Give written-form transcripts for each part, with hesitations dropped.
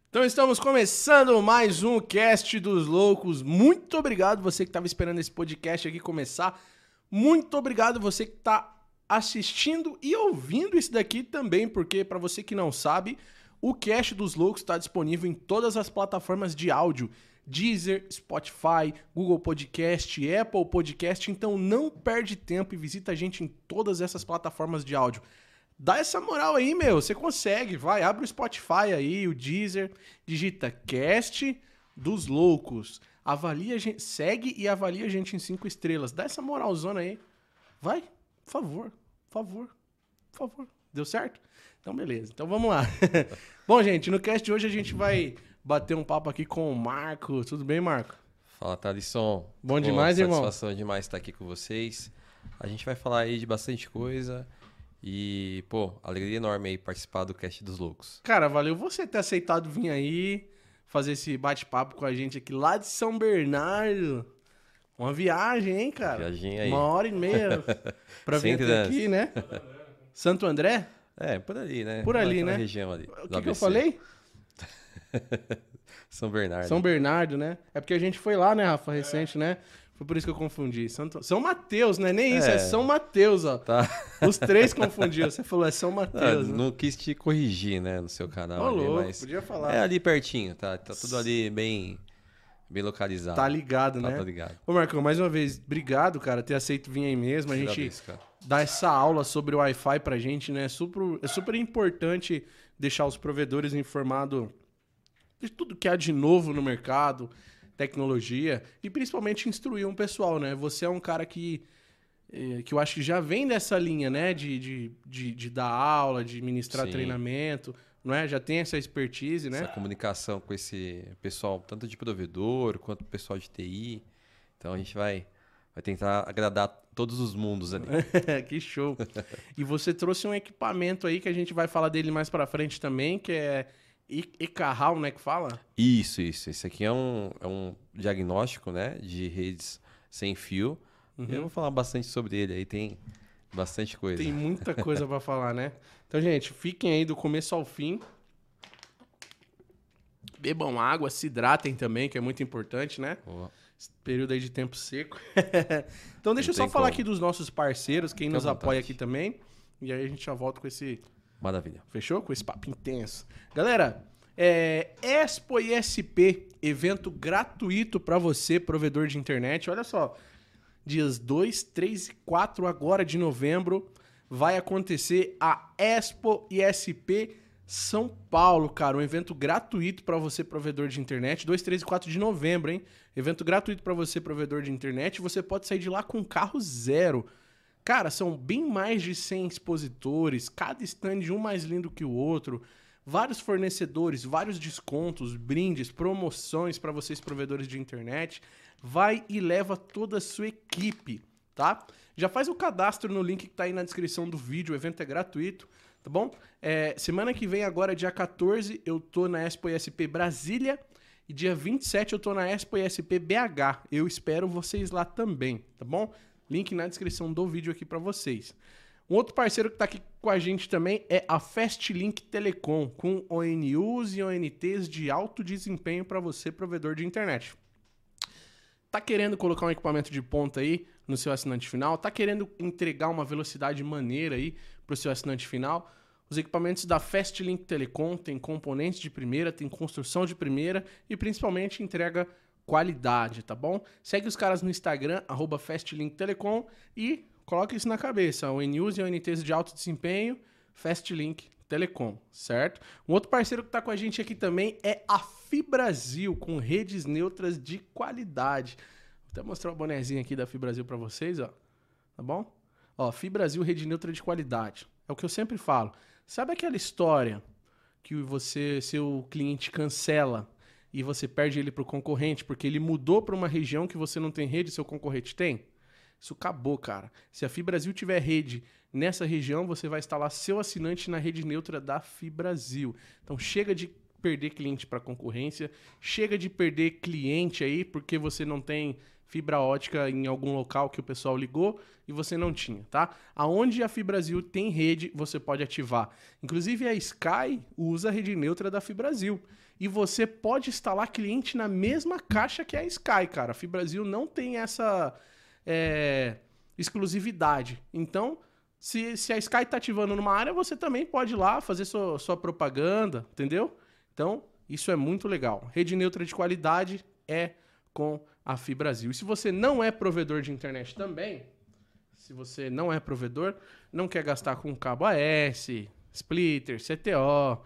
Então estamos começando mais um Cast dos Loucos. Muito obrigado você que estava esperando esse podcast aqui começar. Muito obrigado você que está assistindo e ouvindo isso daqui também, porque para você que não sabe, o Cast dos Loucos está disponível em todas as plataformas de áudio. Deezer, Spotify, Google Podcast, Apple Podcast. Então não perde tempo e visita a gente em todas essas plataformas de áudio. Dá essa moral aí, meu. Você consegue. Vai, abre o Spotify aí, o Deezer. Digita Cast dos Loucos. Avalia a gente, segue e avalia a gente em 5 estrelas. Dá essa moralzona aí. Vai, por favor. Por favor. Por favor. Deu certo? Então, beleza. Então, vamos lá. Bom, gente, no cast de hoje a gente vai bater um papo aqui com o Marco. Tudo bem, Marco? Fala, Thalisson. Bom demais, irmão. Satisfação demais estar aqui com vocês. A gente vai falar aí de bastante coisa. E, pô, alegria enorme aí participar do Cast dos Loucos. Cara, valeu você ter aceitado vir aí fazer esse bate-papo com a gente aqui lá de São Bernardo. Uma viagem, hein, cara? Viagem aí. 1h30 pra vir até aqui, né? Santo André? É, por ali, né? Por ali, né? Região ali. O que eu falei? São Bernardo. São Bernardo, né? É porque a gente foi lá, né, Rafa, recente, né? Foi por isso que eu confundi. São Mateus, não é nem isso, é São Mateus, ó. Tá. Os três confundiram. Você falou, é São Mateus. Não, não quis te corrigir, né, no seu canal. Ô, ali, louco, mas podia falar. é ali pertinho, tá? Tá tudo ali bem localizado. Tá ligado, Tá, né? tá ligado. Ô, Marcão, mais uma vez, obrigado, cara, ter aceito vir aí mesmo. A gente Agradeço, cara. dá essa aula sobre o Wi-Fi pra gente, né? É super importante deixar os provedores informados de tudo que há de novo no mercado, tecnologia, e principalmente instruir um pessoal, né? Você é um cara que eu acho que já vem dessa linha, né? De dar aula, de ministrar Sim. treinamento, não é? Já tem essa expertise, né? Essa comunicação com esse pessoal, tanto de provedor quanto pessoal de TI. Então a gente vai tentar agradar todos os mundos ali. Que show. E você trouxe um equipamento aí que a gente vai falar dele mais pra frente também, que é EKHAU, né, que fala? Isso. Esse aqui é um diagnóstico, né, de redes sem fio. Eu vou falar bastante sobre ele aí, tem bastante coisa. Tem muita coisa pra falar, né? Então, gente, fiquem aí do começo ao fim. Bebam água, se hidratem também, que é muito importante, né? Boa. Esse período aí de tempo seco. Então, deixa eu Não só tem falar como. aqui dos nossos parceiros, quem Fica nos à vontade. apoia aqui também. E aí a gente já volta com esse... Maravilha. Fechou? Com esse papo intenso. Galera, Expo ISP, evento gratuito para você, provedor de internet. Olha só, dias 2, 3 e 4 agora de novembro vai acontecer a Expo ISP São Paulo, cara. Um evento gratuito para você, provedor de internet. 2, 3 e 4 de novembro, hein? Evento gratuito para você, provedor de internet. Você pode sair de lá com carro zero. Cara, são bem mais de 100 expositores, cada stand um mais lindo que o outro, vários fornecedores, vários descontos, brindes, promoções para vocês provedores de internet. Vai e leva toda a sua equipe, tá? Já faz o cadastro no link que tá aí na descrição do vídeo, o evento é gratuito, tá bom? Semana que vem, agora dia 14, eu tô na Expo ISP Brasília e dia 27 eu tô na Expo ISP BH. Eu espero vocês lá também, tá bom? Link na descrição do vídeo aqui para vocês. Um outro parceiro que está aqui com a gente também é a Fastlink Telecom, com ONUs e ONTs de alto desempenho para você, provedor de internet. Tá querendo colocar um equipamento de ponta aí no seu assinante final? Tá querendo entregar uma velocidade maneira aí para o seu assinante final? Os equipamentos da Fastlink Telecom têm componentes de primeira, tem construção de primeira e principalmente entrega qualidade, tá bom? Segue os caras no Instagram, @FastLinkTelecom e coloca isso na cabeça. ONUs e ONTs de alto desempenho, Fastlink Telecom, certo? Um outro parceiro que tá com a gente aqui também é a Fibrasil, com redes neutras de qualidade. Vou até mostrar o bonezinho aqui da Fibrasil para vocês, ó. Tá bom? Ó, Fibrasil, rede neutra de qualidade. É o que eu sempre falo. Sabe aquela história que seu cliente cancela e você perde ele para o concorrente porque ele mudou para uma região que você não tem rede e seu concorrente tem? Isso acabou, cara. Se a Fibrasil tiver rede nessa região, você vai instalar seu assinante na rede neutra da Fibrasil. Então chega de perder cliente para concorrência, chega de perder cliente aí porque você não tem fibra ótica em algum local que o pessoal ligou e você não tinha, tá? Aonde a Fibrasil tem rede, você pode ativar. Inclusive a Sky usa a rede neutra da Fibrasil. E você pode instalar cliente na mesma caixa que a Sky, cara. A Fibrasil não tem essa exclusividade. Então, se a Sky tá ativando numa área, você também pode ir lá fazer sua propaganda, entendeu? Então, isso é muito legal. Rede neutra de qualidade é com a Fibrasil. E se você não é provedor de internet também, se você não é provedor, não quer gastar com cabo AS, splitter, CTO,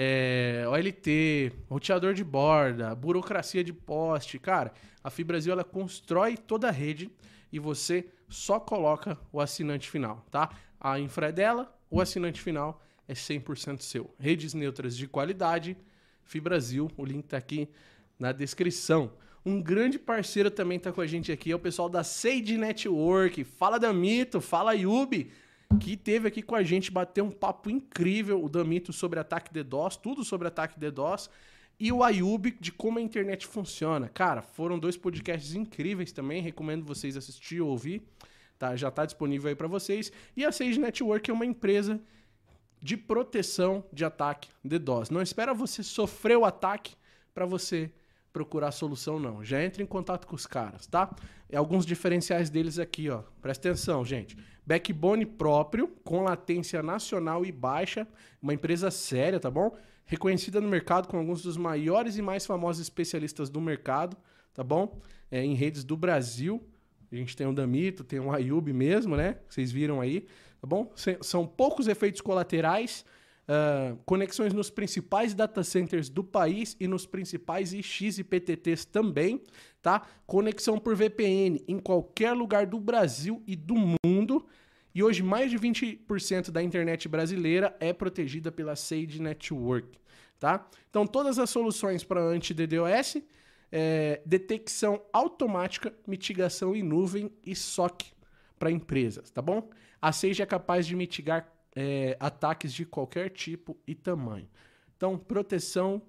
OLT, roteador de borda, burocracia de poste, cara, a Fibrasil ela constrói toda a rede e você só coloca o assinante final, tá? A infra é dela, o assinante final é 100% seu. Redes neutras de qualidade, Fibrasil, o link tá aqui na descrição. Um grande parceiro também tá com a gente aqui, é o pessoal da Sage Network. Fala Damito, fala Yubi, que teve aqui com a gente, bateu um papo incrível, o Damito sobre ataque DDoS, tudo sobre ataque DDoS, e o Ayub de como a internet funciona. Cara, foram 2 podcasts incríveis também, recomendo vocês assistir ou ouvir, tá? Já tá disponível aí para vocês. E a Sage Network é uma empresa de proteção de ataque DDoS. Não espera você sofrer o ataque para você procurar a solução, não. Já entre em contato com os caras, tá? E alguns diferenciais deles aqui, ó. Presta atenção, gente. Backbone próprio, com latência nacional e baixa. Uma empresa séria, tá bom? Reconhecida no mercado com alguns dos maiores e mais famosos especialistas do mercado, tá bom? Em redes do Brasil. A gente tem o Damito, tem o Ayub mesmo, né? Vocês viram aí, tá bom? São poucos efeitos colaterais, conexões nos principais data centers do país e nos principais IX e PTTs também, tá? Conexão por VPN em qualquer lugar do Brasil e do mundo. E hoje mais de 20% da internet brasileira é protegida pela Sage Network, tá? Então todas as soluções para anti-DDoS, detecção automática, mitigação em nuvem e SOC para empresas, tá bom? A Sage é capaz de mitigar ataques de qualquer tipo e tamanho. Então, proteção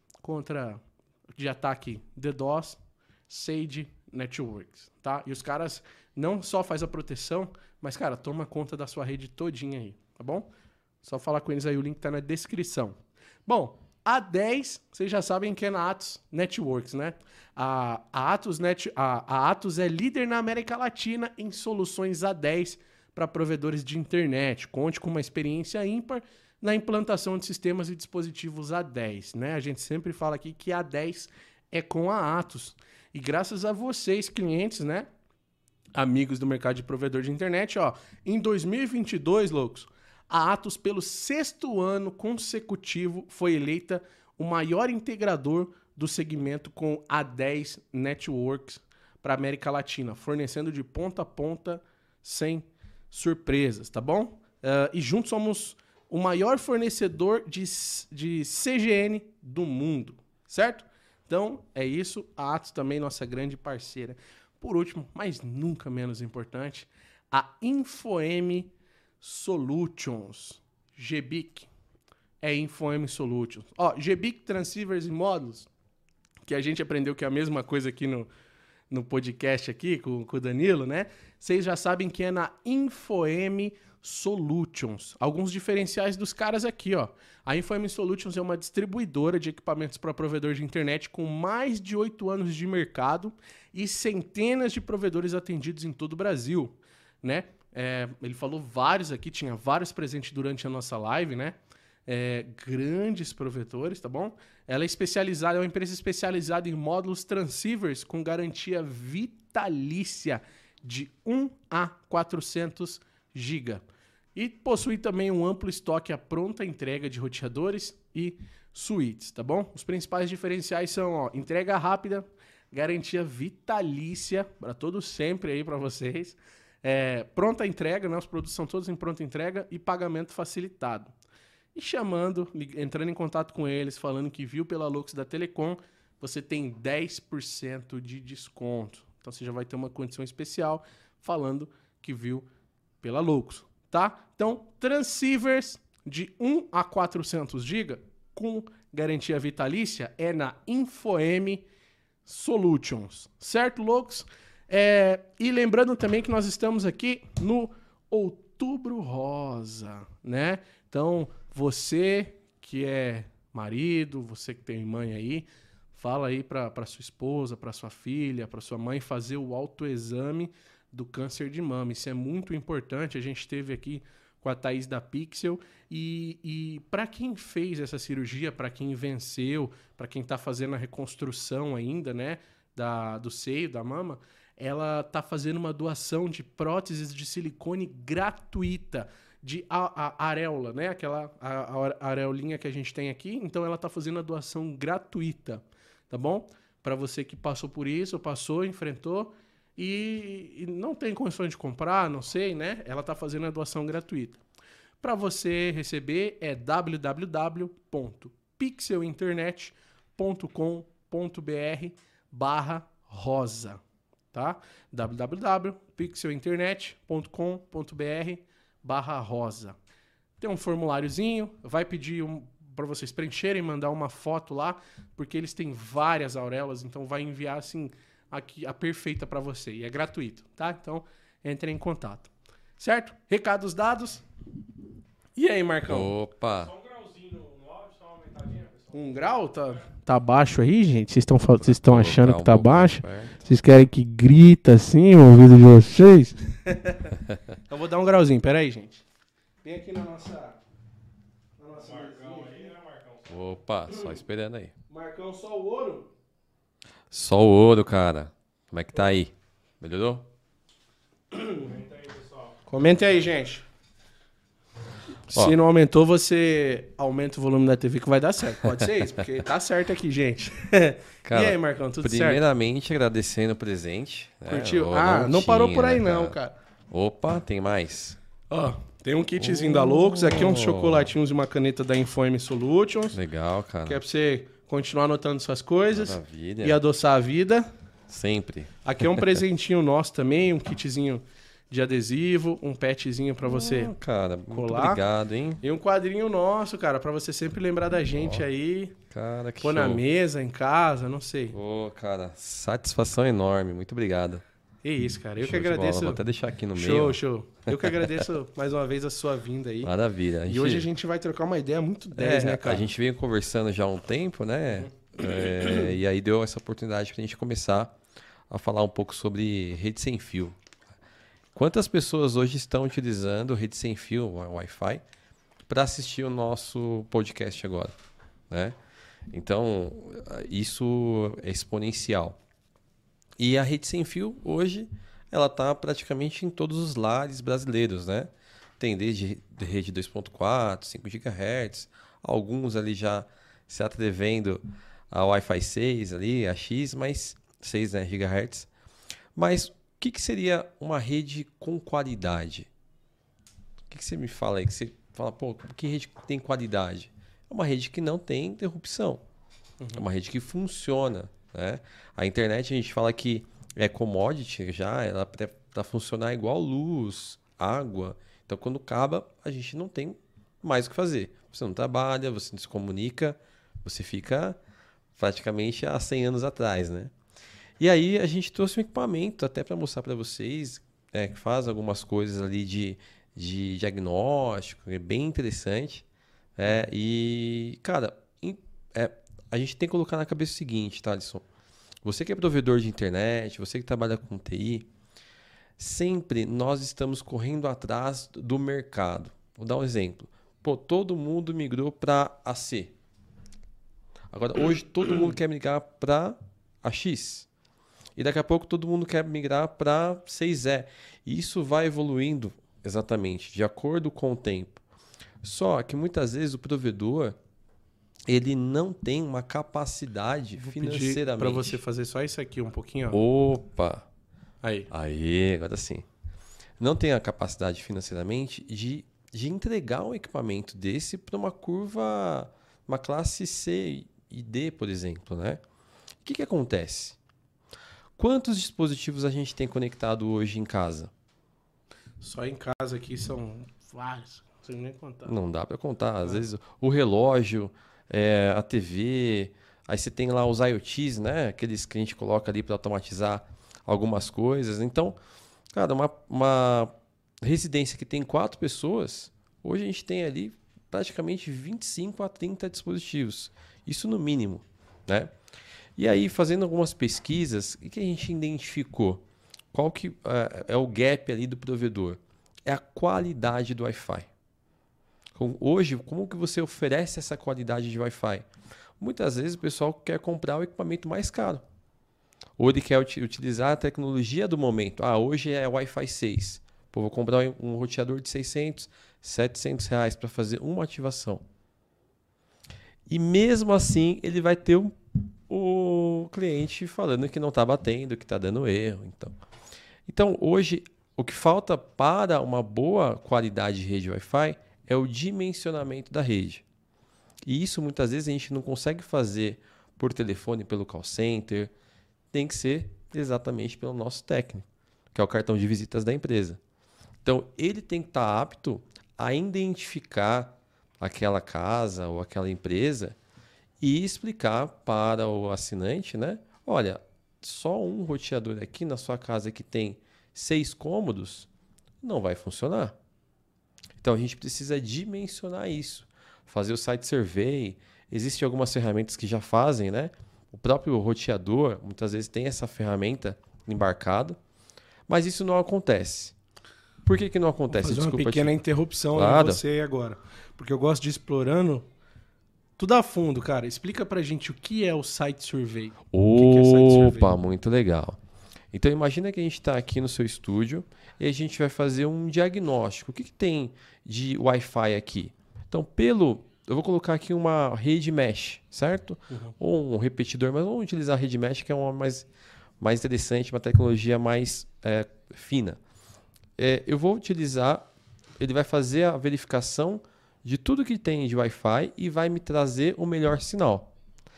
de ataque DDoS, Sage Networks, tá? E os caras não só faz a proteção, mas, cara, toma conta da sua rede todinha aí, tá bom? Só falar com eles aí, o link tá na descrição. Bom, a 10, vocês já sabem que é na Atos Networks, né? A Atos é líder na América Latina em soluções A10 para provedores de internet. Conte com uma experiência ímpar na implantação de sistemas e dispositivos A10, né? A gente sempre fala aqui que A10 é com a Atos. E graças a vocês, clientes, né? Amigos do mercado de provedor de internet, ó. Em 2022, loucos, a Atos, pelo 6º ano consecutivo, foi eleita o maior integrador do segmento com A10 Networks para a América Latina, fornecendo de ponta a ponta sem surpresas, tá bom? E juntos somos o maior fornecedor de CGN do mundo, certo? Então, é isso. A Atos também, nossa grande parceira. Por último, mas nunca menos importante, a InfoM Solutions, GBIC, InfoM Solutions. Ó, GBIC Transceivers e Módulos, que a gente aprendeu que é a mesma coisa aqui no podcast aqui com o Danilo, né? Vocês já sabem que é na InfoM Solutions. Alguns diferenciais dos caras aqui, ó. A InfoM Solutions é uma distribuidora de equipamentos para provedor de internet com mais de 8 anos de mercado e centenas de provedores atendidos em todo o Brasil, né? Ele falou vários aqui, tinha vários presentes durante a nossa live, né? Grandes provedores, tá bom? Ela é uma empresa especializada em módulos transceivers com garantia vitalícia de 1 a 400 GB. E possui também um amplo estoque à pronta entrega de roteadores e suítes, tá bom? Os principais diferenciais são, ó, entrega rápida, garantia vitalícia para todos sempre aí para vocês, pronta entrega, né? Os produtos são todos em pronta entrega e pagamento facilitado. E entrando em contato com eles, falando que viu pela Lux da Telecom, você tem 10% de desconto. Então você já vai ter uma condição especial falando que viu pela Lux, tá? Então, transceivers de 1 a 400 GB com garantia vitalícia é na InfoM Solutions. Certo, loucos? E lembrando também que nós estamos aqui no Outubro Rosa, né? Então, você que é marido, você que tem mãe aí, fala aí para sua esposa, para sua filha, para sua mãe fazer o autoexame do câncer de mama. Isso é muito importante. A gente esteve aqui com a Thaís da Pixel e para quem fez essa cirurgia, para quem venceu, para quem está fazendo a reconstrução ainda, né, do seio, da mama, ela está fazendo uma doação de próteses de silicone gratuita, de areola, né? Aquela areolinha que a gente tem aqui. Então, ela está fazendo a doação gratuita, tá bom? Para você que passou por isso, passou, enfrentou e não tem condições de comprar, não sei, né? Ela está fazendo a doação gratuita. Para você receber é www.pixelinternet.com.br/rosa, tá? www.pixelinternet.com.br/rosa. Tem um formuláriozinho, vai pedir para vocês preencherem, mandar uma foto lá, porque eles têm várias auréolas, então vai enviar assim aqui a perfeita para você e é gratuito, tá? Então entre em contato, certo? Recados dados. E aí, Marcão? Opa! Só um grauzinho no áudio, só uma aumentadinha, pessoal. 1 grau? Tá baixo aí, gente? Vocês estão achando que tá baixo? Vocês querem que grita assim o ouvido de vocês? Eu vou dar um grauzinho, pera aí, gente. Vem aqui na nossa Marcão aí, né, Marcão? Opa, só esperando aí. Marcão, só o ouro? Só o ouro, cara. Como é que tá aí? Melhorou? Comenta aí, pessoal. Comenta aí, gente. Ó. Se não aumentou, você aumenta o volume da TV que vai dar certo. Pode ser isso, porque tá certo aqui, gente. Cara, e aí, Marcão, tudo certo? Primeiramente, agradecendo o presente. Né? Curtiu? Não parou por aí não, cara. Opa, tem mais. Ó, tem um kitzinho da Loucos, aqui uns chocolatinhos e uma caneta da InfoM Solutions. Legal, cara. Que é pra você continuar anotando suas coisas. Maravilha. E adoçar a vida. Sempre. Aqui é um presentinho nosso também, um kitzinho de adesivo, um petzinho pra você cara, muito colar. obrigado, hein? E um quadrinho nosso, cara, pra você sempre lembrar da gente aí. Cara, que pôr show. na mesa, em casa, não sei. Cara, satisfação enorme. Muito obrigado. É isso, cara. Eu Show que de agradeço. bola. Vou até deixar aqui no meio. Show. Eu que agradeço mais uma vez a sua vinda aí. Maravilha. E hoje a gente vai trocar uma ideia muito 10, né, cara? A gente veio conversando já há um tempo, né? E aí deu essa oportunidade pra gente começar a falar um pouco sobre rede sem fio. Quantas pessoas hoje estão utilizando rede sem fio, Wi-Fi, para assistir o nosso podcast agora, né? Então, isso é exponencial. E a rede sem fio, hoje, ela está praticamente em todos os lares brasileiros, né? Tem desde rede 2.4, 5 GHz, alguns ali já se atrevendo a Wi-Fi 6 ali, a X, mas 6 GHz. Mas o que seria uma rede com qualidade? O que você me fala aí? Que você fala, pô, que rede tem qualidade? É uma rede que não tem interrupção. É uma rede que funciona, né? A internet, a gente fala que é commodity já, ela para funcionar igual luz, água. Então, quando acaba, a gente não tem mais o que fazer. Você não trabalha, você não se comunica, você fica praticamente há 100 anos atrás, né? E aí, a gente trouxe um equipamento até para mostrar para vocês, que faz algumas coisas ali de diagnóstico, é bem interessante. E, cara, a gente tem que colocar na cabeça o seguinte, tá, Alisson? Você que é provedor de internet, você que trabalha com TI, sempre nós estamos correndo atrás do mercado. Vou dar um exemplo. Pô, todo mundo migrou para AC. Agora, hoje, todo mundo quer migrar para a X. E daqui a pouco, todo mundo quer migrar para 6E. E isso vai evoluindo, exatamente, de acordo com o tempo. Só que, muitas vezes, o provedor ele não tem uma capacidade financeiramente. Para você fazer só isso aqui um pouquinho. Ó. Opa! Aí, agora sim. Não tem a capacidade financeiramente de entregar um equipamento desse para uma curva, uma classe C e D, por exemplo, né? O que acontece? Quantos dispositivos a gente tem conectado hoje em casa? Só em casa aqui são vários. Não sei nem contar. Não dá para contar. Às vezes o relógio a TV, aí você tem lá os IoTs, né? Aqueles que a gente coloca ali para automatizar algumas coisas. Então, cara, uma residência que tem 4 pessoas, hoje a gente tem ali praticamente 25 a 30 dispositivos. Isso no mínimo, né? E aí, fazendo algumas pesquisas, o que a gente identificou? Qual que é o gap ali do provedor? É a qualidade do Wi-Fi. Hoje, como que você oferece essa qualidade de Wi-Fi? Muitas vezes o pessoal quer comprar o equipamento mais caro. Ou ele quer utilizar a tecnologia do momento. Hoje é Wi-Fi 6. Pô, vou comprar um roteador de 600, 700 reais para fazer uma ativação. E mesmo assim, ele vai ter o cliente falando que não está batendo, que está dando erro. Então, hoje, o que falta para uma boa qualidade de rede Wi-Fi é o dimensionamento da rede. E isso, muitas vezes, a gente não consegue fazer por telefone, pelo call center. Tem que ser exatamente pelo nosso técnico, que é o cartão de visitas da empresa. Então, ele tem que estar apto a identificar aquela casa ou aquela empresa e explicar para o assinante, né? Olha, só um roteador aqui na sua casa que tem 6 cômodos não vai funcionar. Então a gente precisa dimensionar isso, fazer o site survey. Existem algumas ferramentas que já fazem, né? O próprio roteador muitas vezes tem essa ferramenta embarcado, mas isso não acontece. Por que não acontece? Vou fazer uma pequena interrupção claro. em você agora, porque eu gosto de ir explorando tudo a fundo, cara. Explica pra gente o que é o site survey. O que é site survey? Opa, muito legal. Então imagina que a gente está aqui no seu estúdio e a gente vai fazer um diagnóstico. O que tem de Wi-Fi aqui? Então, eu vou colocar aqui uma rede mesh, certo? Ou um repetidor, mas vamos utilizar a rede mesh, que é uma mais interessante, uma tecnologia mais fina. Eu vou utilizar, ele vai fazer a verificação de tudo que tem de Wi-Fi e vai me trazer o melhor sinal.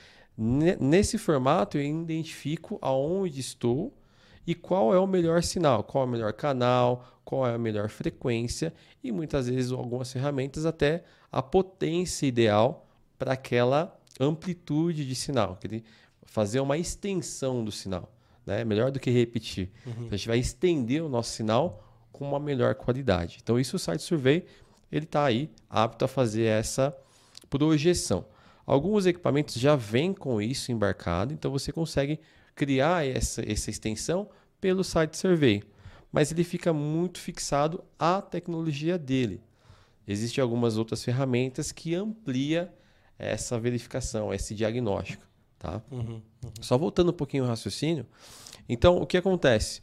Nesse formato, eu identifico aonde estou e qual é o melhor sinal, qual é o melhor canal, qual é a melhor frequência e muitas vezes algumas ferramentas até a potência ideal para aquela amplitude de sinal, fazer uma extensão do sinal, né? Melhor do que repetir. Então, a gente vai estender o nosso sinal com uma melhor qualidade. Então, isso o Site Survey ele está aí apto a fazer essa projeção. Alguns equipamentos já vêm com isso embarcado, então você consegue criar essa extensão pelo Site Survey, mas ele fica muito fixado à tecnologia dele. Existem algumas outras ferramentas que ampliam essa verificação, esse diagnóstico. Tá? Só voltando um pouquinho ao raciocínio. Então, o que acontece?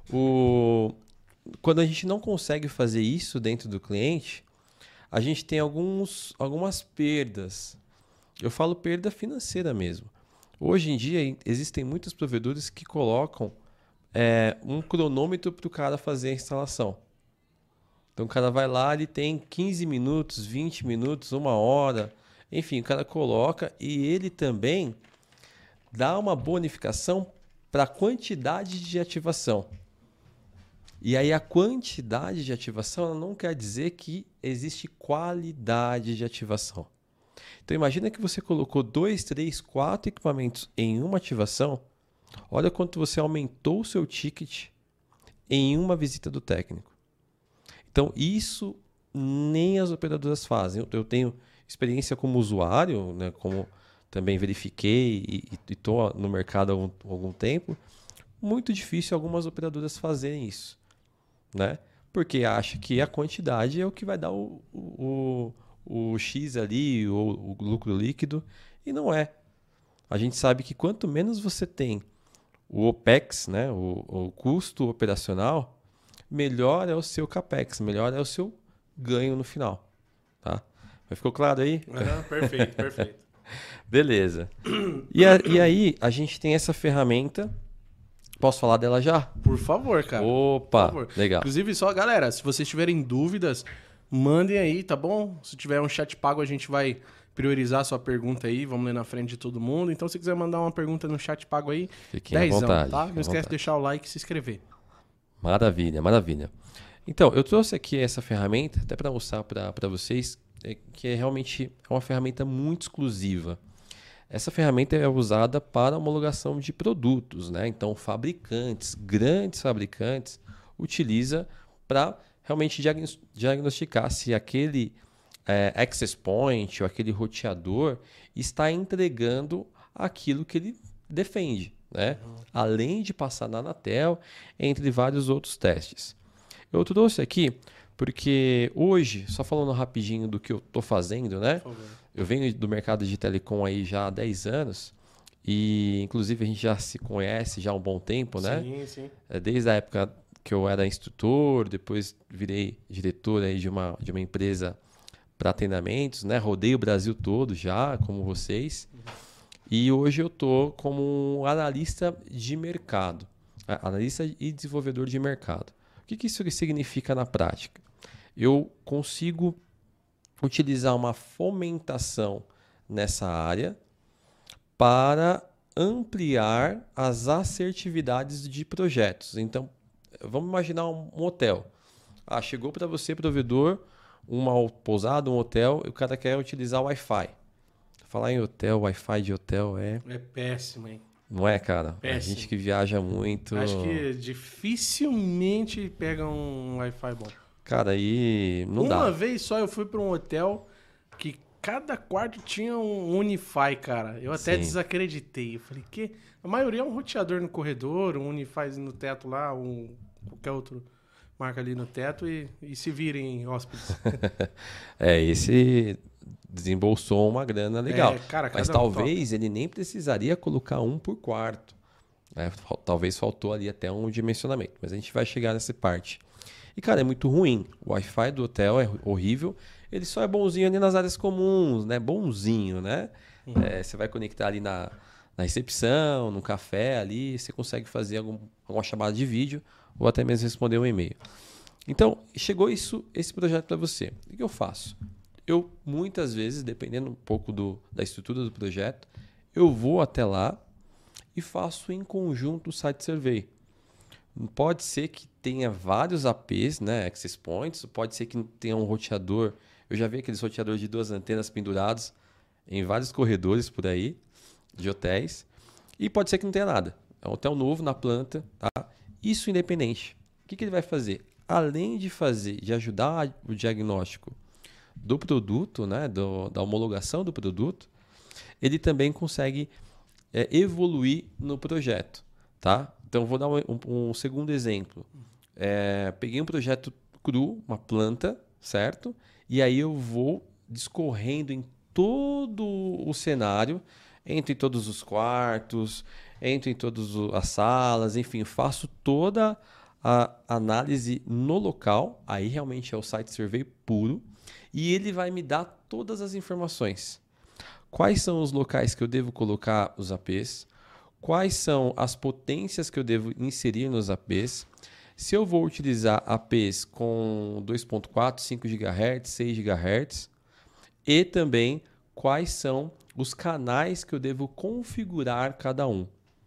Quando a gente não consegue fazer isso dentro do cliente, a gente tem algumas perdas. Eu falo perda financeira mesmo. Hoje em dia, existem muitos provedores que colocam um cronômetro para o cara fazer a instalação. Então, o cara vai lá, ele tem 15 minutos, 20 minutos, 1 hora. Enfim, o cara coloca e ele também dá uma bonificação para a quantidade de ativação. E aí a quantidade de ativação ela não quer dizer que existe qualidade de ativação. Então imagina que você colocou 2, 3, 4 equipamentos em uma ativação. Olha quanto você aumentou o seu ticket em uma visita do técnico. Então isso nem as operadoras fazem. Eu tenho experiência como usuário, né, como também verifiquei e estou no mercado há algum tempo. Muito difícil algumas operadoras fazerem isso. Né? Porque acha que a quantidade é o que vai dar o X ali, o lucro líquido, e não é. A gente sabe que quanto menos você tem o OPEX, né? o custo operacional, melhor é o seu CAPEX, melhor é o seu ganho no final. Tá? Mas ficou claro aí? Perfeito, perfeito. Beleza. E aí a gente tem essa ferramenta. Posso falar dela já? Por favor, cara. Opa, por favor. Legal. Inclusive, só, galera, se vocês tiverem dúvidas, mandem aí, tá bom? Se tiver um chat pago, a gente vai priorizar a sua pergunta aí, vamos ler na frente de todo mundo. Então, se quiser mandar uma pergunta no chat pago aí, fiquem à vontade, tá? Não esquece de deixar o like e se inscrever. Maravilha, maravilha. Então, eu trouxe aqui essa ferramenta, até para mostrar para vocês que é realmente uma ferramenta muito exclusiva. Essa ferramenta é usada para homologação de produtos, né? Então, fabricantes, grandes fabricantes, utiliza para realmente diagnosticar se aquele access point ou aquele roteador está entregando aquilo que ele defende, né? Além de passar na Anatel, entre vários outros testes. Eu trouxe aqui porque hoje, só falando rapidinho do que eu estou fazendo, né? Por favor. Eu venho do mercado de telecom aí já há 10 anos e, inclusive, a gente já se conhece já há um bom tempo, né? Sim, sim. Desde a época que eu era instrutor, depois virei diretor aí de uma empresa para treinamentos, né? Rodei o Brasil todo já, como vocês. E hoje eu estou como analista de mercado, analista e desenvolvedor de mercado. O que isso significa na prática? Eu consigo utilizar uma fomentação nessa área para ampliar as assertividades de projetos. Então, vamos imaginar um hotel. Chegou para você, provedor, uma pousada, um hotel, e o cara quer utilizar o Wi-Fi. Falar em hotel, Wi-Fi de hotel É péssimo, hein? Não é, cara? Péssimo. A gente que viaja muito... Acho que dificilmente pega um Wi-Fi bom. Cara, aí não dá. Uma vez só eu fui para um hotel que cada quarto tinha um Unify, cara. Eu até desacreditei. Eu falei, que? A maioria é um roteador no corredor, um Unify no teto lá, qualquer outro marca ali no teto e se virem hóspedes. Esse desembolsou uma grana legal. Cara, mas talvez ele nem precisaria colocar um por quarto. Talvez faltou ali até um dimensionamento. Mas a gente vai chegar nessa parte. E, cara, é muito ruim. O Wi-Fi do hotel é horrível. Ele só é bonzinho ali nas áreas comuns, né? Bonzinho, né? Você vai conectar ali na recepção, no café ali, você consegue fazer alguma chamada de vídeo ou até mesmo responder um e-mail. Então, chegou esse projeto para você. O que eu faço? Eu, muitas vezes, dependendo um pouco da estrutura do projeto, eu vou até lá e faço em conjunto o site survey. Pode ser que tenha vários APs, né, access points, pode ser que tenha um roteador. Eu já vi aqueles roteadores de 2 antenas pendurados em vários corredores por aí, de hotéis. E pode ser que não tenha nada. É um hotel novo na planta, tá? Isso independente. O que ele vai fazer? Além de ajudar o diagnóstico do produto, né, da homologação do produto, ele também consegue evoluir no projeto, tá? Então, vou dar um segundo exemplo. Peguei um projeto cru, uma planta, certo? E aí eu vou discorrendo em todo o cenário, entro em todos os quartos, entro em todas as salas, enfim, faço toda a análise no local. Aí realmente é o site survey puro. E ele vai me dar todas as informações. Quais são os locais que eu devo colocar os APs? Quais são as potências que eu devo inserir nos APs? Se eu vou utilizar APs com 2.4, 5 GHz, 6 GHz. E também quais são os canais que eu devo configurar cada um.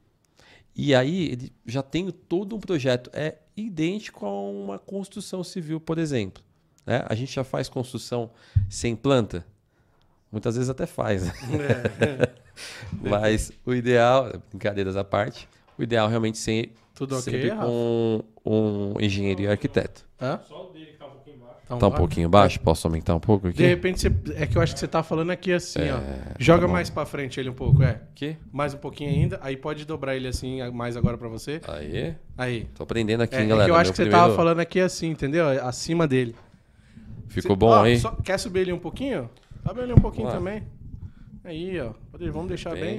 E aí ele já tem todo um projeto. É idêntico a uma construção civil, por exemplo. A gente já faz construção sem planta? Muitas vezes até faz. Mas o ideal, brincadeiras à parte, o ideal realmente sempre com um engenheiro e arquiteto. Só o dele que tá um pouquinho baixo. Tá um pouquinho baixo? Posso aumentar um pouco aqui? De repente, é que eu acho que você tá falando aqui assim, ó. Joga mais pra frente ele um pouco, Que? Mais um pouquinho ainda. Aí pode dobrar ele assim, mais agora pra você. Aí. Tô aprendendo aqui, galera. É que eu acho que você tava falando aqui assim, entendeu? Acima dele. Ficou bom aí? Quer subir ele um pouquinho? Sobe ele um pouquinho também. Aí, ó. Vamos deixar bem.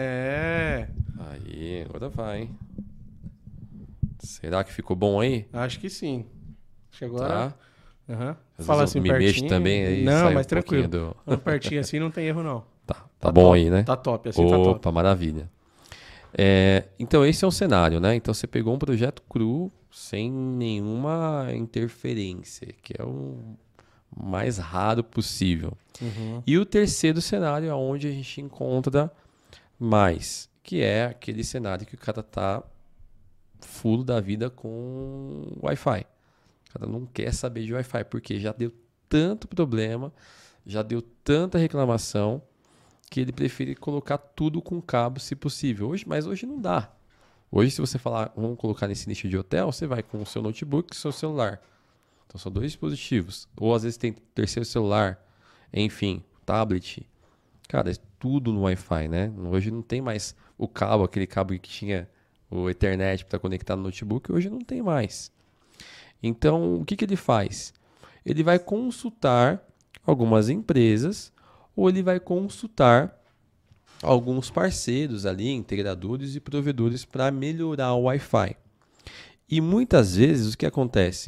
Aí, agora vai, hein? Será que ficou bom aí? Acho que sim. Acho que agora... Tá. Fala assim me pertinho. mexo também aí. Não, mas tranquilo. Pertinho assim não tem erro, não. Tá bom aí, né? Tá top, assim tá top. Opa, maravilha. Então, esse é um cenário, né? Então, você pegou um projeto cru, sem nenhuma interferência, que é o mais raro possível. E o terceiro cenário é onde a gente encontra mais, que é aquele cenário que o cara tá full da vida com Wi-Fi. O cara não quer saber de Wi-Fi, porque já deu tanto problema, já deu tanta reclamação que ele prefere colocar tudo com cabo, se possível. Mas hoje não dá. Hoje, se você falar, vamos colocar nesse nicho de hotel, você vai com o seu notebook e o seu celular. Então, são 2 dispositivos. Ou, às vezes, tem terceiro celular, enfim, tablet. Cara, é tudo no Wi-Fi, né? Hoje não tem mais o cabo, aquele cabo que tinha o Ethernet para conectar no notebook. Hoje não tem mais. Então, o que ele faz? Ele vai consultar algumas empresas ou ele vai consultar alguns parceiros ali, integradores e provedores para melhorar o Wi-Fi. E muitas vezes o que acontece?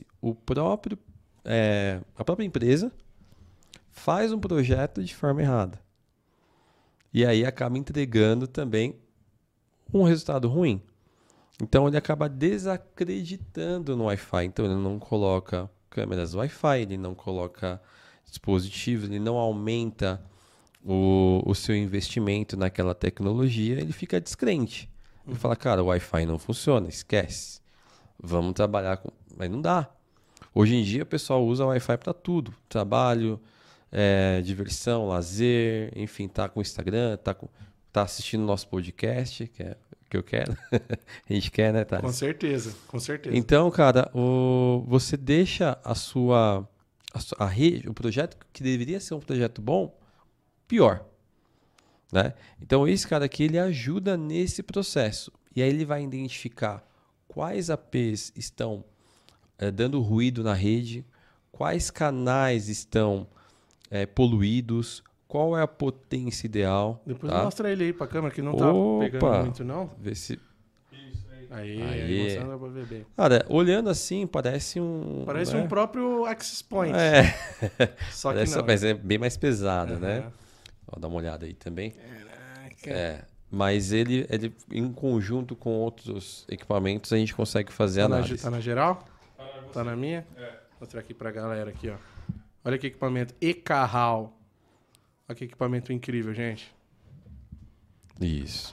A própria empresa faz um projeto de forma errada. E aí acaba entregando também um resultado ruim. Então ele acaba desacreditando no Wi-Fi. Então ele não coloca câmeras Wi-Fi, ele não coloca dispositivos, ele não aumenta o seu investimento naquela tecnologia, ele fica descrente. Ele fala, cara, o Wi-Fi não funciona, esquece. Vamos trabalhar com... Mas não dá. Hoje em dia o pessoal usa o Wi-Fi para tudo. Trabalho, diversão, lazer, enfim, tá com o Instagram, tá assistindo nosso podcast, que é o que eu quero. A gente quer, né, Thales? Com certeza, com certeza. Então, cara, você deixa a rede, o projeto que deveria ser um projeto bom, pior, né? Então esse cara aqui ele ajuda nesse processo e aí ele vai identificar quais APs estão dando ruído na rede, quais canais estão poluídos, qual é a potência ideal. Depois tá? mostra ele aí pra câmera que não tá pegando muito não. Vê se... Aí mostrando pra ver bem. Cara, olhando assim, parece um... Parece um próprio Access Point. Só que não. Mas é bem mais pesado, né? Ó, dá uma olhada aí também. Caraca. Mas ele, em conjunto com outros equipamentos, a gente consegue fazer análise. Tá na geral? Tá na minha? Vou mostrar aqui pra galera aqui, ó. Olha que equipamento EKHAL. Olha que equipamento incrível, gente. Isso.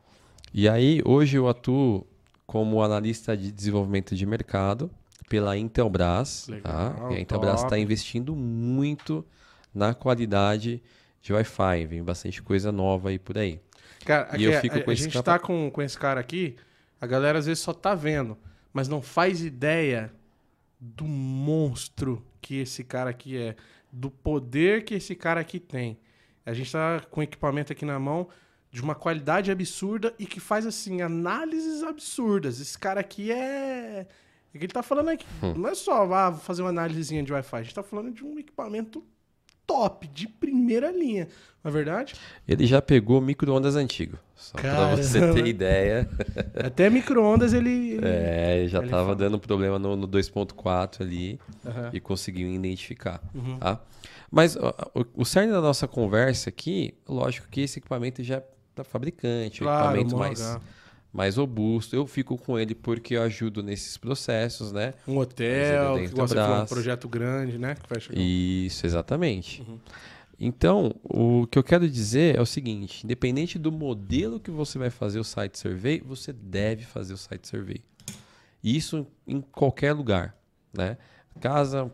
E aí, hoje eu atuo como analista de desenvolvimento de mercado pela Intelbras. Legal, tá? E a Intelbras está investindo muito na qualidade de Wi-Fi. Vem bastante coisa nova aí por aí. Cara, e eu fico com a esse gente tá com esse cara aqui, a galera às vezes só tá vendo, mas não faz ideia do monstro que esse cara aqui é, do poder que esse cara aqui tem. A gente tá com equipamento aqui na mão de uma qualidade absurda e que faz, assim, análises absurdas. Esse cara aqui é... O que ele tá falando aqui não é só fazer uma análisezinha de Wi-Fi, a gente tá falando de um equipamento top, de primeira linha, não é verdade? Ele já pegou micro-ondas antigo, só para você ter ideia. Até micro-ondas ele já ele estava fala. dando problema no 2.4 ali e conseguiu identificar. Tá? Mas o cerne da nossa conversa aqui, lógico que esse equipamento já é para fabricante, Claro, equipamento mais robusto. Eu fico com ele porque eu ajudo nesses processos, né? Um hotel, que você falou, um projeto grande, né? Que fecha Isso, exatamente. Então, o que eu quero dizer é o seguinte, independente do modelo que você vai fazer o site survey, você deve fazer o site survey. Isso em qualquer lugar, né? Casa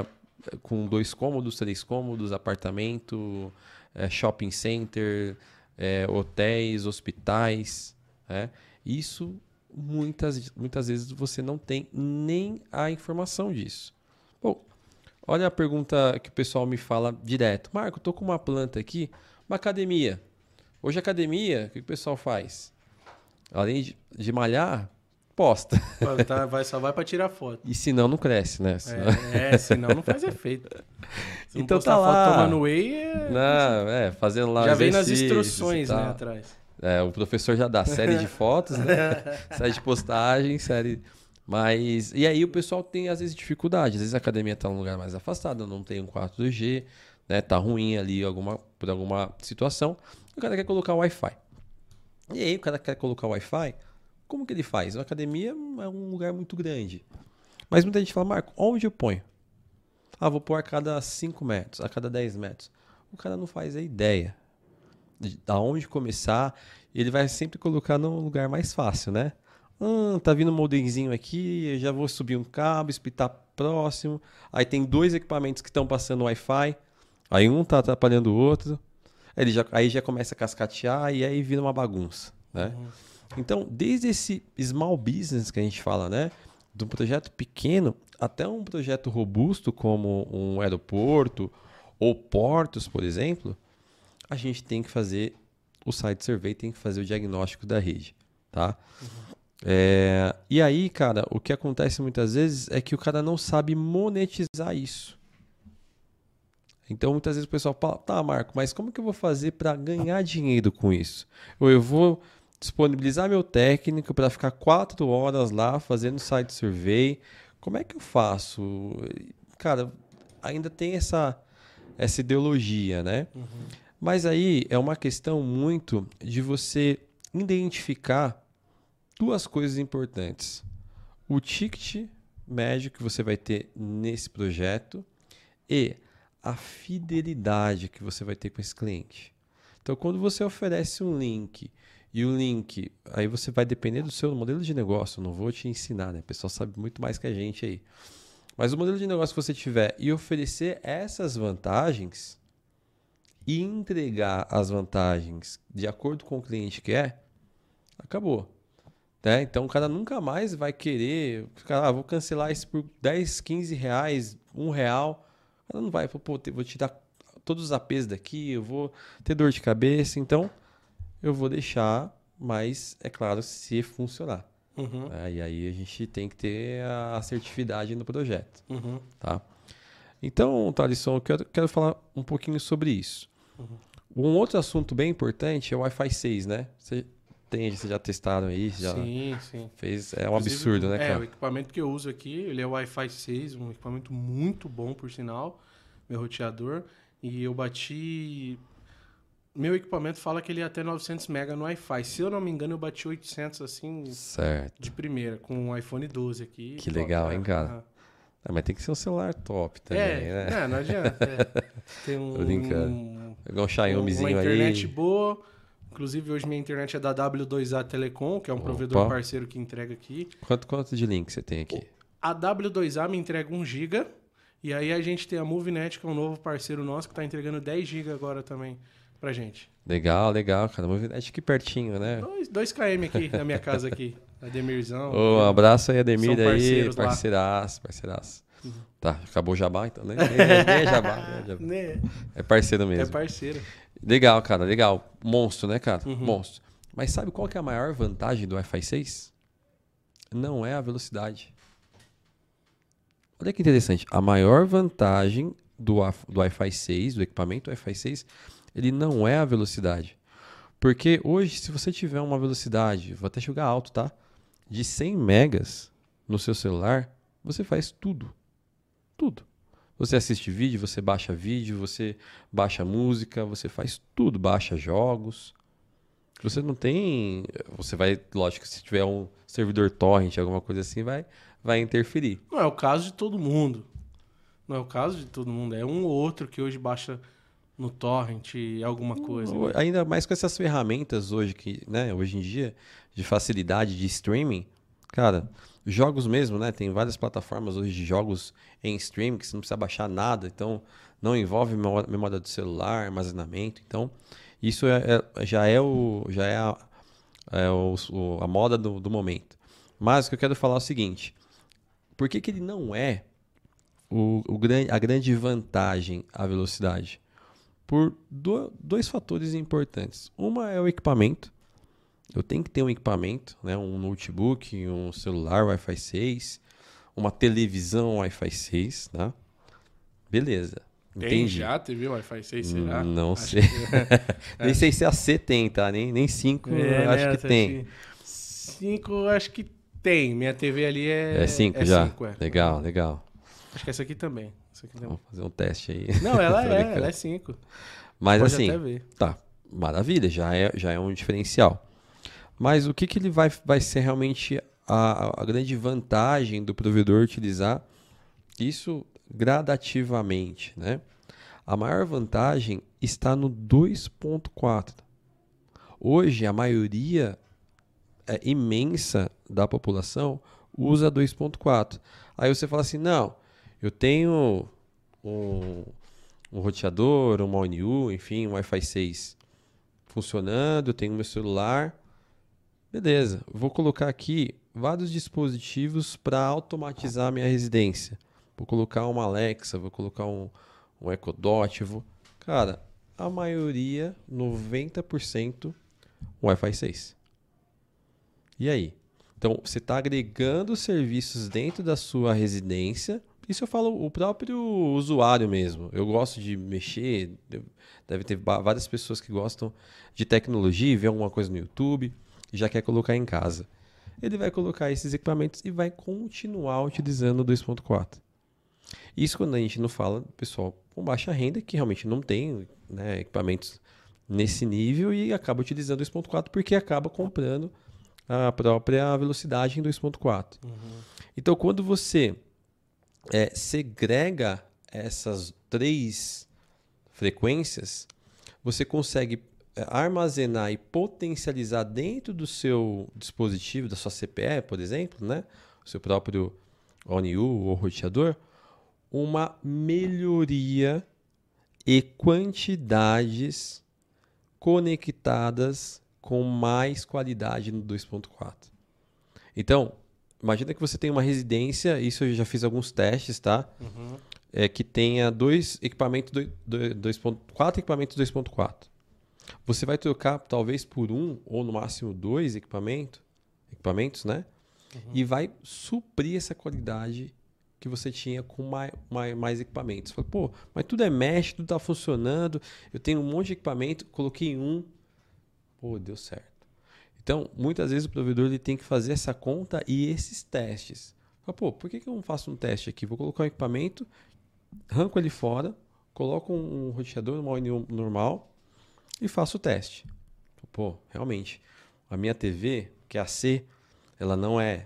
com 2 cômodos, 3 cômodos, apartamento, shopping center, hotéis, hospitais, né? Isso muitas vezes você não tem nem a informação disso. Bom, olha a pergunta que o pessoal me fala direto. Marco, eu tô com uma planta aqui, uma academia. Hoje a academia, o que o pessoal faz? Além de malhar, posta. Só vai para tirar foto. E senão não cresce, né? Senão não faz efeito. Se então não tá lá. Foto tomando whey, fazendo lá já vem nas instruções, né, atrás. O professor já dá série de fotos, né? Série de postagens, série... Mas... E aí o pessoal tem, às vezes, dificuldade. Às vezes a academia está num lugar mais afastado, não tem um 4G, né? Tá ruim ali por alguma situação. O cara quer colocar Wi-Fi. E aí o cara quer colocar Wi-Fi, como que ele faz? A academia é um lugar muito grande. Mas muita gente fala, Marco, onde eu ponho? Vou pôr a cada 5 metros, a cada 10 metros. O cara não faz a ideia de aonde começar. Ele vai sempre colocar no lugar mais fácil, né? Tá vindo um modemzinho aqui, eu já vou subir um cabo, espetar próximo. Aí tem 2 equipamentos que estão passando Wi-Fi. Aí um tá atrapalhando o outro, aí já começa a cascatear e aí vira uma bagunça, né? Então, desde esse small business que a gente fala, né? De um projeto pequeno até um projeto robusto como um aeroporto ou portos, por exemplo, a gente tem que fazer o site survey, tem que fazer o diagnóstico da rede, tá? E aí, cara, o que acontece muitas vezes é que o cara não sabe monetizar isso. Então, muitas vezes o pessoal fala, tá, Marco, mas como que eu vou fazer para ganhar dinheiro com isso? Ou eu vou disponibilizar meu técnico para ficar 4 horas lá fazendo site survey. Como é que eu faço? Cara, ainda tem essa ideologia, né? Mas aí é uma questão muito de você identificar 2 coisas importantes. O ticket médio que você vai ter nesse projeto e a fidelidade que você vai ter com esse cliente. Então, quando você oferece um link e o link, aí você vai depender do seu modelo de negócio, eu não vou te ensinar, né? O pessoal sabe muito mais que a gente aí. Mas o modelo de negócio que você tiver e oferecer essas vantagens e entregar as vantagens de acordo com o cliente quer, acabou. Né? Então o cara nunca mais vai querer, vou cancelar isso por 10, 15 reais, R$1. O cara não vai, pô, vou tirar todos os APs daqui, eu vou ter dor de cabeça, então eu vou deixar, mas é claro, se funcionar. E aí a gente tem que ter a assertividade no projeto. Tá? Então, Thalisson, eu quero falar um pouquinho sobre isso. Um outro assunto bem importante é o Wi-Fi 6, né? Vocês já testaram aí? Sim. Fez, é um absurdo, né, cara? O equipamento que eu uso aqui, ele é o Wi-Fi 6, um equipamento muito bom, por sinal, meu roteador. E eu bati... Meu equipamento fala que ele é até 900 MB no Wi-Fi. Se eu não me engano, eu bati 800, assim, certo, de primeira, com o iPhone 12 aqui. Que legal, hein, cara? Mas tem que ser um celular top também, né? Não adianta. Tem Tô brincando. Pegar um Xiaomizinho uma aí. internet boa. Inclusive, hoje minha internet é da W2A Telecom, que é um provedor parceiro que entrega aqui. Quanto de link você tem aqui? A W2A me entrega 1 GB. E aí a gente tem a Movinet, que é um novo parceiro nosso, que está entregando 10 GB agora também pra gente. Legal, cara. Movinet aqui pertinho, né? 2 km aqui na minha casa aqui. Ademirzão. Um abraço aí, Ademir, aí, parceiraço. Tá, acabou o jabá, então. Nem é jabá. É parceiro mesmo. É parceiro. Legal, cara, legal. Monstro, né, cara? Monstro. Mas sabe qual que é a maior vantagem do Wi-Fi 6? Não é a velocidade. Olha que interessante. A maior vantagem do Wi-Fi 6, do equipamento Wi-Fi 6, ele não é a velocidade. Porque hoje, se você tiver uma velocidade, vou até jogar alto, tá? De 100 megas no seu celular, você faz tudo. Tudo. Você assiste vídeo, você baixa música, você faz tudo, baixa jogos. Você não tem... Você vai, lógico, se tiver um servidor torrent, alguma coisa assim, vai interferir. Não é o caso de todo mundo. É um ou outro que hoje baixa no torrent alguma coisa. Né? Ainda mais com essas ferramentas hoje em dia, de facilidade de streaming. Cara, jogos mesmo, né? Tem várias plataformas hoje de jogos em streaming que você não precisa baixar nada. Então, não envolve memória do celular, armazenamento. Então, isso já é a moda do momento. Mas o que eu quero falar é o seguinte. Por que ele não é a grande vantagem, a velocidade? Por 2 fatores importantes. Uma é o equipamento. Eu tenho que ter um equipamento, né? Um notebook, um celular Wi-Fi 6, uma televisão Wi-Fi 6, tá? Beleza. Entendi. Tem já TV Wi-Fi 6, será? Não sei. Nem sei se a C tem, tá? Nem 5 acho que tem. 5 acho que tem. Minha TV ali é 5 já? 5, é. Legal. Acho que essa aqui também. Vamos fazer um teste aí. Não, ela é 5. Mas pode assim, até ver. Tá, maravilha, já é um diferencial. Mas o que ele vai ser realmente a grande vantagem do provedor utilizar isso gradativamente, né? A maior vantagem está no 2.4. Hoje, a maioria imensa da população usa 2.4. Aí você fala assim, não, eu tenho um roteador, uma ONU, enfim, um Wi-Fi 6 funcionando, eu tenho meu celular. Beleza, vou colocar aqui vários dispositivos para automatizar a minha residência. Vou colocar uma Alexa, vou colocar um Echo Dot. Cara, a maioria, 90%, Wi-Fi 6. E aí? Então, você está agregando serviços dentro da sua residência. Isso eu falo o próprio usuário mesmo. Eu gosto de mexer. Deve ter várias pessoas que gostam de tecnologia, ver alguma coisa no YouTube e já quer colocar em casa. Ele vai colocar esses equipamentos e vai continuar utilizando o 2.4. Isso quando a gente não fala, pessoal, com baixa renda, que realmente não tem, né, equipamentos nesse nível e acaba utilizando o 2.4 porque acaba comprando a própria velocidade em 2.4. Então, quando você segrega essas 3 frequências, você consegue armazenar e potencializar dentro do seu dispositivo, da sua CPE, por exemplo, né? O seu próprio ONU ou roteador, uma melhoria e quantidades conectadas com mais qualidade no 2.4. Então, imagina que você tem uma residência, isso eu já fiz alguns testes, tá? Que tenha 2 equipamentos 2.4 equipamentos 2.4. Você vai trocar talvez por 1 ou no máximo 2 equipamentos, né? E vai suprir essa qualidade que você tinha com mais equipamentos. Fala, pô, mas tudo é mesh, tudo está funcionando, eu tenho um monte de equipamento, coloquei em um, pô, deu certo. Então, muitas vezes o provedor ele tem que fazer essa conta e esses testes. Fala, pô, por que eu não faço um teste aqui? Vou colocar um equipamento, arranco ele fora, coloco um roteador, uma ONU normal, e faço o teste. Pô, realmente, a minha TV, que é a C, ela não é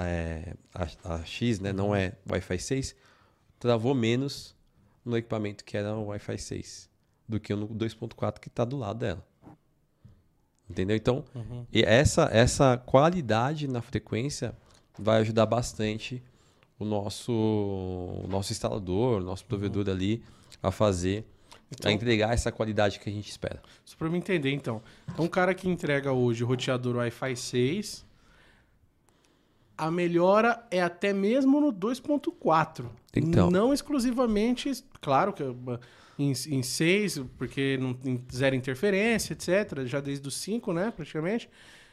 a X, né? Não é Wi-Fi 6, travou menos no equipamento que era o Wi-Fi 6 do que no 2.4 que está do lado dela. Entendeu? Então, e essa qualidade na frequência vai ajudar bastante o nosso instalador, o nosso provedor ali a fazer, a entregar essa qualidade que a gente espera. Só para me entender, então. Então, um cara que entrega hoje o roteador Wi-Fi 6, a melhora é até mesmo no 2.4. Então. Não exclusivamente, claro que em 6, porque não tem zero interferência, etc. Já desde o 5, né, praticamente.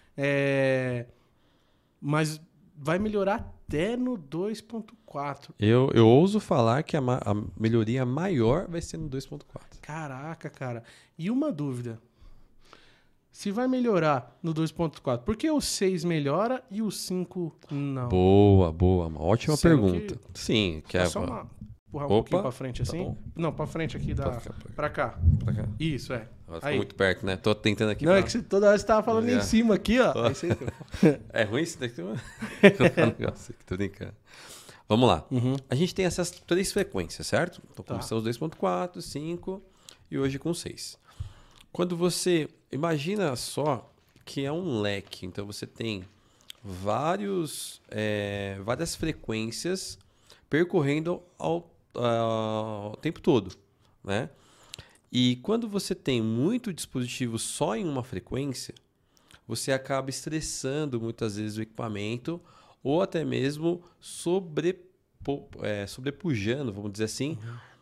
Mas vai melhorar até no 2.4. Eu ouso falar que a melhoria maior vai ser no 2.4. Caraca, cara. E uma dúvida. Se vai melhorar no 2.4, por que o 6 melhora e o 5 não? Boa. Uma ótima Sendo pergunta. Sim. É só empurrar um pouquinho pra frente assim? Bom. Não, pra frente aqui, pra cá. Pra cá. Isso, é. Agora ficou muito perto, né? Tô tentando aqui. Não, é que você, toda hora você tava falando em cima aqui, ó. Aí você... É ruim isso daqui? Tô brincando. Vamos lá. A gente tem essas 3 frequências, certo? Então começamos 2.4, 5 e hoje com 6. Quando você... Imagina só que é um leque. Então você tem várias frequências percorrendo ao tempo todo, né? E quando você tem muito dispositivo só em uma frequência, você acaba estressando muitas vezes o equipamento ou até mesmo sobrepujando, vamos dizer assim,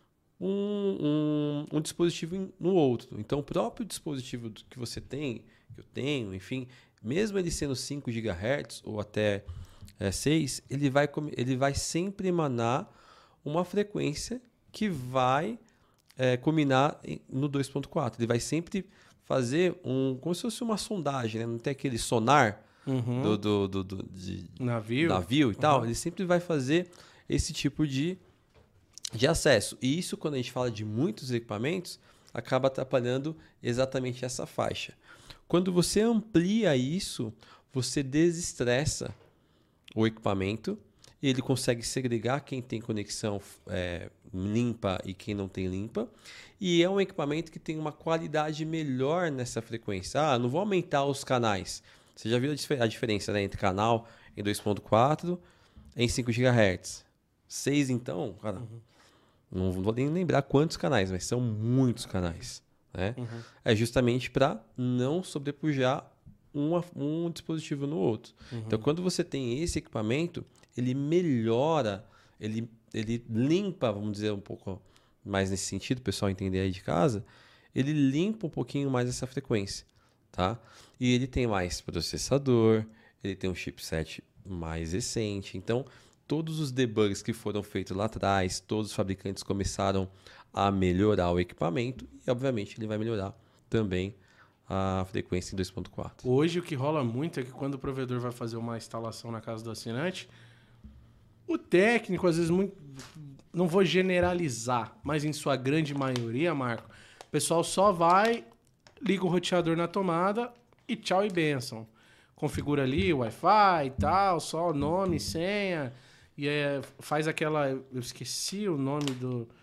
um dispositivo no outro. Então, o próprio dispositivo que você tem, que eu tenho, enfim, mesmo ele sendo 5 GHz ou até 6, ele vai sempre emanar uma frequência que vai combinar no 2.4. Ele vai sempre fazer como se fosse uma sondagem, né? Não tem aquele sonar de navio e tal. Ele sempre vai fazer esse tipo de acesso. E isso, quando a gente fala de muitos equipamentos, acaba atrapalhando exatamente essa faixa. Quando você amplia isso, você desestressa o equipamento e ele consegue segregar quem tem conexão limpa e quem não tem limpa. E é um equipamento que tem uma qualidade melhor nessa frequência. Não vou aumentar os canais. Você já viu a diferença, né, entre canal em 2.4 em 5 GHz? 6, então, cara, Não vou nem lembrar quantos canais, mas são muitos canais. Né? É justamente para não sobrepujar um dispositivo no outro. Então, quando você tem esse equipamento, ele melhora, ele limpa, vamos dizer, um pouco mais nesse sentido, o pessoal entender aí de casa, ele limpa um pouquinho mais essa frequência. Tá? E ele tem mais processador, ele tem um chipset mais recente. Então, todos os debugs que foram feitos lá atrás, todos os fabricantes começaram a melhorar o equipamento e, obviamente, ele vai melhorar também a frequência em 2.4. Hoje, o que rola muito é que quando o provedor vai fazer uma instalação na casa do assinante, o técnico, às vezes, não vou generalizar, mas em sua grande maioria, Marco, o pessoal só vai, liga o roteador na tomada e tchau e benção. Configura ali o Wi-Fi e tal, só nome, senha, e faz aquela... Eu esqueci o nome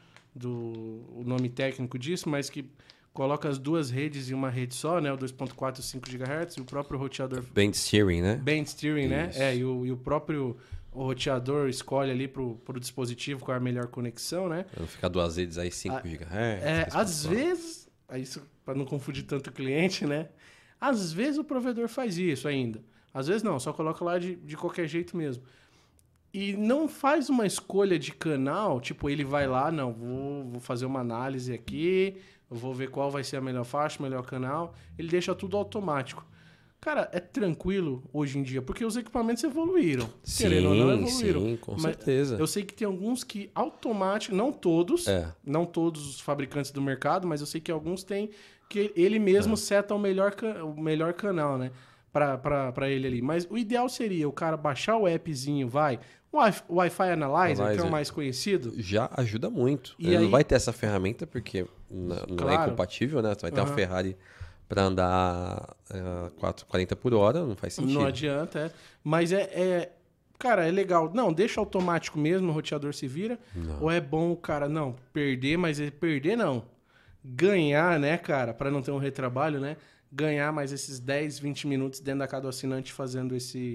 o nome técnico disso, mas que coloca as duas redes em uma rede só, né? O 2.4 e 5 GHz, e o próprio roteador... Band steering, né? Band steering, né? E o próprio roteador escolhe ali pro dispositivo qual é a melhor conexão, né? Pra não ficar duas redes aí 5 GHz. Às vezes, isso para não confundir tanto o cliente, né? Às vezes o provedor faz isso ainda. Às vezes não, só coloca lá de qualquer jeito mesmo. E não faz uma escolha de canal, tipo, ele vai lá, não, vou fazer uma análise aqui, eu vou ver qual vai ser a melhor faixa, o melhor canal. Ele deixa tudo automático. Cara, é tranquilo hoje em dia, porque os equipamentos evoluíram. Sim, querendo ou não, evoluíram. Sim, com certeza. Eu sei que tem alguns que automático, não todos os fabricantes do mercado, mas eu sei que alguns têm que ele mesmo seta o melhor canal, né? Pra ele ali. Mas o ideal seria o cara baixar o appzinho, o Wi-Fi Analyzer, que é o mais conhecido. Já ajuda muito. E ele aí... não vai ter essa ferramenta, porque não é compatível, né? Você vai ter uma Ferrari para andar 40 por hora, não faz sentido. Não adianta, Mas cara, é legal. Não, deixa automático mesmo, o roteador se vira. Não. Ou é bom o cara, não, perder, mas perder não. Ganhar, né, cara, para não ter um retrabalho, né? Ganhar mais esses 10, 20 minutos dentro da casa do assinante fazendo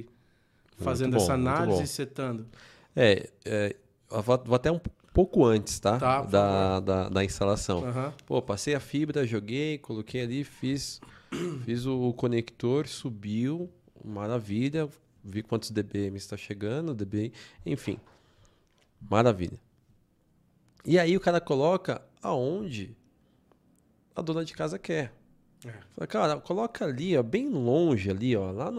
essa análise e setando. Vou até um pouco antes, tá? Da instalação. Pô, passei a fibra, joguei, coloquei ali, fiz o conector, subiu, maravilha, vi quantos dBm está chegando, enfim, maravilha. E aí o cara coloca aonde a dona de casa quer. Fala, cara, coloca ali, ó, bem longe ali, ó, lá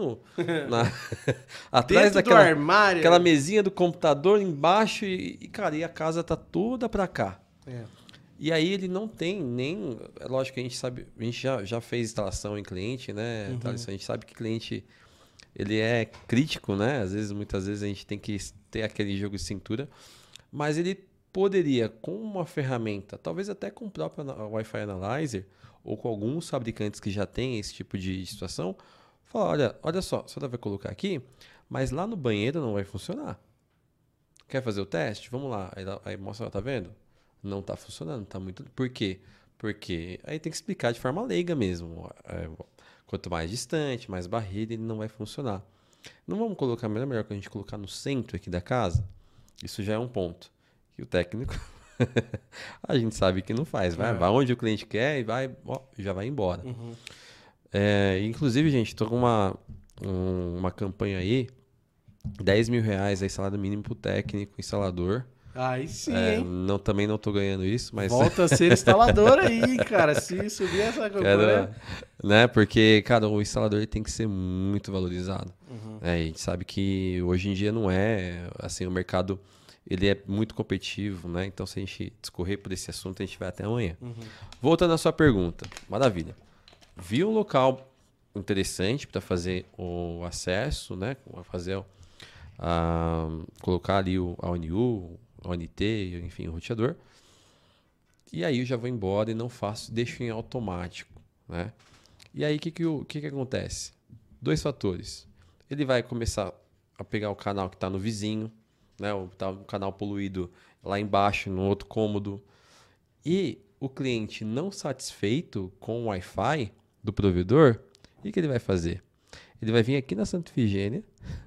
atrás daquela do armário, aquela mesinha do computador embaixo cara, e a casa tá toda pra cá. E aí ele não tem nem, é lógico que a gente sabe, a gente já fez instalação em cliente, né? A gente sabe que cliente ele é crítico, né? Muitas vezes a gente tem que ter aquele jogo de cintura, mas ele poderia, com uma ferramenta, talvez até com o próprio Wi-Fi Analyzer, ou com alguns fabricantes que já têm esse tipo de situação, falar, olha só, você vai colocar aqui, mas lá no banheiro não vai funcionar. Quer fazer o teste? Vamos lá. Aí mostra, tá vendo? Não tá funcionando, tá muito... Por quê? Porque aí tem que explicar de forma leiga mesmo. Quanto mais distante, mais barreira, ele não vai funcionar. Não vamos colocar, melhor que a gente colocar no centro aqui da casa? Isso já é um ponto. E o técnico... a gente sabe que não faz, vai onde o cliente quer e já vai embora. Inclusive, gente, estou com uma campanha aí, R$10.000 aí, salário mínimo pro técnico, instalador. Aí sim, hein? Também não tô ganhando isso, mas... Volta a ser instalador aí, cara, se subir essa campanha. Né? Porque, cara, o instalador ele tem que ser muito valorizado. A gente sabe que hoje em dia não é, assim, o mercado... Ele é muito competitivo, né? Então, se a gente discorrer por esse assunto, a gente vai até amanhã. Voltando à sua pergunta. Maravilha. Vi um local interessante para fazer o acesso, né? Colocar ali a ONU, a ONT, enfim, o roteador. E aí eu já vou embora e não faço, deixo em automático, né? E aí, o que acontece? 2 fatores. Ele vai começar a pegar o canal que está no vizinho, né? Tá um canal poluído lá embaixo, no outro cômodo. E o cliente não satisfeito com o Wi-Fi do provedor, o que ele vai fazer? Ele vai vir aqui na Santa Efigênia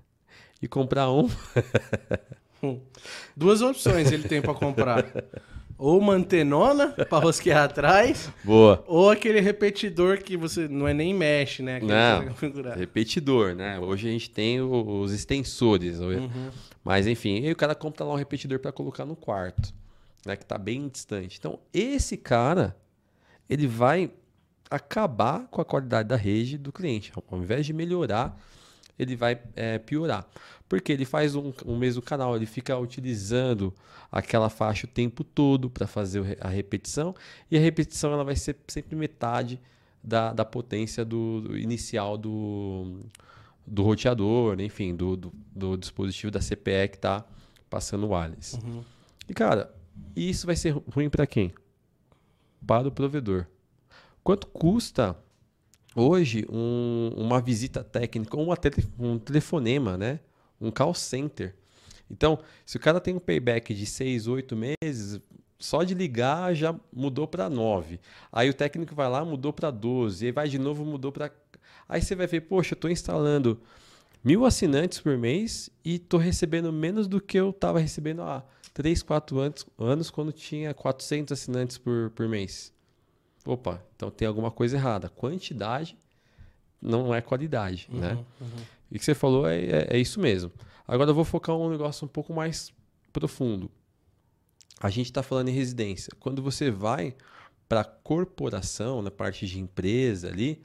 e comprar 2 opções ele tem para comprar. Ou uma antenona pra rosquear atrás, Boa. ou aquele repetidor que você não é nem mexe, né? Aquele Não, que você configurar. repetidor, né? Hoje a gente tem os extensores. Mas enfim, aí o cara compra lá um repetidor para colocar no quarto, né? Que tá bem distante. Então, esse cara, ele vai acabar com a qualidade da rede do cliente. Ao invés de melhorar, ele vai piorar. Porque ele faz um mesmo canal, ele fica utilizando aquela faixa o tempo todo para fazer a repetição, e a repetição ela vai ser sempre metade da potência do inicial do roteador, enfim, do dispositivo da CPE que está passando o wireless. E, cara, isso vai ser ruim para quem? Para o provedor. Quanto custa hoje uma visita técnica ou um telefonema, né? Um call center? Então, se o cara tem um payback de 6, 8 meses, só de ligar já mudou para 9. Aí o técnico vai lá, mudou para 12. Aí vai de novo, mudou para... Aí você vai ver, poxa, eu estou instalando 1.000 assinantes por mês e estou recebendo menos do que eu estava recebendo há 3, 4 anos quando tinha 400 assinantes por mês. Opa, então tem alguma coisa errada. Quantidade não é qualidade, né? E o que você falou é isso mesmo. Agora eu vou focar um negócio um pouco mais profundo. A gente está falando em residência. Quando você vai para corporação, na parte de empresa ali,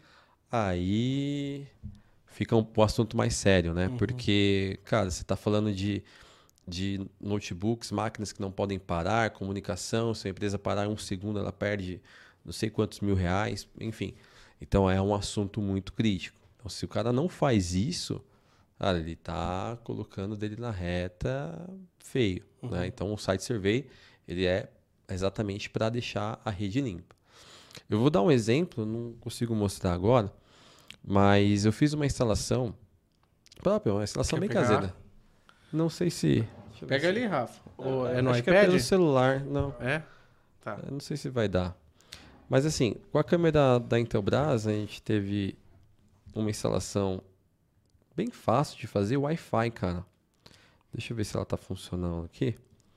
aí fica um assunto mais sério, né? Porque, cara, você está falando de notebooks, máquinas que não podem parar, comunicação, se a empresa parar um segundo, ela perde não sei quantos R$1.000, enfim. Então é um assunto muito crítico. Então, se o cara não faz isso, cara, ele está colocando dele na reta feio, né? Então o site survey ele é exatamente para deixar a rede limpa. Eu vou dar um exemplo, não consigo mostrar agora, mas eu fiz uma instalação própria, uma instalação bem caseira. Não sei se... Pega ali, Rafa. Ou é no acho iPad? que é pelo celular, não. É? Tá. Eu não sei se vai dar. Mas assim, com a câmera da Intelbras, a gente teve uma instalação bem fácil de fazer, Wi-Fi, cara. Deixa eu ver se ela tá funcionando aqui.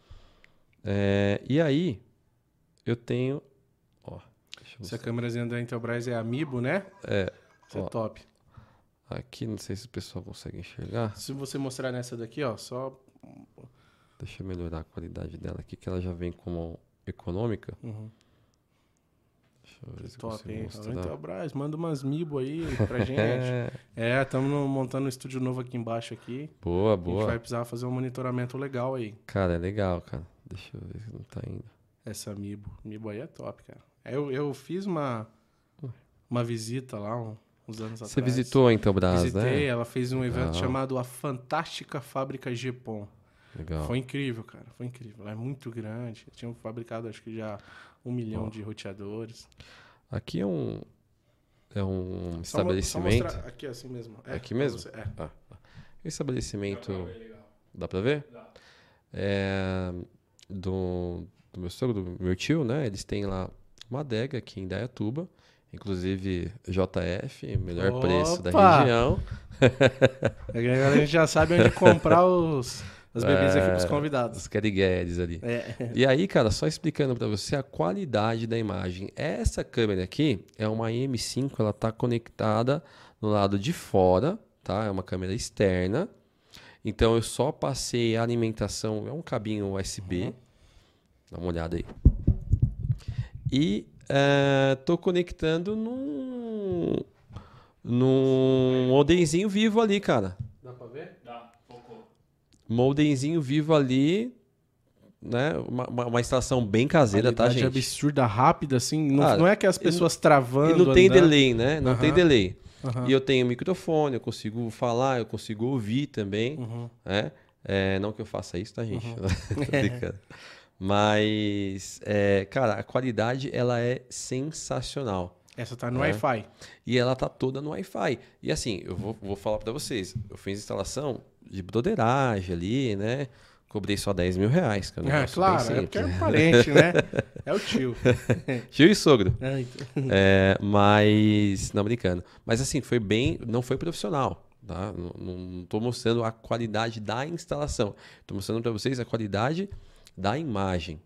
E aí, eu tenho... Ó, essa câmerazinha da Intelbras é Amiibo, né? Isso é top. Aqui, não sei se o pessoal consegue enxergar. Se você mostrar nessa daqui, ó, só... Deixa eu melhorar a qualidade dela aqui, que ela já vem como econômica. Deixa eu ver se top, hein? mostrar. Intelbras, manda umas Amiibo aí pra gente. Estamos montando um estúdio novo aqui embaixo aqui. Boa, A boa. gente vai precisar fazer um monitoramento legal aí. Cara, é legal, cara. Deixa eu ver se não tá indo. Essa Amiibo. Amiibo aí é top, cara. Eu fiz uma visita lá uns anos atrás. Você visitou a Intelbras, Visitei, né? ela fez um evento Legal. chamado A Fantástica Fábrica Gepon. Legal. Foi incrível, cara. Foi incrível. Ela é muito grande. Tinham fabricado, acho que já 1 milhão de roteadores. Aqui é um Só estabelecimento. mostrar aqui assim mesmo. Aqui mesmo? Você, Um estabelecimento. Dá pra ver? Dá. Do meu sogro, do meu tio, né? Eles têm lá uma adega aqui em Indaiatuba. Inclusive JF, melhor preço da região. Agora a gente já sabe onde comprar as bebidas aqui pros convidados. Os Cariguedes ali. E aí, cara, só explicando pra você a qualidade da imagem. Essa câmera aqui é uma IM5, ela tá conectada no lado de fora, tá? É uma câmera externa. Então eu só passei a alimentação, é um cabinho USB. Dá uma olhada aí. E tô conectando num modemzinho vivo ali, cara. Dá pra ver? Dá, focou. Modemzinho vivo ali, né? Uma instalação bem caseira, tá, gente? Absurda, rápida, assim. Não, Cara, não é que as pessoas travando. E não tem andando. delay, né? Não tem delay. Aham. E eu tenho microfone, eu consigo falar, eu consigo ouvir também, né? Não que eu faça isso, tá, gente? Tô brincando. Mas, cara, a qualidade, ela é sensacional. Essa tá no Wi-Fi. E ela tá toda no Wi-Fi. E assim, eu vou falar pra vocês. Eu fiz instalação de broderagem ali, né? Cobrei só R$10.000. Que é um negócio Claro, bem é porque é simples, um parente, né? É o tio. Tio e sogro. Então. Mas, não brincando. Mas assim, não foi profissional. Tá? Não tô mostrando a qualidade da instalação. Tô mostrando pra vocês a qualidade da imagem. Então,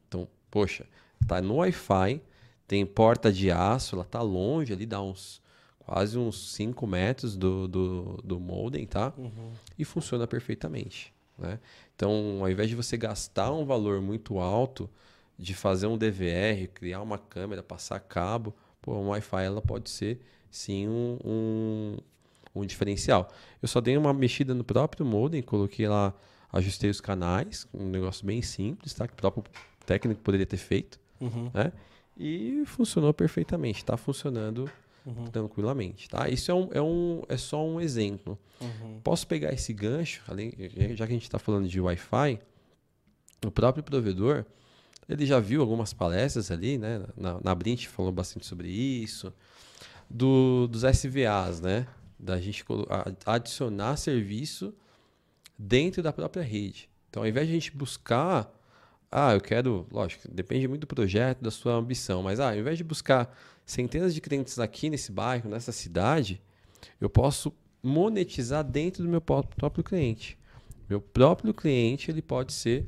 Poxa, tá no Wi-Fi, tem porta de aço, ela tá longe ali, dá quase uns 5 metros do modem, tá? E funciona perfeitamente, né? Então, ao invés de você gastar um valor muito alto de fazer um DVR, criar uma câmera, passar cabo, pô, um Wi-Fi ela pode ser sim um diferencial. Eu só dei uma mexida no próprio modem, coloquei lá, ajustei os canais, um negócio bem simples, tá? Que o próprio técnico poderia ter feito, né? E funcionou perfeitamente, está funcionando tranquilamente, tá? Isso é só um exemplo. Posso pegar esse gancho, já que a gente está falando de Wi-Fi, o próprio provedor, ele já viu algumas palestras ali, né? Na Brint falou bastante sobre isso, dos SVAs, né? Da gente adicionar serviço dentro da própria rede. Então, ao invés de a gente buscar... eu quero... Lógico, depende muito do projeto, da sua ambição. Mas, ao invés de buscar centenas de clientes aqui nesse bairro, nessa cidade, eu posso monetizar dentro do meu próprio cliente. Meu próprio cliente, ele pode ser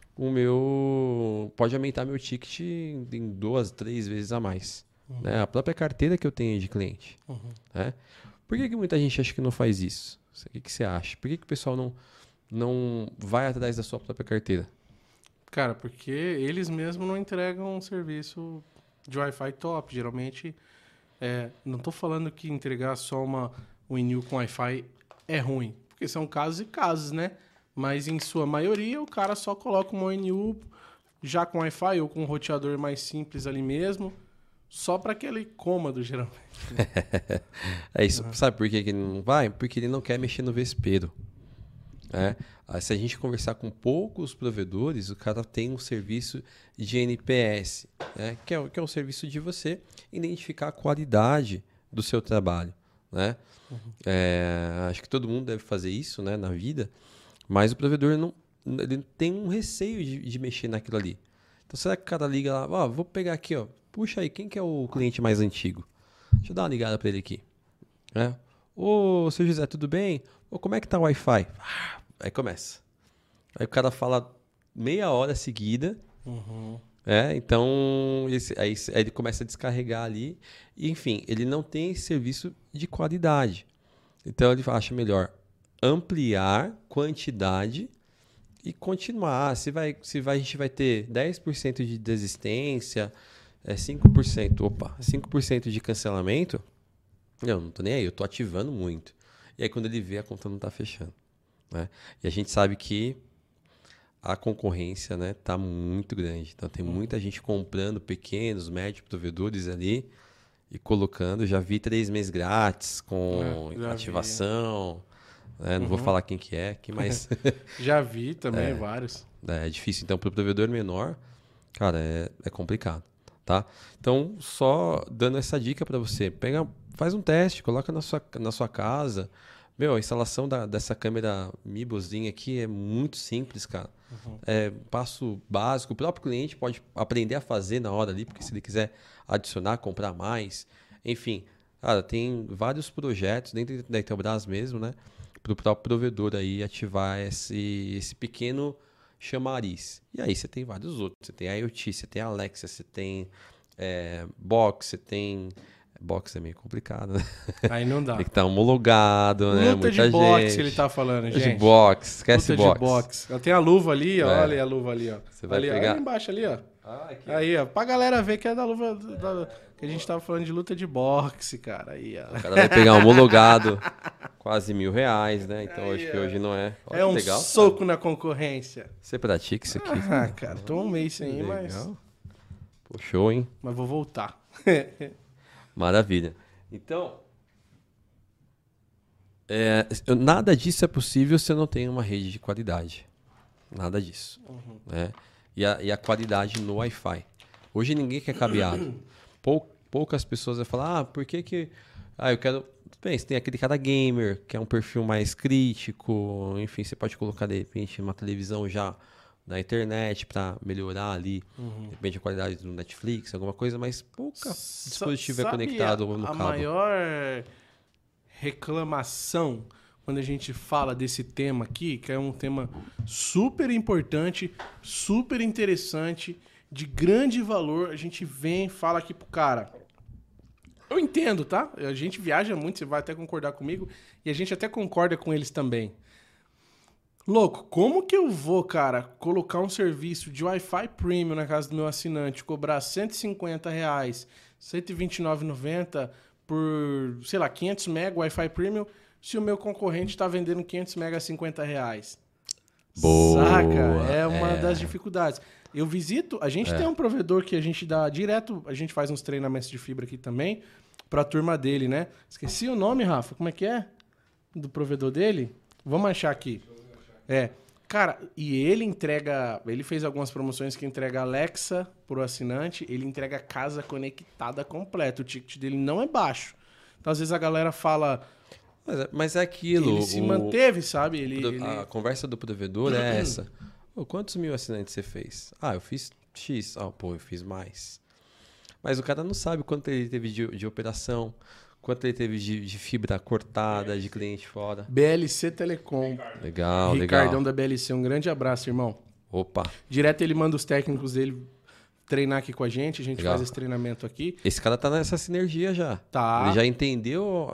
pode aumentar meu ticket em 2, 3 vezes a mais. Né? A própria carteira que eu tenho de cliente. Né? Por que muita gente acha que não faz isso? O que você acha? Por que o pessoal não vai atrás da sua própria carteira? Cara, porque eles mesmos não entregam um serviço de Wi-Fi top. Geralmente, não estou falando que entregar só um INU com Wi-Fi é ruim. Porque são casos e casos, né? Mas em sua maioria, o cara só coloca uma INU já com Wi-Fi ou com um roteador mais simples ali mesmo. Só para aquele cômodo, geralmente. É isso. Sabe por que ele não vai? Porque ele não quer mexer no vespeiro. Se a gente conversar com poucos provedores, o cara tem um serviço de NPS, né? que é um serviço de você identificar a qualidade do seu trabalho. Né? Acho que todo mundo deve fazer isso, né, na vida, mas o provedor ele tem um receio de mexer naquilo ali. Então, será que o cara liga lá, vou pegar aqui, puxa aí, quem que é o cliente mais antigo? Deixa eu dar uma ligada para ele aqui. Ô, seu José, tudo bem? Como é que tá o Wi-Fi? Aí começa. Aí o cara fala meia hora seguida. Então, aí ele começa a descarregar ali. E, enfim, ele não tem serviço de qualidade. Então, ele acha melhor ampliar quantidade e continuar. A gente vai ter 10% de desistência, 5% de cancelamento. Eu não tô nem aí, eu tô ativando muito. E aí, quando ele vê, a conta não tá fechando. Né? E a gente sabe que a concorrência, né, tá muito grande. Então, tem muita gente comprando pequenos, médios provedores ali e colocando. Já vi 3 meses grátis com ativação. Né? Não vou falar quem que é, mas... Já vi também vários. É difícil. Então, para o provedor menor, cara, é complicado. Tá? Então, só dando essa dica para você. Faz um teste, coloca na sua casa. A instalação dessa câmera Mibozinha aqui é muito simples, cara. É passo básico. O próprio cliente pode aprender a fazer na hora ali, porque se ele quiser adicionar, comprar mais. Enfim, cara, tem vários projetos dentro da Intelbras mesmo, né? Para o próprio provedor aí ativar esse pequeno chamariz. E aí você tem vários outros. Você tem IoT, você tem Alexa, você tem Box, você tem... Box é meio complicado, né? Aí não dá. Tem que estar homologado, né? Luta de boxe, ele tá falando, gente. De boxe, esquece Luta boxe. de boxe. Tem a luva ali, ó. Olha a luva ali, ó. Você vai ali, pegar... ali embaixo, ali, ó. Aqui. Aí, ó. Pra galera ver que é da luva... que a gente tava falando de luta de boxe, cara. Aí, ó. O cara vai pegar homologado, quase R$1.000, né? Então, acho que hoje não é... Olha, um legal, soco na concorrência. Você pratica isso aqui? Cara, tô um mês sem ir, mas... Pô, show, hein? Mas vou voltar. Maravilha. Então, nada disso é possível se eu não tenho uma rede de qualidade. Nada disso. Né? E a qualidade no Wi-Fi. Hoje ninguém quer cabeado. Poucas pessoas vão falar, por que eu quero... Bem, você tem aquele cara gamer, que é um perfil mais crítico, enfim, você pode colocar, de repente, uma televisão já na internet para melhorar ali, de repente, a qualidade do Netflix, alguma coisa, mas pouca dispositivo é conectado no cabo. A maior reclamação quando a gente fala desse tema aqui, que é um tema super importante, super interessante de grande valor, a gente vem, fala aqui pro cara. Eu entendo, tá? A gente viaja muito, você vai até concordar comigo, e a gente até concorda com eles também. Louco, como que eu vou, cara, colocar um serviço de Wi-Fi Premium na casa do meu assinante, cobrar R$150, R$129,90 por, sei lá, 500 MB Wi-Fi Premium, se o meu concorrente está vendendo 500 MB a R$50? Boa, Saca? É uma das dificuldades. Eu visito, a gente tem um provedor que a gente dá direto, a gente faz uns treinamentos de fibra aqui também, pra turma dele, né? Esqueci o nome, Rafa, como é que é? Do provedor dele? Vamos achar aqui. Cara, e ele entrega, ele fez algumas promoções que entrega Alexa pro assinante, ele entrega casa conectada completa, o ticket dele não é baixo. Então, às vezes a galera fala... Mas é aquilo... Ele se manteve, sabe? A conversa do provedor é essa. Quantos mil assinantes você fez? Eu fiz X. Eu fiz mais. Mas o cara não sabe quanto ele teve de operação, quanto ele teve de fibra cortada, de cliente fora. BLC Telecom. Legal, Ricardão legal. da BLC, um grande abraço, irmão. Opa. Direto ele manda os técnicos dele treinar aqui com a gente Legal. faz esse treinamento aqui. Esse cara tá nessa sinergia já. Tá. Ele já entendeu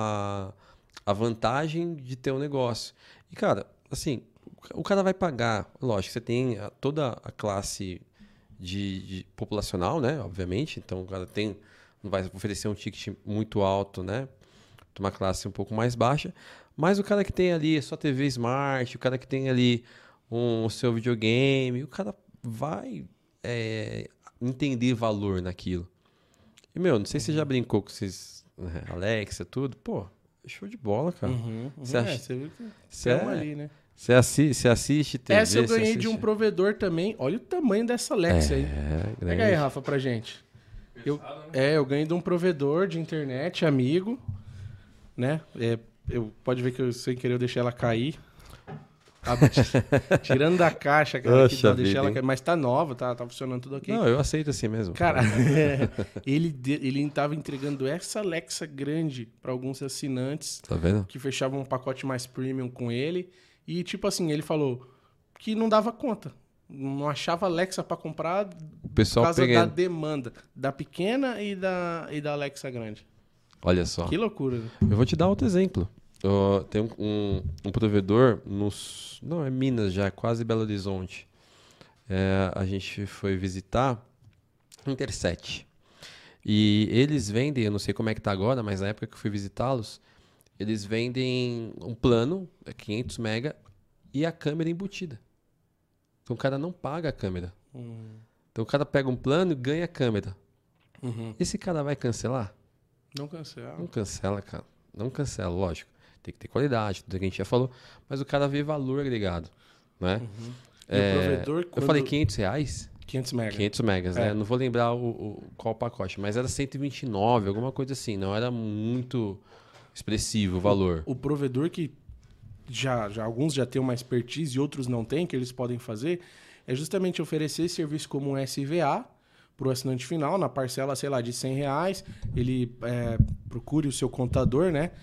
a vantagem de ter um negócio. E, cara, assim, o cara vai pagar. Lógico, você tem toda a classe de populacional, né? Obviamente. Então, o cara não vai oferecer um ticket muito alto, né? Uma classe um pouco mais baixa. Mas o cara que tem ali só TV Smart, o cara que tem ali o seu videogame, o cara vai entender valor naquilo. E, não sei se você já brincou com esses Alexa, tudo. Pô, show de bola, cara. Você acha... Você viu que Você ali, né? Você assiste TV? Essa eu ganhei de um provedor também. Olha o tamanho dessa Alexa aí. Pega aí, Rafa, pra gente. Eu ganhei de um provedor de internet, amigo, né? Pode ver que eu, sem querer, eu deixei ela cair. Tirando da caixa, cara, que eu deixei ela cair. Mas tá nova, tá funcionando tudo ok. Não, eu aceito assim mesmo. Cara, ele tava entregando essa Alexa grande pra alguns assinantes. Tá vendo? Que fechavam um pacote mais premium com ele. E, tipo assim, ele falou que não dava conta. Não achava Alexa pra comprar por causa da demanda. Da pequena e da Alexa grande. Olha só. Que loucura. Né? Eu vou te dar outro exemplo. Tem um provedor não, é Minas já, quase Belo Horizonte. A gente foi visitar Interset. E eles vendem, eu não sei como é que tá agora, mas na época que eu fui visitá-los, eles vendem um plano, 500 mega, e a câmera embutida. Então o cara não paga a câmera. Então o cara pega um plano e ganha a câmera. Esse cara vai cancelar? Não cancela. Não cancela, cara. Não cancela, lógico. Tem que ter qualidade, tudo que a gente já falou. Mas o cara vê valor agregado, né? E o provedor, eu falei R$500? 500 megas. 500 megas, né? Não vou lembrar qual pacote, mas era 129, alguma coisa assim. Não era muito expressivo o valor. O provedor que já alguns já têm uma expertise e outros não têm, que eles podem fazer, é justamente oferecer esse serviço como um SVA para o assinante final, na parcela, sei lá, de R$100, ele procure o seu contador, né?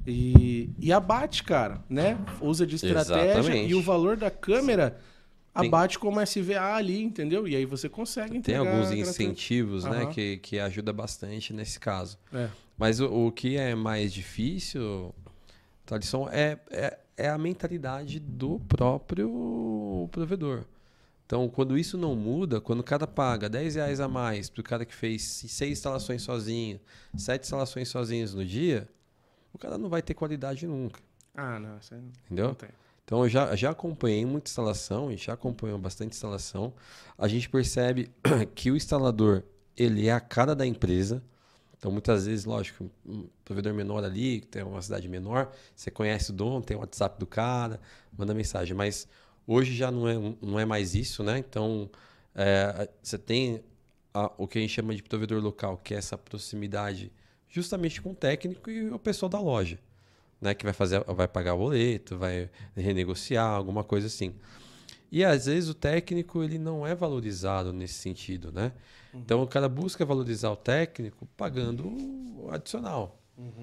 E abate, cara, né? Usa de estratégia. Exatamente. E o valor da câmera abate como SVA ali, entendeu? E aí você consegue entregar. Tem alguns incentivos, né? Que ajuda bastante nesse caso. É. Mas o que é mais difícil, Thalisson, é a mentalidade do próprio provedor. Então, quando isso não muda, quando o cara paga R$10 a mais para o cara que fez 6 instalações sozinho, 7 instalações sozinhos no dia, o cara não vai ter qualidade nunca. Não, isso aí entendeu? Não tem. Então, eu já acompanhei muita instalação, a gente já acompanhou bastante instalação. A gente percebe que o instalador, ele é a cara da empresa. Então, muitas vezes, lógico, um provedor menor ali, que tem uma cidade menor, você conhece o dono, tem o WhatsApp do cara, manda mensagem. Mas hoje já não é mais isso, né? Então, você tem o que a gente chama de provedor local, que é essa proximidade justamente com o técnico e o pessoal da loja, né? Que vai pagar o boleto, vai renegociar, alguma coisa assim. E às vezes o técnico ele não é valorizado nesse sentido, né? Então o cara busca valorizar o técnico pagando o adicional.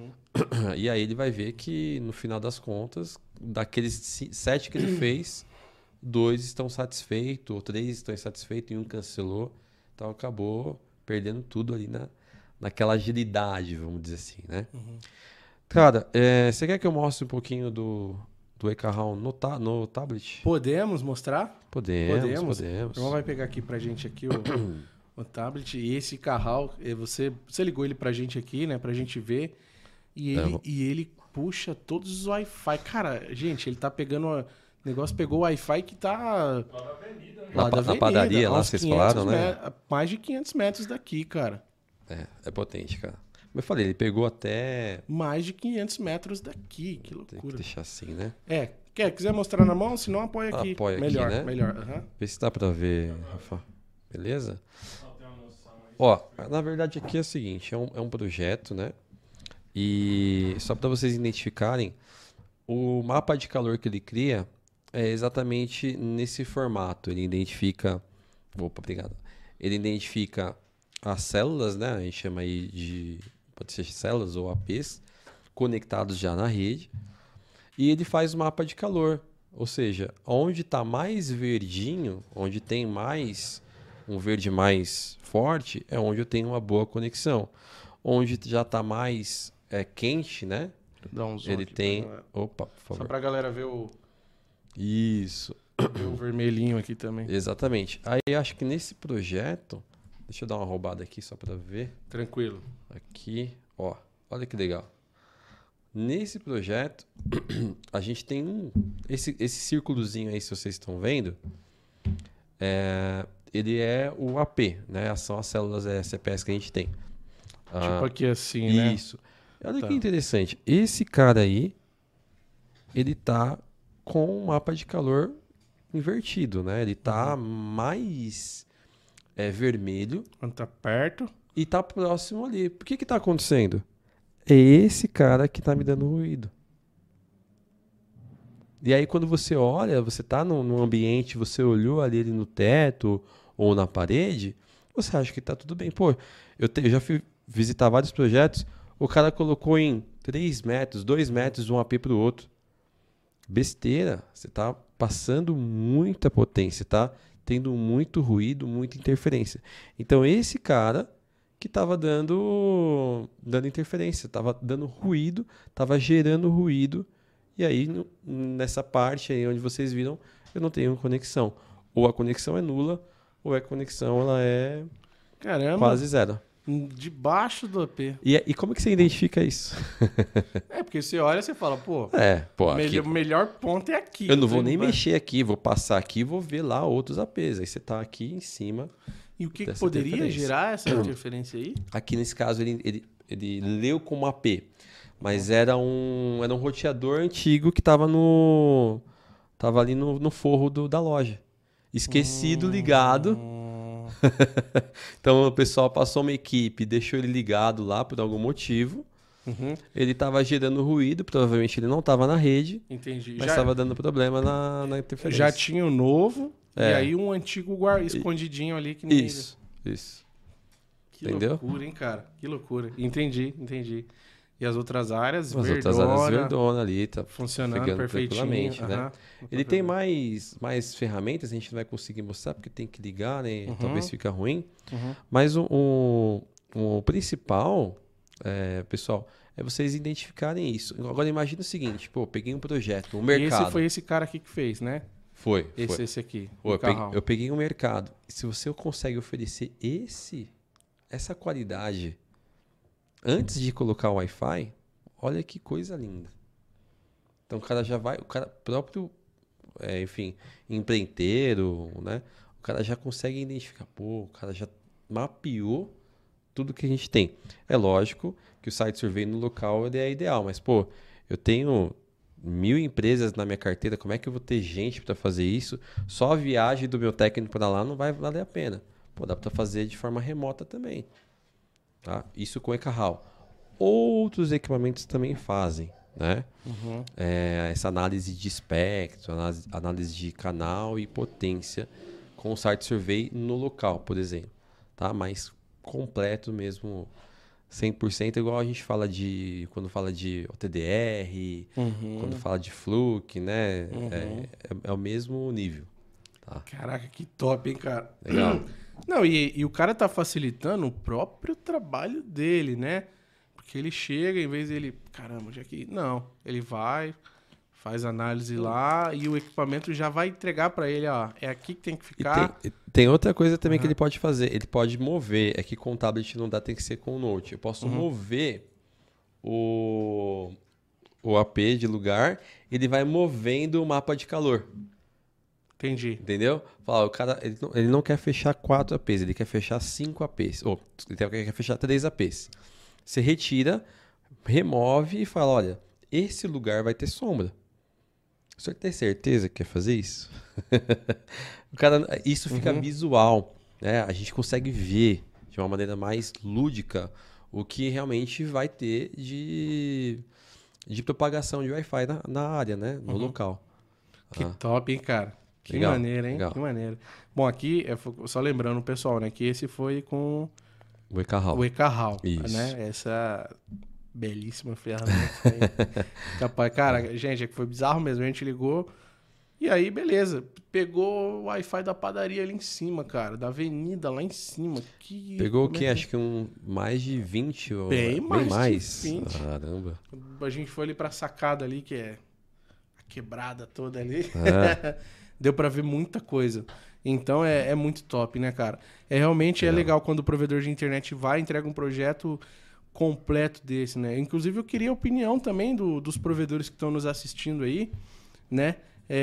E aí ele vai ver que no final das contas, daqueles 7 que ele fez, 2 estão satisfeitos, ou 3 estão insatisfeitos e um cancelou. Então acabou perdendo tudo ali naquela agilidade, vamos dizer assim, né? Cara, você quer que eu mostre um pouquinho do eCarral no tablet? Podemos mostrar? Podemos. O irmão vai pegar aqui pra gente aqui o tablet. E esse Carral, você ligou ele pra gente aqui, né? Pra gente ver. E ele puxa todos os Wi-Fi. Cara, gente, ele tá pegando... O negócio pegou o Wi-Fi que tá... Lá da avenida, na padaria, lá vocês falaram, né? Mais de 500 metros daqui, cara. É potente, cara. Como eu falei, ele pegou até... Mais de 500 metros daqui, que loucura. Tem que deixar assim, né? Quiser mostrar na mão? Se não, apoia aqui. Apoia melhor, aqui, né? Melhor, uhum. Vê se dá pra ver, Rafa. Beleza? Ó, na verdade aqui é o seguinte, é um projeto, né? E só para vocês identificarem, o mapa de calor que ele cria é exatamente nesse formato. Ele identifica... Opa, obrigado. Ele identifica as células, né? A gente chama aí de... Pode ser células ou APs, conectados já na rede. E ele faz o mapa de calor. Ou seja, onde está mais verdinho, onde tem mais um verde mais forte, é onde eu tenho uma boa conexão. Onde já está mais quente, né? Dá um zoom ele aqui tem... Opa, por favor. Só para a galera ver Isso. Ver o vermelhinho aqui também. Exatamente. Aí acho que nesse projeto... Deixa eu dar uma roubada aqui só para ver. Tranquilo. Aqui, ó. Olha que legal. Nesse projeto, a gente tem esse círculozinho aí, se vocês estão vendo, ele é o AP, né? São as células CPS que a gente tem. Tipo aqui assim, né? Isso. Olha que interessante. Esse cara aí, ele tá com um mapa de calor invertido, né? Ele tá mais vermelho. Quando tá perto. E tá próximo ali. Por que tá acontecendo? É esse cara que tá me dando ruído. E aí quando você olha, você tá num ambiente, você olhou ali no teto ou na parede, você acha que tá tudo bem. Pô, eu já fui visitar vários projetos, o cara colocou em 3 metros, 2 metros de um AP pro outro. Besteira, você tá passando muita potência, tá tendo muito ruído, muita interferência. Então esse cara que estava dando interferência, estava dando ruído, estava gerando ruído, e aí nessa parte aí onde vocês viram, eu não tenho conexão. Ou a conexão é nula, ou a conexão ela é quase zero. Debaixo do AP. E como que você identifica isso? Porque você olha e você fala, pô, o melhor ponto é aqui. Eu não vou nem mexer aqui, vou passar aqui e vou ver lá outros APs. Aí você tá aqui em cima. E o que poderia gerar essa interferência aí? Aqui nesse caso ele leu como AP, mas era um roteador antigo que estava ali no forro da loja. Esquecido, ligado. Então o pessoal passou uma equipe, deixou ele ligado lá por algum motivo. Ele estava gerando ruído, provavelmente ele não estava na rede. Entendi. Mas estava dando problema na interferência. Já tinha o novo e aí um antigo escondidinho ali que nem Isso. Que Entendeu? loucura, hein, cara? Que loucura. Entendi. E as outras áreas, outras áreas verdona ali, tá funcionando perfeitamente, né? Ele tem mais ferramentas, a gente não vai conseguir mostrar porque tem que ligar, né? Talvez fica ruim. Mas o principal, pessoal, é vocês identificarem isso. Agora imagina o seguinte, peguei um projeto, um mercado. Esse foi esse cara aqui que fez, né? Foi. Esse aqui. Eu peguei um mercado. Se você consegue oferecer essa qualidade antes de colocar o Wi-Fi, olha que coisa linda. Então o cara próprio, empreiteiro, né? O cara já consegue identificar, o cara já mapeou tudo que a gente tem. É lógico que o site survey no local é ideal, mas eu tenho 1000 empresas na minha carteira, como é que eu vou ter gente para fazer isso? Só a viagem do meu técnico para lá não vai valer a pena. Dá para fazer de forma remota também. Tá? Isso com o eCarral. Outros equipamentos também fazem, né? Essa análise de espectro, análise de canal e potência com o site survey no local, por exemplo. Tá? Mais completo mesmo, 100%, igual a gente fala quando fala de OTDR, quando fala de Fluke, né? É o mesmo nível. Tá? Caraca, que top, hein, cara? Legal. Não, e o cara tá facilitando o próprio trabalho dele, né? Porque ele chega, em vez dele, caramba, já que. Não, ele vai, faz análise lá e o equipamento já vai entregar pra ele, ó. É aqui que tem que E ficar. tem outra coisa também que Aham. ele pode fazer. Ele pode mover. É que com o tablet não dá, tem que ser com o Note. Eu posso mover o, o AP de lugar. Ele vai movendo o mapa de calor. Entendi. Entendeu? Fala, o cara, ele não quer fechar 4 APs, ele quer fechar 5 APs. Ou, ele quer fechar 3 APs. Você retira, remove e fala, olha, esse lugar vai ter sombra. O senhor tem certeza que quer fazer isso? O cara, isso fica visual, né? A gente consegue ver de uma maneira mais lúdica o que realmente vai ter de propagação de Wi-Fi na área, né? No local. Que Ah, top, hein, cara? Que legal, maneiro, hein? legal. Que maneiro. Bom, aqui, só lembrando o pessoal, né? Que esse foi com O Ecarral. o Ecarral, Isso. né? Essa belíssima ferramenta aí. Capaz, cara, gente, é que foi bizarro mesmo. A gente ligou e aí, beleza. Pegou o Wi-Fi da padaria ali em cima, cara. Da avenida lá em cima. Pegou o Como é quê? que... Acho que mais de 20 ou Bem bem mais de mais. 20. Caramba. A gente foi ali pra sacada ali, que é a quebrada toda ali. É, Deu pra ver muita coisa. Então é muito top, né, cara? Realmente é legal. legal quando o provedor de internet vai e entrega um projeto completo desse, né? Inclusive eu queria a opinião também dos provedores que estão nos assistindo aí, né?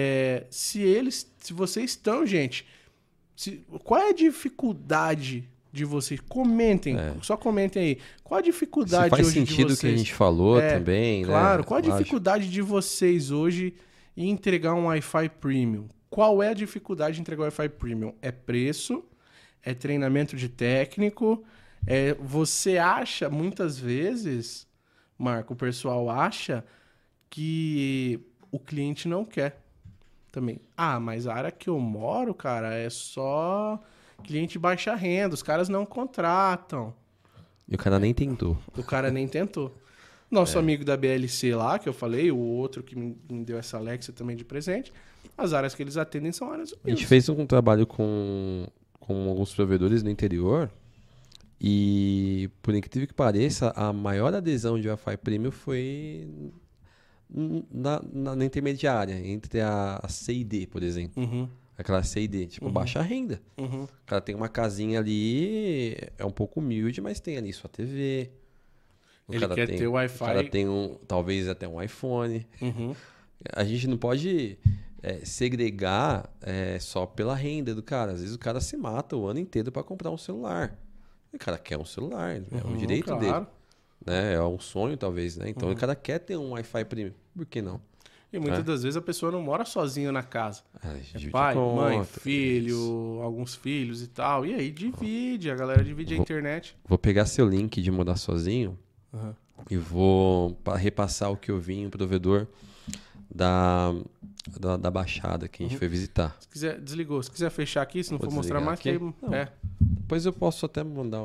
Se vocês estão, gente, qual é a dificuldade de vocês? Comentem, só comentem aí. Qual a Se dificuldade faz hoje de sentido o que a vocês? gente falou também, Claro. né? Qual a Lógico. dificuldade de vocês hoje em entregar um Wi-Fi Premium? Qual é a dificuldade de entregar o Wi-Fi Premium? É preço? É treinamento de técnico? Você acha, muitas vezes, Marco, o pessoal acha que o cliente não quer também. Ah, mas a área que eu moro, cara, é só cliente de baixa renda. Os caras não contratam. E o cara nem tentou. O cara nem tentou. Nosso amigo da BLC lá, que eu falei, o outro que me deu essa Alexa também de presente, as áreas que eles atendem são áreas A gente humildes. fez um trabalho com alguns provedores no interior e, por incrível que pareça, a maior adesão de Wi-Fi Premium foi na intermediária, entre a C e D, por exemplo. Uhum, Aquela C e D, tipo, baixa renda. uhum. O cara tem uma casinha ali, é um pouco humilde, mas tem ali sua TV. Ele quer ter O Wi-Fi. cara tem talvez até um iPhone. Uhum. A gente não pode segregar só pela renda do cara. Às vezes o cara se mata o ano inteiro para comprar um celular. E o cara quer um celular, é um direito claro. dele. Né? É um sonho, talvez. Né? Então o cara quer ter um Wi-Fi premium. Por que não? E muitas das vezes a pessoa não mora sozinha na casa. Divide Pai, a mãe, conta, filho, isso. alguns filhos e tal. E aí divide, a galera divide a internet. Vou pegar seu link de morar sozinho Uhum. e vou repassar o que eu vi em um provedor da Baixada que a gente foi visitar. Se quiser, desligou. Se quiser fechar aqui, se não Vou for mostrar desligar mais, aqui? que Não. é. Depois eu posso até mandar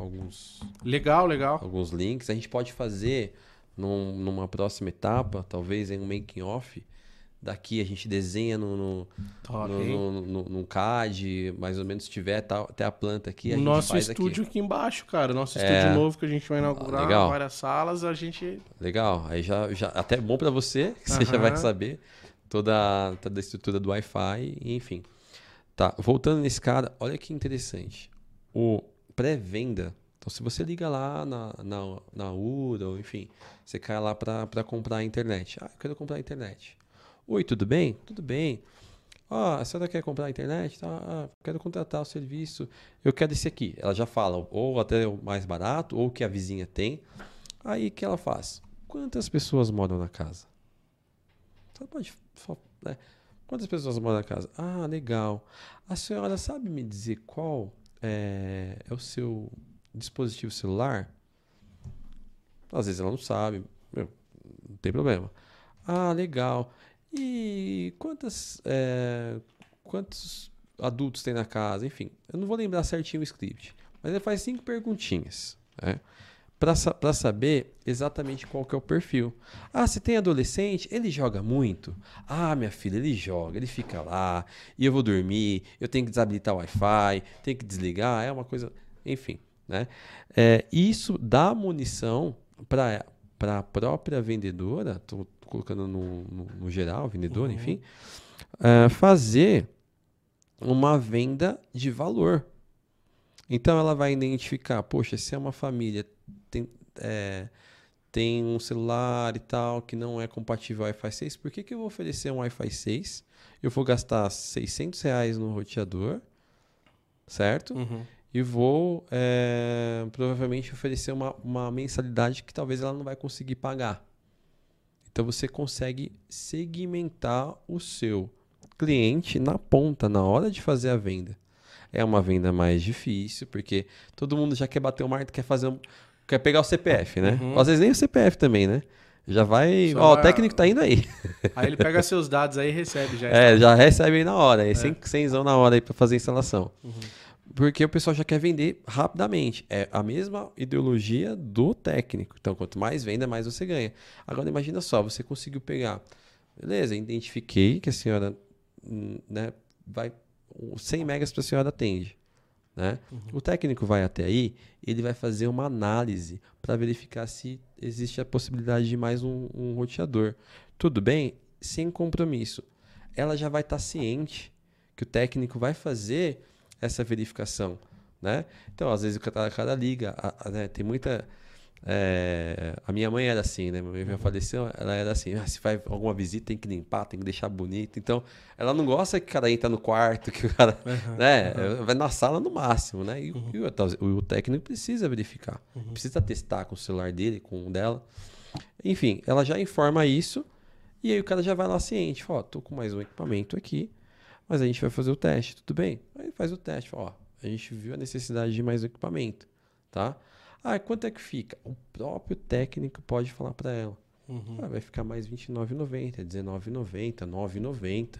Legal. alguns links. A gente pode fazer numa próxima etapa, talvez em um making off. Daqui a gente desenha no Top, hein? CAD, mais ou menos se tiver até a planta aqui, a O gente nosso faz estúdio aqui. aqui embaixo, cara. Nosso estúdio novo que a gente vai inaugurar, legal. várias salas, a gente... Legal. Aí já até bom para você, que você já vai saber toda a estrutura do Wi-Fi, enfim. Tá, voltando nesse cara, olha que interessante. O pré-venda. Então, se você liga lá na URA, ou enfim, você cai lá para comprar a internet. Ah, eu quero comprar a internet. Oi, tudo bem? Tudo bem. A senhora quer comprar a internet? Quero contratar o serviço. Eu quero esse aqui. Ela já fala, ou até o mais barato, ou o que a vizinha tem. Aí, o que ela faz? Quantas pessoas moram na casa? Você pode... Quantas pessoas moram na casa? Ah, legal. A senhora sabe me dizer qual é o seu dispositivo celular? Às vezes ela não sabe. Não tem problema. Ah, legal. E quantos adultos tem na casa? Enfim, eu não vou lembrar certinho o script. Mas ele faz 5 perguntinhas. Né? para saber exatamente qual que é o perfil. Ah, se tem adolescente, ele joga muito? Ah, minha filha, ele joga, ele fica lá, e eu vou dormir, eu tenho que desabilitar o Wi-Fi, tenho que desligar, é uma coisa... Enfim, né? Isso dá munição para a própria vendedora, estou colocando no geral, vendedora, enfim, fazer uma venda de valor. Então ela vai identificar, poxa, se é uma família, tem um celular e tal que não é compatível Wi-Fi 6, por que eu vou oferecer um Wi-Fi 6? Eu vou gastar R$ 600 no roteador, certo? E vou provavelmente oferecer uma mensalidade que talvez ela não vai conseguir pagar. Então você consegue segmentar o seu cliente na ponta, na hora de fazer a venda. É uma venda mais difícil, porque todo mundo já quer bater o martelo, quer pegar o CPF, né? Às vezes nem o CPF também, né? Já vai... Só o técnico tá indo aí. Aí ele pega seus dados aí e recebe já. Já recebe aí na hora. Aí 100 na hora aí pra fazer a instalação. Porque o pessoal já quer vender rapidamente. É a mesma ideologia do técnico. Então, quanto mais venda, mais você ganha. Agora, imagina só, você conseguiu pegar. Beleza, identifiquei que a senhora, né, vai... 100 megas para a senhora atende. Né? O técnico vai até aí, ele vai fazer uma análise para verificar se existe a possibilidade de mais um roteador. Tudo bem? Sem compromisso. Ela já vai estar ciente que o técnico vai fazer essa verificação. Né? Então, às vezes o cara liga, né? Tem muita... a minha mãe era assim, né? Minha mãe faleceu, ela era assim, se faz alguma visita tem que limpar, tem que deixar bonito. Então, ela não gosta que o cara entra no quarto, que o cara, né? Vai na sala no máximo, né? E o técnico precisa verificar, precisa testar com o celular dele, com o dela. Enfim, ela já informa isso e aí o cara já vai lá ciente, fala, tô com mais um equipamento aqui, mas a gente vai fazer o teste, tudo bem? Aí faz o teste, fala, a gente viu a necessidade de mais um equipamento, tá? Quanto é que fica? O próprio técnico pode falar para ela. Vai ficar mais R$29,90, R$19,90, R$9,90.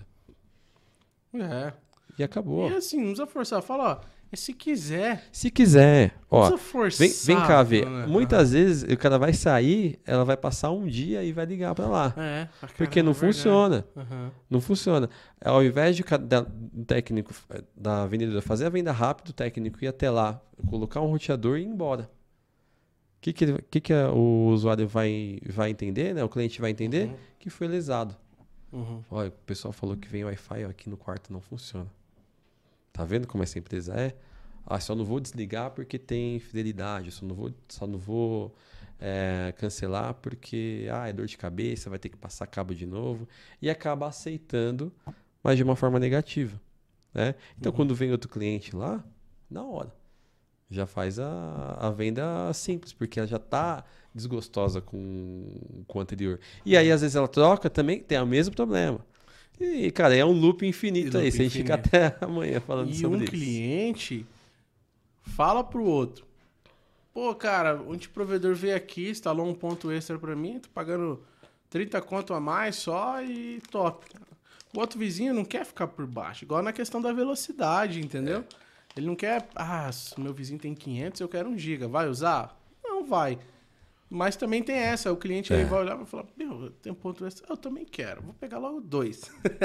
E acabou. E assim, não precisa forçar. Fala, se quiser. Se quiser. Não Ó, precisa forçar. vem cá ver. Né? Muitas vezes o cara vai sair, ela vai passar um dia e vai ligar para lá. Porque não funciona. Não funciona. Ao invés do técnico, da vendedora fazer a venda rápido, o técnico ir até lá, colocar um roteador e ir embora. O que o usuário vai entender, né? O cliente vai entender que foi lesado. Olha, o pessoal falou que vem Wi-Fi aqui no quarto, não funciona. Tá vendo como essa empresa é? Só não vou desligar porque tem fidelidade. Só não vou cancelar porque é dor de cabeça, vai ter que passar cabo de novo. E acaba aceitando, mas de uma forma negativa. Né? Então, quando vem outro cliente lá, na hora. Já faz a venda simples, porque ela já está desgostosa com o anterior. E aí, às vezes, ela troca também, tem o mesmo problema. E, cara, é um loop infinito aí. Se a gente fica até amanhã falando sobre isso. E um cliente fala pro outro. Pô, cara, o antiprovedor veio aqui, instalou um ponto extra para mim, tô pagando 30 conto a mais só e top. O outro vizinho não quer ficar por baixo. Igual na questão da velocidade, entendeu? Ele não quer, meu vizinho tem 500, eu quero 1 giga. Vai usar? Não vai. Mas também tem essa, o cliente aí vai olhar e vai falar, tem um ponto extra, eu também quero, vou pegar logo 2.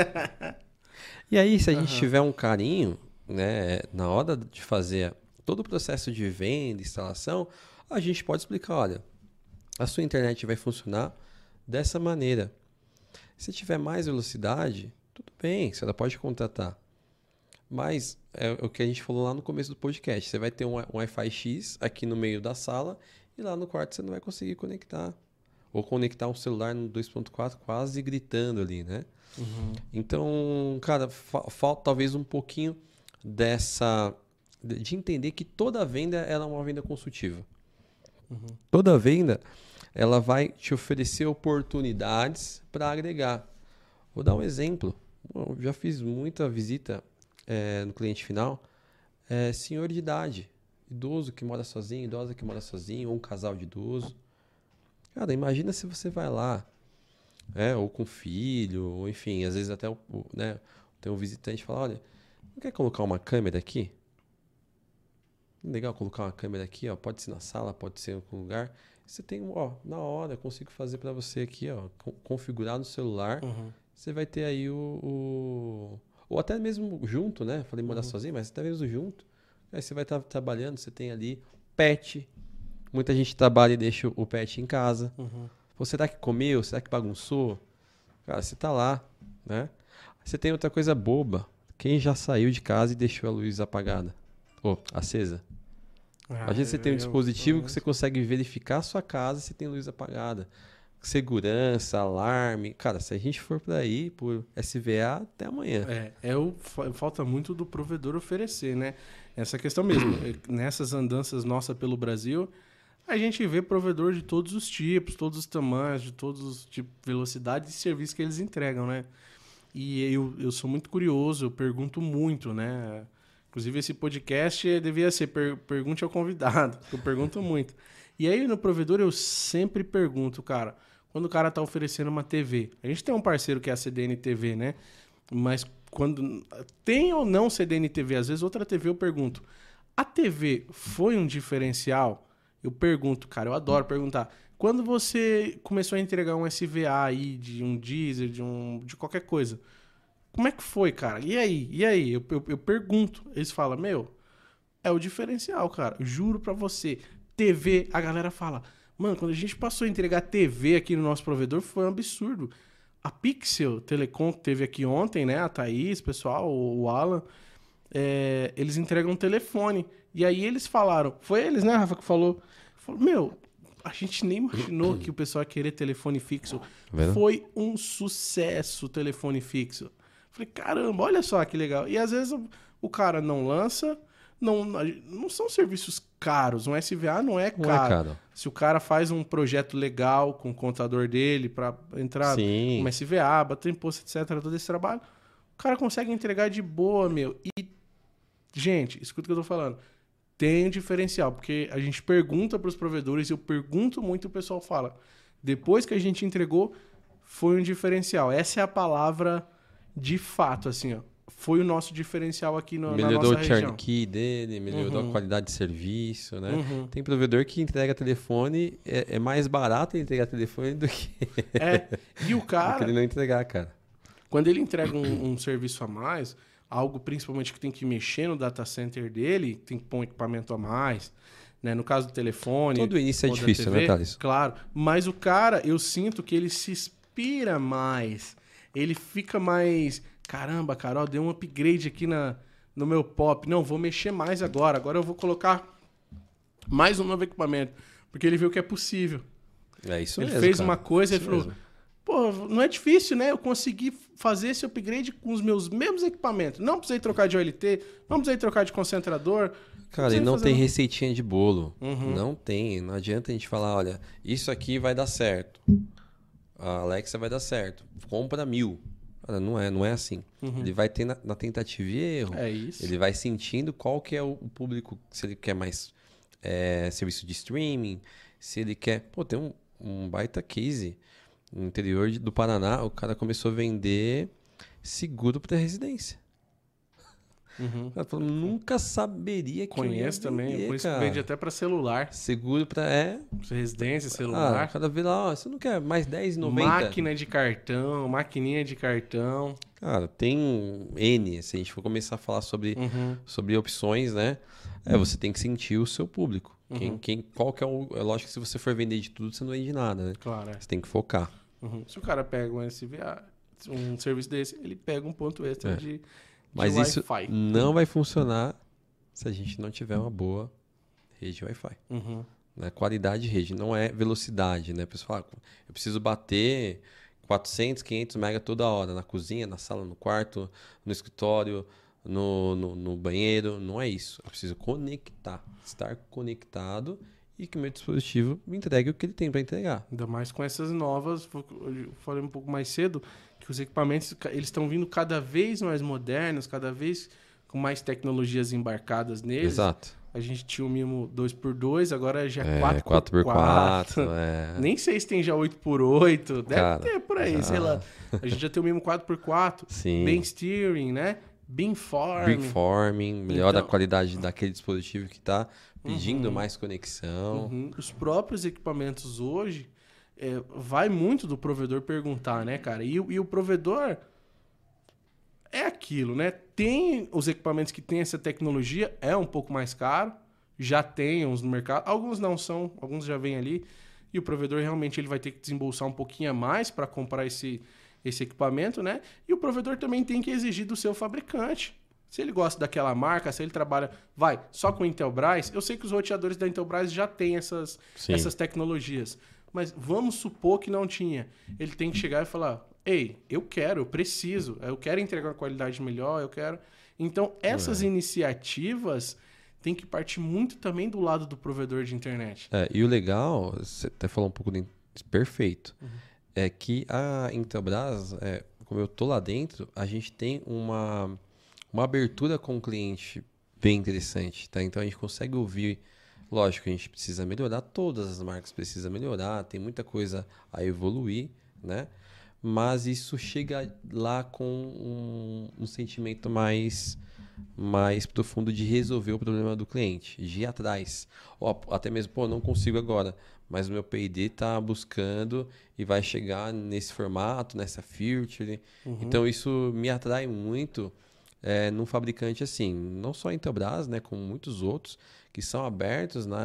E aí, se a gente tiver um carinho, né, na hora de fazer todo o processo de venda, instalação, a gente pode explicar, olha, a sua internet vai funcionar dessa maneira. Se tiver mais velocidade, tudo bem, você pode contratar. Mas é o que a gente falou lá no começo do podcast. Você vai ter um Wi-Fi X aqui no meio da sala e lá no quarto você não vai conseguir conectar. Ou conectar um celular no 2.4 quase gritando ali, né? Então, cara, falta talvez um pouquinho de entender que toda venda ela é uma venda consultiva. Toda venda ela vai te oferecer oportunidades para agregar. Vou dar um exemplo. Eu já fiz muita visita no cliente final, senhor de idade, idoso que mora sozinho, idosa que mora sozinho, ou um casal de idoso. Cara, imagina se você vai lá, ou com filho, ou enfim, às vezes até tem um visitante que fala, olha, não quer colocar uma câmera aqui? Legal colocar uma câmera aqui, ó. Pode ser na sala, pode ser em algum lugar. Você tem, ó, na hora, eu consigo fazer para você aqui, ó, configurar no celular. Você vai ter aí ou até mesmo junto, né? Falei morar sozinho, mas até mesmo junto. Aí você vai estar trabalhando, você tem ali pet. Muita gente trabalha e deixa o pet em casa. Pô, será que comeu? Será que bagunçou? Cara, você tá lá, né? Você tem outra coisa boba. Quem já saiu de casa e deixou a luz apagada? Ou acesa? Às vezes você tem um dispositivo que você consegue verificar a sua casa se tem luz apagada. Segurança, alarme. Cara, se a gente for por aí, por SVA, até amanhã. Falta muito do provedor oferecer, né? Essa questão mesmo. Nessas andanças nossas pelo Brasil, a gente vê provedor de todos os tipos, todos os tamanhos, de todos os tipos, velocidade de serviço que eles entregam, né? E eu sou muito curioso, eu pergunto muito, né? Inclusive, esse podcast devia ser Pergunte ao Convidado, que eu pergunto muito. E aí, no provedor, eu sempre pergunto, cara, quando o cara tá oferecendo uma TV. A gente tem um parceiro que é a CDN TV, né? Mas quando tem ou não CDN TV, às vezes outra TV eu pergunto, a TV foi um diferencial? Eu pergunto, cara, eu adoro perguntar. Quando você começou a entregar um SVA aí, de um Deezer, de qualquer coisa, como é que foi, cara? E aí? Eu pergunto. Eles falam, é o diferencial, cara. Juro pra você. TV, a galera fala, mano, quando a gente passou a entregar TV aqui no nosso provedor, foi um absurdo. A Pixel Telecom, que teve aqui ontem, né? A Thaís, o pessoal, o Alan, eles entregam um telefone. E aí eles falaram, foi eles, né, Rafa, que falou, a gente nem imaginou que o pessoal ia querer telefone fixo. Vendo? Foi um sucesso o telefone fixo. Falei, caramba, olha só que legal. E às vezes o cara não lança, não são serviços caros. Um SVA não é caro. Não é caro. Se o cara faz um projeto legal com o contador dele para entrar Sim. no SVA, bater imposto, etc., todo esse trabalho, o cara consegue entregar de boa, E, gente, escuta o que eu tô falando. Tem um diferencial, porque a gente pergunta para os provedores, eu pergunto muito, o pessoal fala. Depois que a gente entregou, foi um diferencial. Essa é a palavra de fato, assim, ó. Foi o nosso diferencial aqui na nossa região. Melhorou o churn key dele, melhorou a qualidade de serviço, né? Tem provedor que entrega telefone, é mais barato ele entregar telefone do que... E o cara... do que ele não entregar, cara. Quando ele entrega um serviço a mais, algo principalmente que tem que mexer no data center dele, tem que pôr um equipamento a mais, né? No caso do telefone... Todo início é difícil, TV, né, Thales? Claro. Mas o cara, eu sinto que ele se inspira mais. Ele fica mais... Caramba, Carol, deu um upgrade aqui no meu pop. Não, vou mexer mais agora. Agora eu vou colocar mais um novo equipamento. Porque ele viu que é possível. É isso ele mesmo, fez cara. uma coisa e Isso falou... mesmo. Pô, não é difícil, né? Eu consegui fazer esse upgrade com os meus mesmos equipamentos. Não precisei trocar de OLT, não precisei trocar de concentrador. Cara, e não tem receitinha de bolo. Não tem. Não adianta a gente falar, olha, isso aqui vai dar certo. A Alexa vai dar certo. Compra 1000. Cara, não é assim. Ele vai ter na tentativa e erro. É isso. Ele vai sentindo qual que é o público, se ele quer mais serviço de streaming, se ele quer... Pô, tem um baita case no interior do Paraná, o cara começou a vender seguro para residência. O cara falou, nunca saberia que Conheço eu ia também, vender, por isso que cara. vende até para celular. Seguro para... Residência, celular. o cara vê lá, ó, você não quer mais R$10,90? Máquina de cartão, maquininha de cartão. Cara, tem N, se a gente for começar a falar sobre opções, né? Você tem que sentir o seu público. Qual que é o... É lógico que se você for vender de tudo, você não vende nada, né? Claro. Você tem que focar. Se o cara pega um SVA, um serviço desse, ele pega um ponto extra de Mas de isso Wi-Fi. não vai funcionar se a gente não tiver uma boa rede Wi-Fi. Né? Qualidade de rede, não é velocidade, né? A pessoa fala, eu preciso bater 400, 500 mega toda hora, na cozinha, na sala, no quarto, no escritório, no banheiro. Não é isso. Eu preciso estar conectado e que o meu dispositivo me entregue o que ele tem para entregar. Ainda mais com essas novas, eu falei um pouco mais cedo, que os equipamentos eles estão vindo cada vez mais modernos, cada vez com mais tecnologias embarcadas neles. Exato. A gente tinha o Mimo 2x2, agora já é 4x4. Nem sei se tem já 8x8. Deve Cara, ter por aí, sei lá. A gente já tem o Mimo 4x4, Sim. bem steering, né? beamforming, melhora Então, a qualidade daquele dispositivo que está pedindo mais conexão. Os próprios equipamentos hoje, vai muito do provedor perguntar, né, cara? E o provedor é aquilo, né? Tem os equipamentos que têm essa tecnologia, é um pouco mais caro, já tem uns no mercado, alguns não são, alguns já vêm ali, e o provedor realmente ele vai ter que desembolsar um pouquinho a mais para comprar esse equipamento, né? E o provedor também tem que exigir do seu fabricante. Se ele gosta daquela marca, se ele trabalha, só com Intelbras, eu sei que os roteadores da Intelbras já têm essas tecnologias, mas vamos supor que não tinha. Ele tem que chegar e falar, ei, eu preciso, eu quero entregar uma qualidade melhor, eu quero... Então, essas iniciativas têm que partir muito também do lado do provedor de internet. E o legal, você até falou um pouco perfeito, é que a Intelbras, como eu tô lá dentro, a gente tem uma abertura com o cliente bem interessante, tá? Então a gente consegue ouvir, lógico, a gente precisa melhorar, todas as marcas precisam melhorar, tem muita coisa a evoluir, né? Mas isso chega lá com um sentimento mais profundo de resolver o problema do cliente, de ir atrás. Até mesmo, não consigo agora, mas o meu P&D está buscando e vai chegar nesse formato, nessa feature. Então isso me atrai muito num fabricante assim, não só a Intelbras, né, como muitos outros que são abertos, né,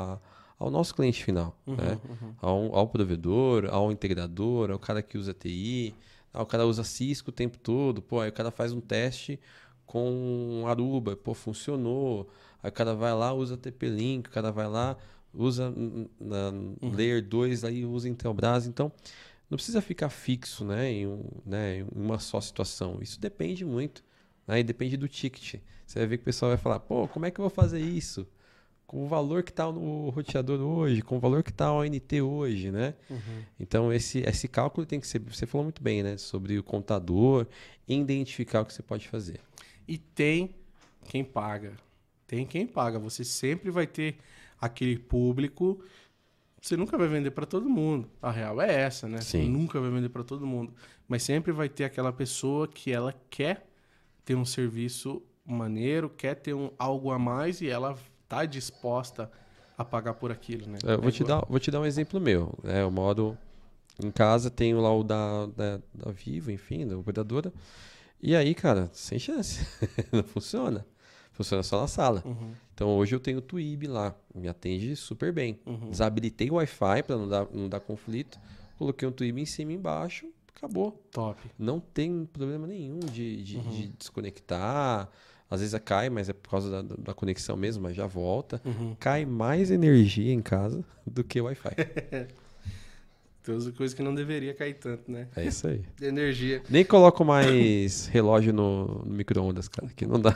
ao nosso cliente final, né? Ao provedor, ao integrador, ao cara que usa TI, o cara usa Cisco o tempo todo, aí o cara faz um teste com Aruba, funcionou, aí o cara vai lá, usa TP-Link, o cara vai lá, usa Layer 2, aí usa Intelbras, então não precisa ficar fixo, né, em uma só situação, isso depende muito, né, e depende do ticket, você vai ver que o pessoal vai falar, como é que eu vou fazer isso? Com o valor que está no roteador hoje, com o valor que está o ONT hoje, né? Então, esse cálculo tem que ser... Você falou muito bem, né? Sobre o contador, identificar o que você pode fazer. E tem quem paga. Tem quem paga. Você sempre vai ter aquele público... Você nunca vai vender para todo mundo. A real é essa, né? Sim. Você nunca vai vender para todo mundo. Mas sempre vai ter aquela pessoa que ela quer ter um serviço maneiro, quer ter algo a mais e ela... tá disposta a pagar por aquilo, né? Eu vou te dar um exemplo meu. Eu moro em casa, tenho lá o da Vivo, enfim, da operadora. E aí, cara, sem chance. Não funciona. Funciona só na sala. Então, hoje eu tenho o Twib lá. Me atende super bem. Desabilitei o Wi-Fi para não dar conflito. Coloquei um Twib em cima e embaixo. Acabou. Top. Não tem problema nenhum de desconectar. Às vezes cai, mas é por causa da conexão mesmo, mas já volta. Cai mais energia em casa do que o Wi-Fi. Tem outras coisas que não deveria cair tanto, né? É isso aí. De energia. Nem coloco mais relógio no micro-ondas, cara, que não dá.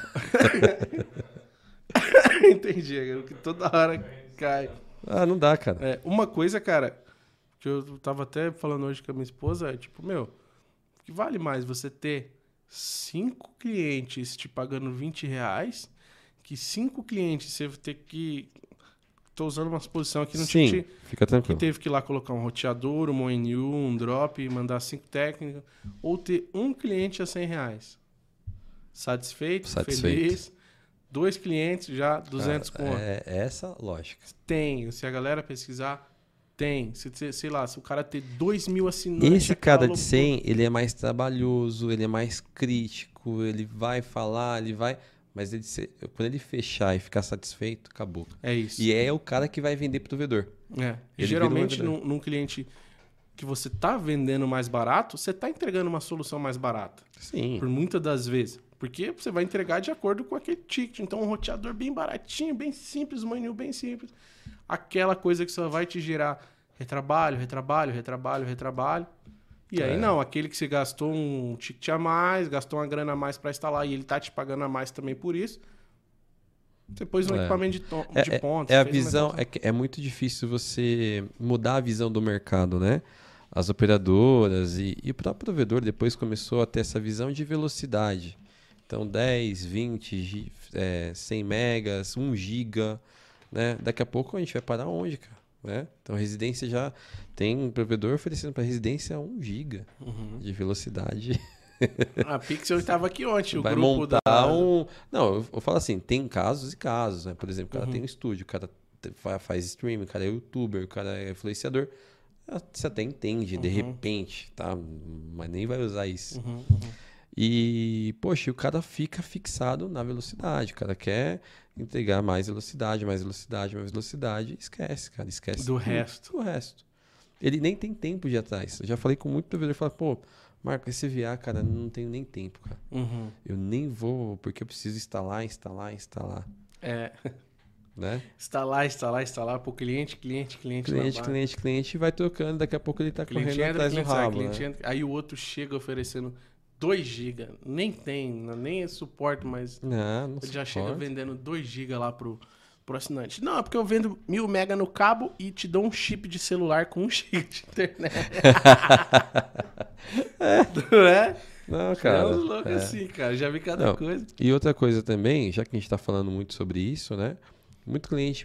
Entendi, que toda hora cai. Não dá, cara. Uma coisa, cara, que eu tava até falando hoje com a minha esposa, o que vale mais você ter 5 clientes te pagando R$20, que 5 clientes você ter que... Tô usando uma suposição aqui no Sim, fica tranquilo. que teve que ir lá colocar um roteador, um ONU, um drop, mandar 5 técnicos, ou ter um cliente a R$100. Satisfeito, feliz. 2 clientes já, 200 conto. É essa lógica. Tem, se a galera pesquisar, tem. Sei lá, se o cara ter 2.000 assinantes... Esse cara de 100, ele é mais trabalhoso, ele é mais crítico, ele vai falar, ele vai... Mas quando ele fechar e ficar satisfeito, acabou. É isso. E é o cara que vai vender pro provedor. Geralmente, num cliente que você tá vendendo mais barato, você tá entregando uma solução mais barata. Sim. Por muitas das vezes. Porque você vai entregar de acordo com aquele ticket. Então, um roteador bem baratinho, bem simples, um menu bem simples. Aquela coisa que só vai te gerar retrabalho. E aí não, aquele que você gastou um ticket a mais, gastou uma grana a mais para instalar e ele tá te pagando a mais também por isso. Você pôs um equipamento de ponta. A visão, é muito difícil você mudar a visão do mercado, né? As operadoras e o próprio provedor depois começou a ter essa visão de velocidade. Então 10, 20, 100 megas, 1 giga, né? Daqui a pouco a gente vai parar onde, cara? Né? Então, residência já tem um provedor oferecendo para residência 1 giga de velocidade. A Pixel estava aqui ontem, o Vai grupo montar da... um... Não, eu falo assim, tem casos e casos, né? Por exemplo, o cara Uhum. tem um estúdio, o cara faz streaming, o cara é youtuber, o cara é influenciador. Você até entende, de repente, tá? Mas nem vai usar isso. E, poxa, o cara fica fixado na velocidade. O cara quer entregar mais velocidade, mais velocidade, mais velocidade. Esquece, cara. Esquece Do tudo, resto. do resto. Ele nem tem tempo de ir atrás. Eu já falei com muito provedor. Fala, pô, Marco, esse VA, cara, não tenho nem tempo, cara. Eu nem vou, porque eu preciso instalar. É. Né? Instalar pro cliente na base. Cliente, vai trocando. Daqui a pouco ele tá Cliente correndo entra, atrás do cliente sai, rabo, cliente né? entra. Aí o outro chega oferecendo 2 GB. Nem tem, nem é suporte, mas Não ele já chega suporta. vendendo 2 GB lá pro assinante. Não, é porque eu vendo 1000 MB no cabo e te dou um chip de celular com 1 GB de internet. Não é? Não, É cara. uns loucos assim, cara. Já vi cada Não, coisa. e outra coisa também, já que a gente está falando muito sobre isso, né? Muito cliente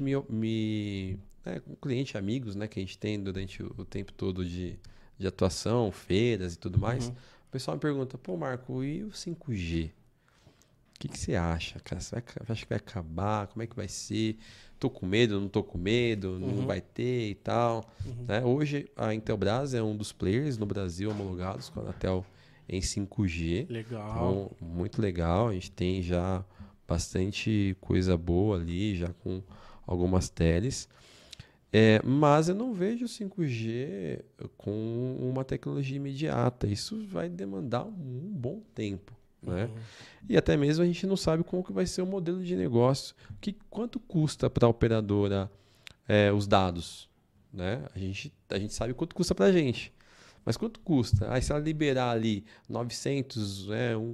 cliente, amigos, né? Que a gente tem durante o tempo todo de atuação, feiras e tudo mais. O pessoal me pergunta, pô, Marco, e o 5G? O que você acha, cara? Você acha que vai acabar? Como é que vai ser? Tô com medo, não tô com medo, não vai ter e tal. Né? Hoje, a Intelbras é um dos players no Brasil homologados com a Anatel em 5G. Legal. Então, muito legal. A gente tem já bastante coisa boa ali, já com algumas teles. Mas eu não vejo o 5G com uma tecnologia imediata. Isso vai demandar um bom tempo. Né? E até mesmo a gente não sabe como que vai ser o modelo de negócio. Quanto custa para a operadora os dados? Né? A gente sabe quanto custa para a gente. Mas quanto custa? Aí se ela liberar ali 900,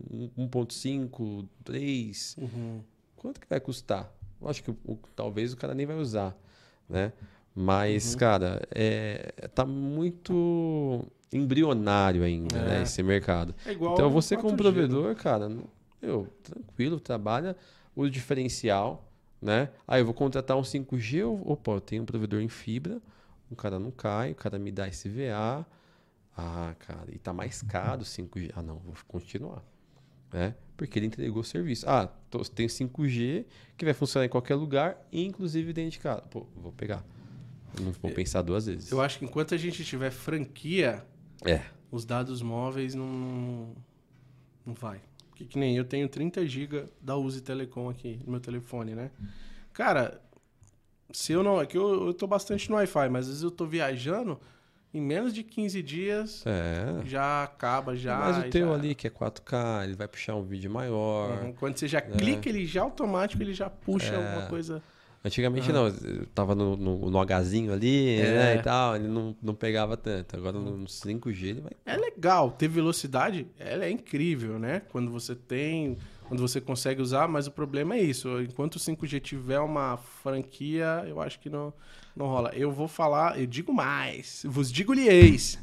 1.5, 3, quanto que vai custar? Eu acho que talvez o cara nem vai usar. Né? Mas, cara, tá muito embrionário ainda, né, esse mercado. É igual Então, o você como 4G, provedor, cara, tranquilo, trabalha o diferencial, né? Aí eu vou contratar um 5G, opa, eu tenho um provedor em fibra, o cara não cai, o cara me dá esse VA. Ah, cara, e tá mais caro o 5G. Ah, não, vou continuar. Né? Porque ele entregou o serviço. Ah, tem 5G que vai funcionar em qualquer lugar, inclusive dentro de casa. Pô, vou pegar. Não vou pensar 2 vezes. Eu acho que enquanto a gente tiver franquia, os dados móveis não vai. Porque que nem eu tenho 30 GB da Uzi Telecom aqui no meu telefone, né? Cara, se eu não... É que eu tô bastante no Wi-Fi, mas às vezes eu tô viajando, em menos de 15 dias já acaba, já... Mas o teu ali, que é 4K, ele vai puxar um vídeo maior. Quando você já clica, ele já automático, ele já puxa alguma coisa... Antigamente não, eu tava no Hzinho ali, né, e tal, ele não pegava tanto. Agora no 5G ele vai... É legal, ter velocidade, ela é incrível, né? Quando você consegue usar, mas o problema é isso. Enquanto o 5G tiver uma franquia, eu acho que não rola. Eu vou falar, eu digo mais, vos digo-lhes.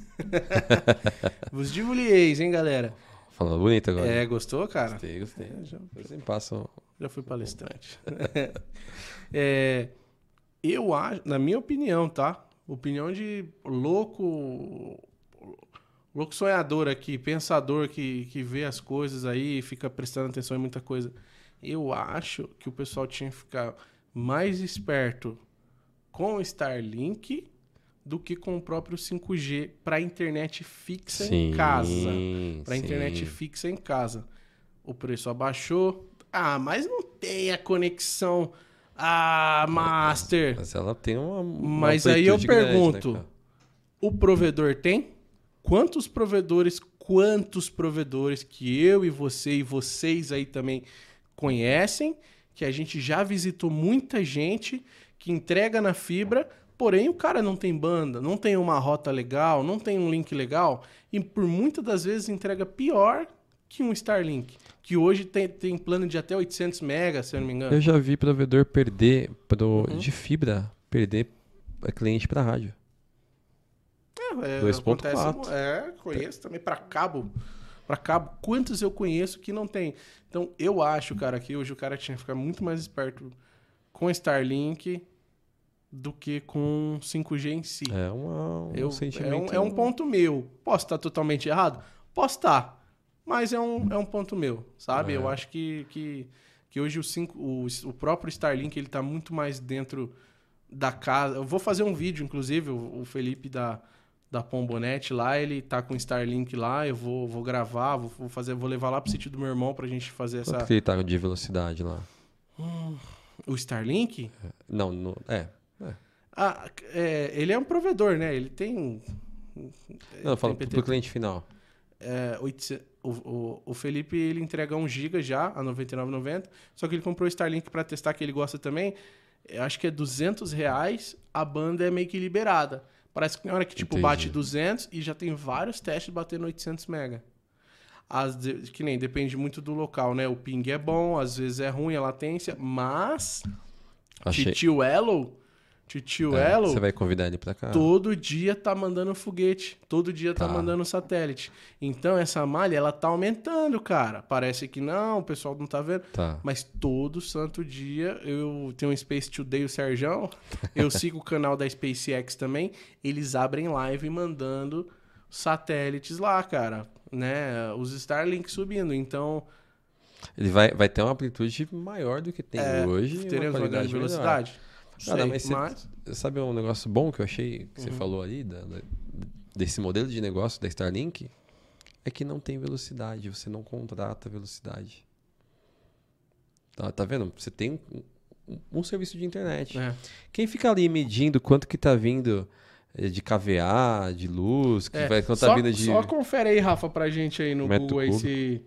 Vos digo-lhes, hein, galera? Falando bonito agora. Gostou, cara? Gostei. Depois você me passa. Já fui palestrante. Eu acho, na minha opinião, tá? Opinião de louco sonhador aqui, pensador que vê as coisas aí e fica prestando atenção em muita coisa. Eu acho que o pessoal tinha que ficar mais esperto com o Starlink do que com o próprio 5G para internet fixa em casa. Para internet fixa em casa. O preço abaixou. Ah, mas não tem a conexão master. Mas ela tem uma Mas aí eu pergunto, grande, né, o provedor tem? Quantos provedores que eu e você e vocês aí também conhecem, que a gente já visitou muita gente que entrega na fibra, porém o cara não tem banda, não tem uma rota legal, não tem um link legal e por muitas das vezes entrega pior que um Starlink, que hoje tem plano de até 800 megas, se eu não me engano. Eu já vi provedor perder de fibra, perder cliente para rádio. 2.4. Conheço também para cabo. Para cabo, quantos eu conheço que não tem? Então, eu acho, cara, que hoje o cara tinha que ficar muito mais esperto com Starlink do que com 5G em si. É um sentimento. É um ponto meu. Posso estar totalmente errado? Posso estar. mas é um ponto meu, sabe? Eu acho que hoje o próprio Starlink ele tá muito mais dentro da casa. Eu vou fazer um vídeo, inclusive, o Felipe da Pombonet lá, ele tá com o Starlink lá, eu vou gravar, vou levar lá pro sítio do meu irmão pra gente fazer Quanto que ele tá de velocidade lá? O Starlink? Não, Ele é um provedor, né? Ele tem... Não, eu falo pro cliente final. O Felipe, ele entrega 1 GB já, a R$ 99,90, só que ele comprou o Starlink pra testar, que ele gosta também. Eu acho que é R$200, a banda é meio que liberada. Parece que na hora que tipo, bate 200 e já tem vários testes batendo 800 MB. Que nem, depende muito do local, né? O ping é bom, às vezes é ruim a latência, mas Titio Elo, você vai convidar ele pra cá? todo dia tá mandando foguete, todo dia tá mandando satélite. Então essa malha, ela tá aumentando, cara. Parece que não, o pessoal não tá vendo. Mas todo santo dia, eu tenho um Space Today, o Serjão, eu sigo o canal da SpaceX também, eles abrem live mandando satélites lá, cara, né? Os Starlink subindo, então... Ele vai ter uma amplitude maior do que tem hoje. Teremos uma grande velocidade. Cara, mas sabe um negócio bom que eu achei que você falou ali, desse modelo de negócio da Starlink? É que não tem velocidade, você não contrata velocidade. Tá vendo? Você tem um serviço de internet. Quem fica ali medindo quanto que tá vindo de KVA, de luz, quanto tá vindo de... Só confere aí, Rafa, pra gente aí no Google aí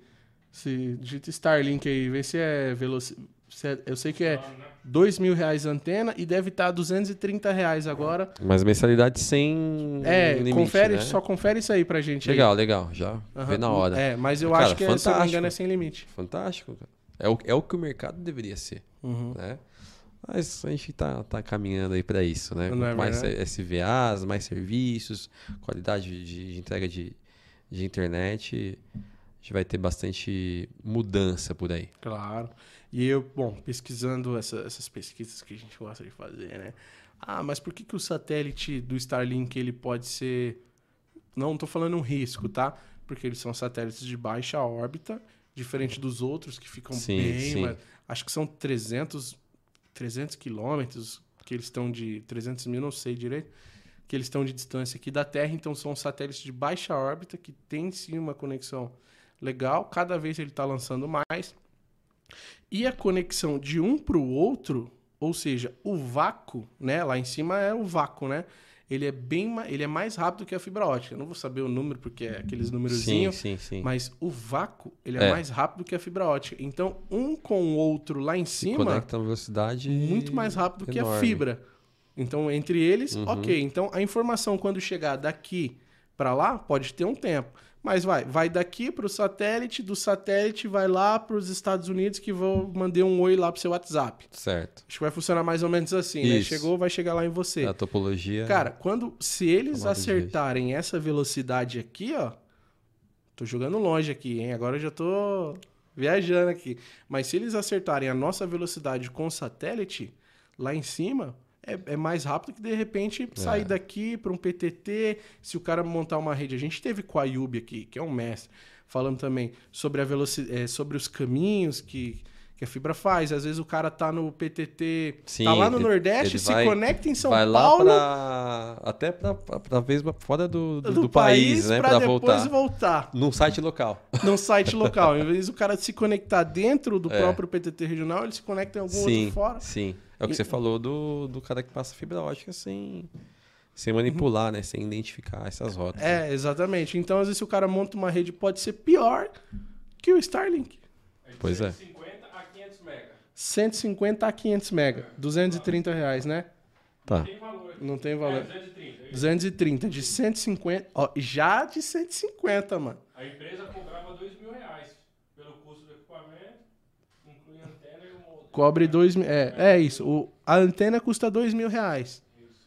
se digita Starlink aí, vê se é velocidade. Eu sei que é R$2.000 a antena e deve estar R$230 agora. Mas mensalidade sem limite, confere, né? Só confere isso aí pra gente. Legal. Já vê na hora. Mas eu acho que, se eu não me engano, é sem limite. Fantástico, cara. É o que o mercado deveria ser, né? Mas a gente tá caminhando aí para isso, né? Mais SVAs, mais serviços, qualidade de entrega de internet, a gente vai ter bastante mudança por aí. Claro. E eu, pesquisando essas pesquisas que a gente gosta de fazer, né? Mas por que o satélite do Starlink ele pode ser... Não tô falando um risco, tá? Porque eles são satélites de baixa órbita, diferente dos outros que ficam bem... Acho que são 300 quilômetros, que eles estão de... 300 mil, não sei direito. Que eles estão de distância aqui da Terra. Então, são satélites de baixa órbita que tem, sim, uma conexão legal. Cada vez ele está lançando mais. E a conexão de um para o outro, ou seja, o vácuo, né? Lá em cima é o vácuo, né? Ele é mais rápido que a fibra ótica. Eu não vou saber o número, porque é aqueles númerozinhos. Sim. Mas o vácuo, ele é mais rápido que a fibra ótica. Então, um com o outro lá em cima... conecta a velocidade muito mais rápido que a fibra. Então, entre eles, ok. Então, a informação, quando chegar daqui para lá, pode ter um tempo. Mas vai daqui para o satélite, do satélite vai lá para os Estados Unidos, que mandei um oi lá para o seu WhatsApp. Certo. Acho que vai funcionar mais ou menos assim, né? Chegou, vai chegar lá em você. A topologia... Cara, se eles acertarem essa velocidade aqui, ó... Tô jogando longe aqui, hein? Agora eu já tô viajando aqui. Mas se eles acertarem a nossa velocidade com o satélite, lá em cima... É mais rápido que, de repente, sair daqui para um PTT. Se o cara montar uma rede... A gente teve com a Ayub aqui, que é um mestre, falando também sobre a velocidade, sobre os caminhos que a fibra faz. Às vezes o cara tá no PTT, tá lá no Nordeste, se conecta em São Paulo... Vai lá até para vez fora do país, né? Para depois voltar. Num site local. Num site local. Em vez do cara se conectar dentro do próprio PTT regional, ele se conecta em algum outro fora. Sim. É o que você falou do cara que passa fibra ótica sem manipular, né? Sem identificar essas rotas. Exatamente. Então, às vezes, se o cara monta uma rede, pode ser pior que o Starlink. Pois é. 150 a 500 mega. 150 a 500 mega. R$230, né? Tá. Não tem valor. 230. 230. De 150. Ó, já de 150, mano. A empresa cobrava R$2.000 pelo custo do equipamento, inclui a antena e o modem. Cobre 2 mil. É isso. A antena custa R$2.000. Isso.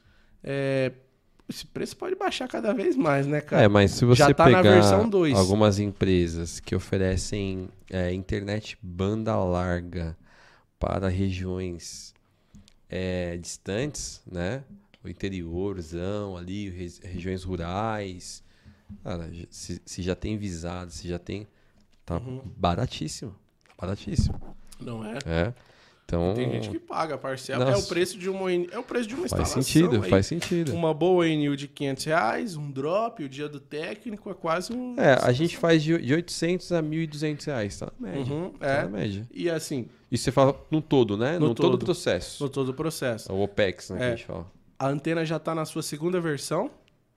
Esse preço pode baixar cada vez mais, né, cara? Mas se você já tá pegar na versão 2. algumas empresas que oferecem internet banda larga para regiões distantes, né? O interiorzão ali, regiões rurais. Cara, se já tem visado, se já tem... Tá baratíssimo. Baratíssimo. Não é? É. Então, Tem gente que paga a parcela. É Nossa. o preço de uma faz instalação. sentido, aí. faz sentido. Uma boa ONU de R$500, um drop, o dia do técnico é quase um... A gente faz de 800 a 1.200 reais, tá na média. Tá na média. E assim, Isso você fala no todo, né? No todo o processo. no todo o processo. O OPEX, né, que a gente fala. A antena já está na sua segunda versão.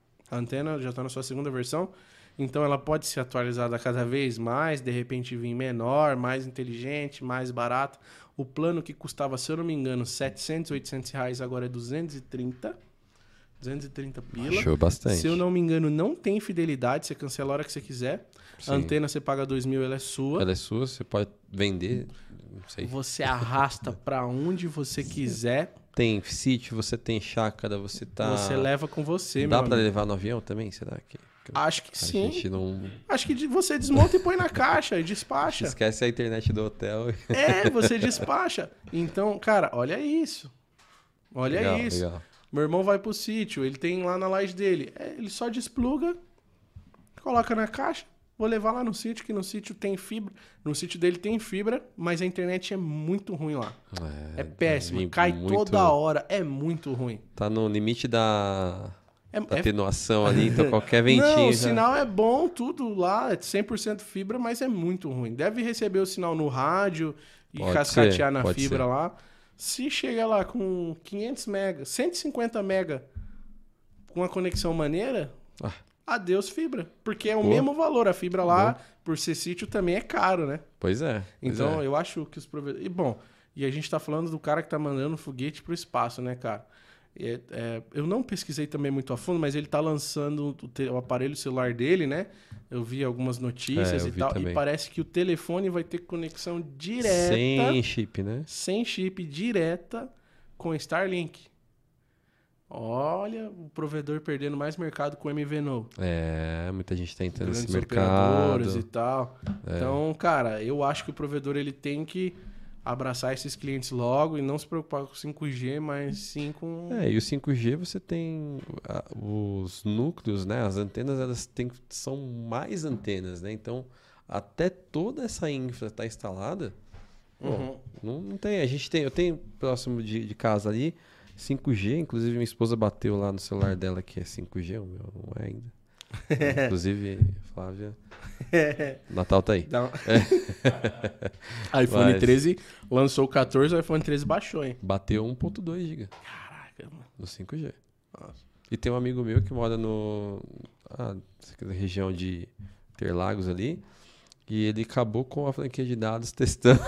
Então ela pode ser atualizada cada vez mais, de repente vir menor, mais inteligente, mais barata. O plano que custava, se eu não me engano, 700, 800 reais, agora é 230 pila. Achou bastante. Se eu não me engano, não tem fidelidade, você cancela a hora que você quiser. Sim. A antena você paga 2.000, ela é sua. Ela é sua, você pode vender, não sei. Você arrasta para onde você quiser. Tem sítio, você tem chácara, você tá... Você leva com você, Dá meu pra amigo. levar no avião também, será que... Acho que A sim. gente não... Acho que você desmonta e põe na caixa e despacha. Esquece a internet do hotel. Você despacha. Então, cara, olha isso. Olha Legal, isso. legal. Meu irmão vai pro sítio, ele tem lá na laje dele. Ele só despluga, coloca na caixa. Vou levar lá no sítio, que no sítio tem fibra. No sítio dele tem fibra, mas a internet é muito ruim lá. É péssimo. Cai toda hora. É muito ruim. Tá no limite da É atenuação ali, então qualquer ventinho Não, o já... sinal é bom, tudo lá, é 100% fibra, mas é muito ruim. Deve receber o sinal no rádio e Pode cascatear ser, na pode fibra ser. lá. Se chega lá com 500 mega, 150 mega com uma conexão maneira, Ah. adeus fibra. Porque é o Pô. mesmo valor. A fibra lá, por ser sítio, também é caro, né? Pois é. Então, eu acho que os provedores... E, bom, e a gente tá falando do cara que tá mandando foguete pro espaço, né, cara? Eu não pesquisei também muito a fundo, mas ele tá lançando o aparelho celular dele, né? Eu vi algumas notícias eu e vi tal. também. E parece que o telefone vai ter conexão direta... Sem chip, né? Sem chip, direta com Starlink. Olha, o provedor perdendo mais mercado com o MVNO. Muita gente tá entrando nesse Grandes operadores e mercado. tal. Então, cara, eu acho que o provedor ele tem que abraçar esses clientes logo e não se preocupar com 5G, mas sim com... E o 5G você tem os núcleos, né? As antenas, elas são mais antenas, né? Então, até toda essa infra tá instalada, não tem. Eu tenho próximo de casa ali 5G, inclusive minha esposa bateu lá no celular dela que é 5G, o meu não é ainda. Inclusive, Flávia, Natal tá aí. iPhone Mas- 13 lançou o 14, o iPhone 13 baixou, hein? Bateu 1.2 GB Caraca, mano. no 5G. Nossa. E tem um amigo meu que mora na região de Interlagos ali, e ele acabou com a franquia de dados testando.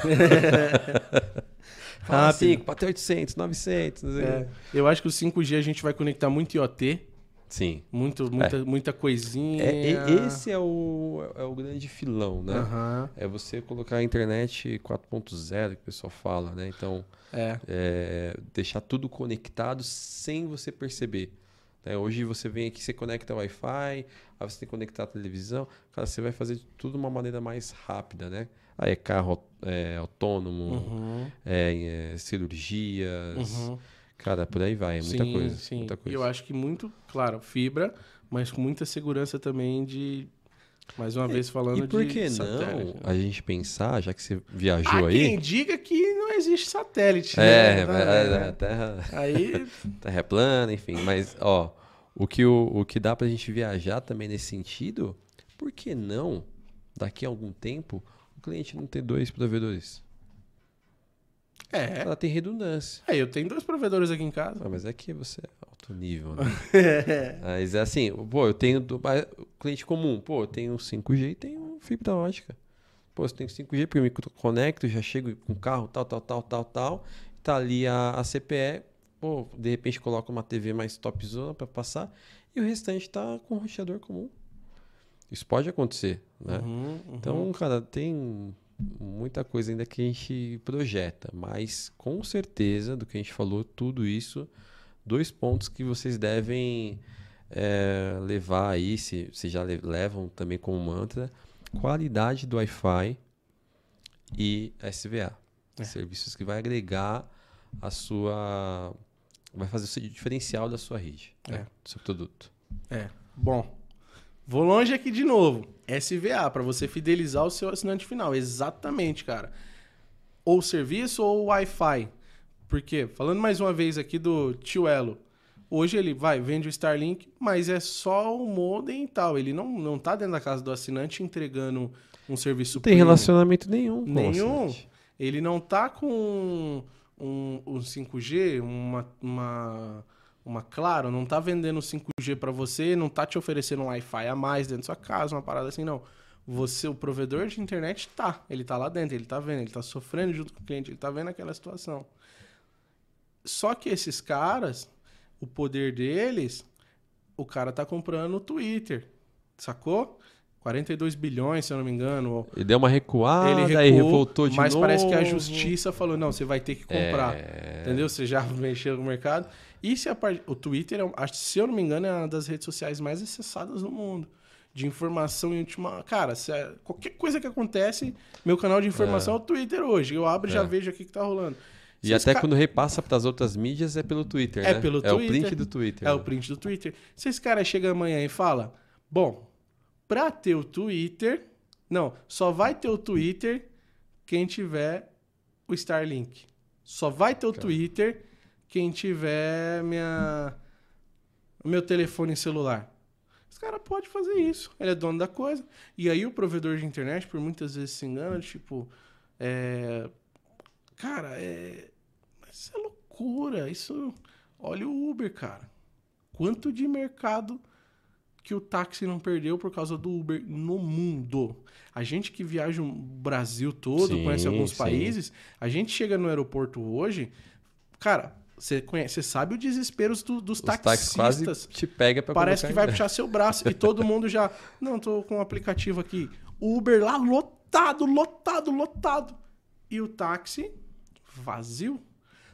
Fala assim, bateu 800, 900, não sei o quê. Eu acho que o 5G a gente vai conectar muito IoT, Sim. muita coisinha. Esse é o grande filão, né? Aham. É você colocar a internet 4.0, que o pessoal fala, né? Então, deixar tudo conectado sem você perceber. Né? Hoje você vem aqui, você conecta Wi-Fi, aí você tem que conectar a televisão. Cara, você vai fazer tudo de uma maneira mais rápida, né? Aí é carro autônomo, cirurgias... Cara, por aí vai, é muita coisa. Sim. Muita coisa. E eu acho que muito, claro, fibra, mas com muita segurança também de, mais uma vez falando de E por que satélite, não a gente pensar, já que você viajou Há aí... quem diga que não existe satélite, né? A Terra, Aí, terra é plana, enfim. Mas, ó, o que dá pra gente viajar também nesse sentido, por que não, daqui a algum tempo, o cliente não ter 2 provedores? Ela tem redundância. eu tenho 2 provedores aqui em casa. Mas é que você é alto nível, né? Mas é assim, eu tenho cliente comum, eu tenho 5G e tenho fibra ótica. Eu tenho 5G porque eu me conecto, já chego com carro, tal. Tá ali a CPE, de repente coloco uma TV mais topzona para passar e o restante tá com roteador comum. Isso pode acontecer, né? Então, cara, tem muita coisa ainda que a gente projeta, mas com certeza, do que a gente falou, tudo isso, 2 pontos que vocês devem levar aí, se já levam também como mantra, qualidade do Wi-Fi e SVA. Serviços que vai agregar vai fazer o diferencial da sua rede, né? Do seu produto. Bom, Vou longe aqui de novo. SVA, para você fidelizar o seu assinante final. Exatamente, cara. Ou serviço ou Wi-Fi. Por quê? Falando mais uma vez aqui do Tio Elo. Hoje ele vende o Starlink, mas é só o modem e tal. Ele não tá dentro da casa do assinante entregando um serviço Não tem premium. relacionamento nenhum. com o Nenhum. assinante. Ele não tá com um 5G, uma Claro, não tá vendendo 5G para você, não tá te oferecendo um Wi-Fi a mais dentro da sua casa, uma parada assim, não. Você, o provedor de internet ele tá lá dentro, ele tá vendo, ele tá sofrendo junto com o cliente, ele tá vendo aquela situação. Só que esses caras, o poder deles, o cara tá comprando o Twitter, sacou? 42 bilhões, se eu não me engano. Ele deu uma recuada, Ele aí recuou, voltou de mas novo. parece que a justiça falou, não, você vai ter que comprar. Entendeu? Você já mexeu no mercado. E se o Twitter, se eu não me engano, é uma das redes sociais mais acessadas no mundo. De informação em última... Cara, qualquer coisa que acontece, meu canal de informação é o Twitter hoje. Eu abro e já vejo o que tá rolando. E até quando repassa para as outras mídias é pelo Twitter, né? Pelo É Twitter. o print do Twitter. É né? o print do Twitter. Se esse cara chega amanhã e fala, bom, pra ter o Twitter... Não, só vai ter o Twitter quem tiver o Starlink. Só vai ter o Twitter quem tiver meu telefone celular. Esse cara pode fazer isso. Ele é dono da coisa. E aí o provedor de internet, por muitas vezes se engana, tipo... Cara, isso é loucura. Isso... Olha o Uber, cara. Quanto de mercado que o táxi não perdeu por causa do Uber no mundo. A gente que viaja o Brasil todo, conhece alguns países, a gente chega no aeroporto hoje, cara, você sabe o desespero dos taxistas. Quase te pega pra Parece que vai ainda. puxar seu braço e todo mundo já... Não, tô com um aplicativo aqui. O Uber lá lotado. E o táxi vazio.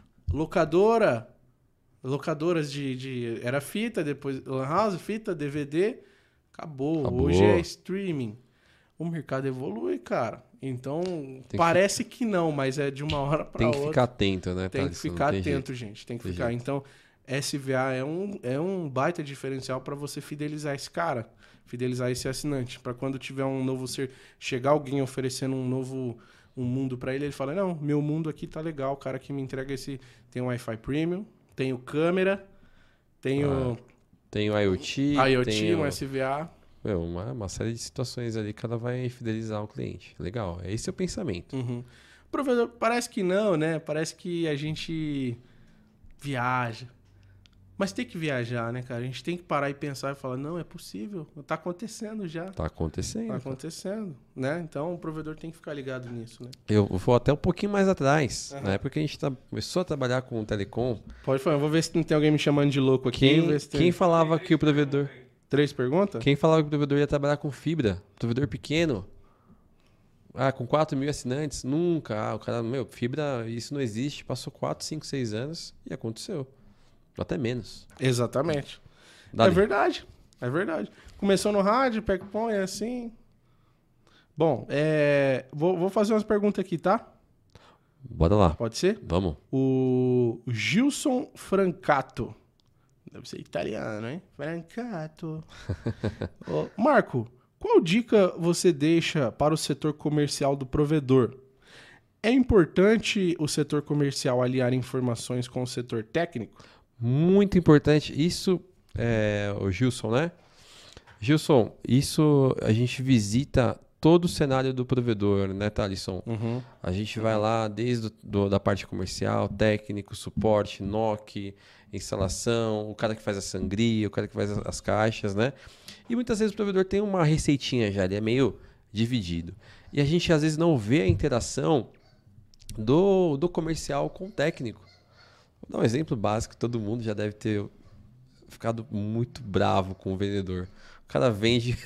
Locadoras era fita, depois Lan House, fita, DVD. Acabou. Hoje é streaming. O mercado evolui, cara. Então, parece que não, mas é de uma hora para outra. Tem que ficar atento, né? Tem que ficar atento, gente. Tem que ficar. jeito. Então, SVA é um baita diferencial para você fidelizar esse cara, fidelizar esse assinante. Para quando tiver um novo chegar alguém oferecendo um mundo para ele fala, não, meu mundo aqui tá legal, o cara que me entrega tem um Wi-Fi Premium, tem o câmera, tem o IoT, tem um SVA. Uma série de situações ali que ela vai fidelizar o cliente. Legal, esse é o pensamento. Uhum. Provedor, parece que não, né? Parece que a gente viaja. Mas tem que viajar, né, cara? A gente tem que parar e pensar e falar, não, é possível. Tá acontecendo já. Tá acontecendo. Tá acontecendo, né? Então o provedor tem que ficar ligado nisso, né? Eu vou até um pouquinho mais atrás. Na época que a gente começou a trabalhar com telecom. Pode falar, eu vou ver se não tem alguém me chamando de louco aqui. Quem falava que o provedor... 3 perguntas? Quem falava que o provedor ia trabalhar com fibra? Provedor pequeno. Com 4 mil assinantes? Nunca. O cara, fibra, isso não existe. Passou 4, 5, 6 anos e aconteceu. Até menos. Exatamente. Dali. É verdade. Começou no rádio, pega e põe, assim. Bom, vou fazer umas perguntas aqui, tá? Bora lá. Pode ser? Vamos. O Gilson Francato. Deve ser italiano, hein? Francato. Marco, qual dica você deixa para o setor comercial do provedor? É importante o setor comercial aliar informações com o setor técnico? Muito importante. Isso o Gilson, né? Gilson, isso a gente visita todo o cenário do provedor, né, Thalisson? Uhum. A gente vai lá desde da parte comercial, técnico, suporte, NOC, instalação, o cara que faz a sangria, o cara que faz as caixas, né? E muitas vezes o provedor tem uma receitinha já, ele é meio dividido. E a gente às vezes não vê a interação do comercial com o técnico. Vou dar um exemplo básico, todo mundo já deve ter ficado muito bravo com o vendedor. O cara vende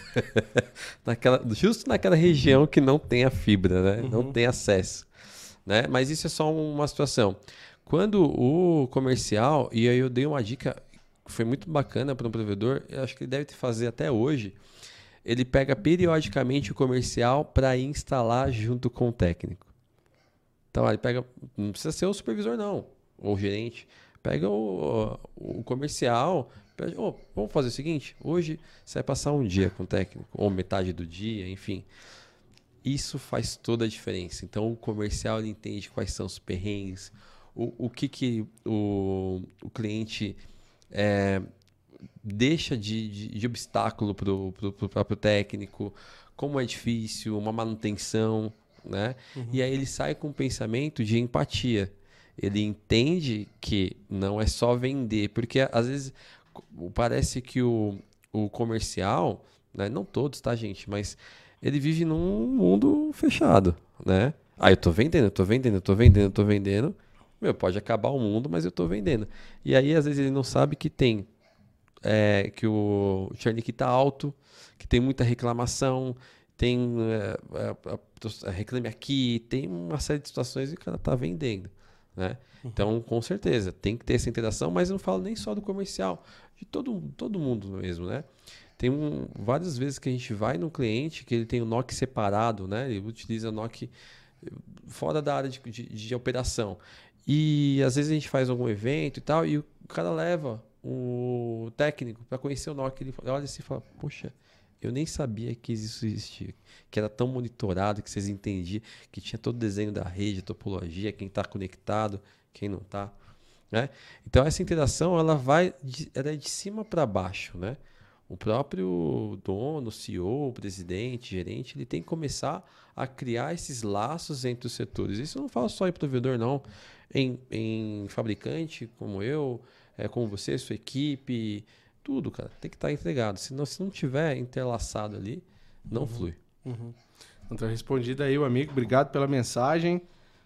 justo naquela região que não tem a fibra, né? Não tem acesso, né? Mas isso é só uma situação. Quando o comercial, e aí eu dei uma dica que foi muito bacana para um provedor, eu acho que ele deve fazer até hoje, ele pega periodicamente o comercial para instalar junto com o técnico. Então, ele pega, não precisa ser o supervisor não, ou o gerente, pega o comercial, Ô, vamos fazer o seguinte, hoje você vai passar um dia com o técnico, ou metade do dia, enfim. Isso faz toda a diferença. Então, o comercial ele entende quais são os perrengues, o que o cliente deixa de obstáculo para o próprio técnico, como é difícil, uma manutenção, né? E aí ele sai com um pensamento de empatia. Ele entende que não é só vender, porque às vezes parece que o comercial, né? Não todos, tá, gente? Mas ele vive num mundo fechado, né? Eu tô vendendo. Meu, pode acabar o mundo, mas eu tô vendendo. E aí, às vezes, ele não sabe que tem que o churn tá alto, que tem muita reclamação, tem reclame aqui, tem uma série de situações e o cara tá vendendo, né? Então, com certeza, tem que ter essa interação, mas eu não falo nem só do comercial, de todo mundo mesmo, né? Tem várias vezes que a gente vai no cliente que ele tem o NOC separado, né? Ele utiliza o NOC fora da área de operação. E às vezes a gente faz algum evento e tal, e o cara leva o técnico para conhecer o NOC. Ele olha assim e fala, poxa, eu nem sabia que isso existia, que era tão monitorado, que vocês entendiam, que tinha todo o desenho da rede, a topologia, quem está conectado, quem não está. Né? Então essa interação ela é de cima para baixo, né? O próprio dono, CEO, presidente, gerente, ele tem que começar a criar esses laços entre os setores. Isso eu não falo só em provedor, não. Em fabricante, como eu, como você, sua equipe, tudo, cara. Tem que estar entregado. Senão, se não tiver interlaçado ali, não flui. Então, respondido aí, o amigo. Obrigado pela mensagem.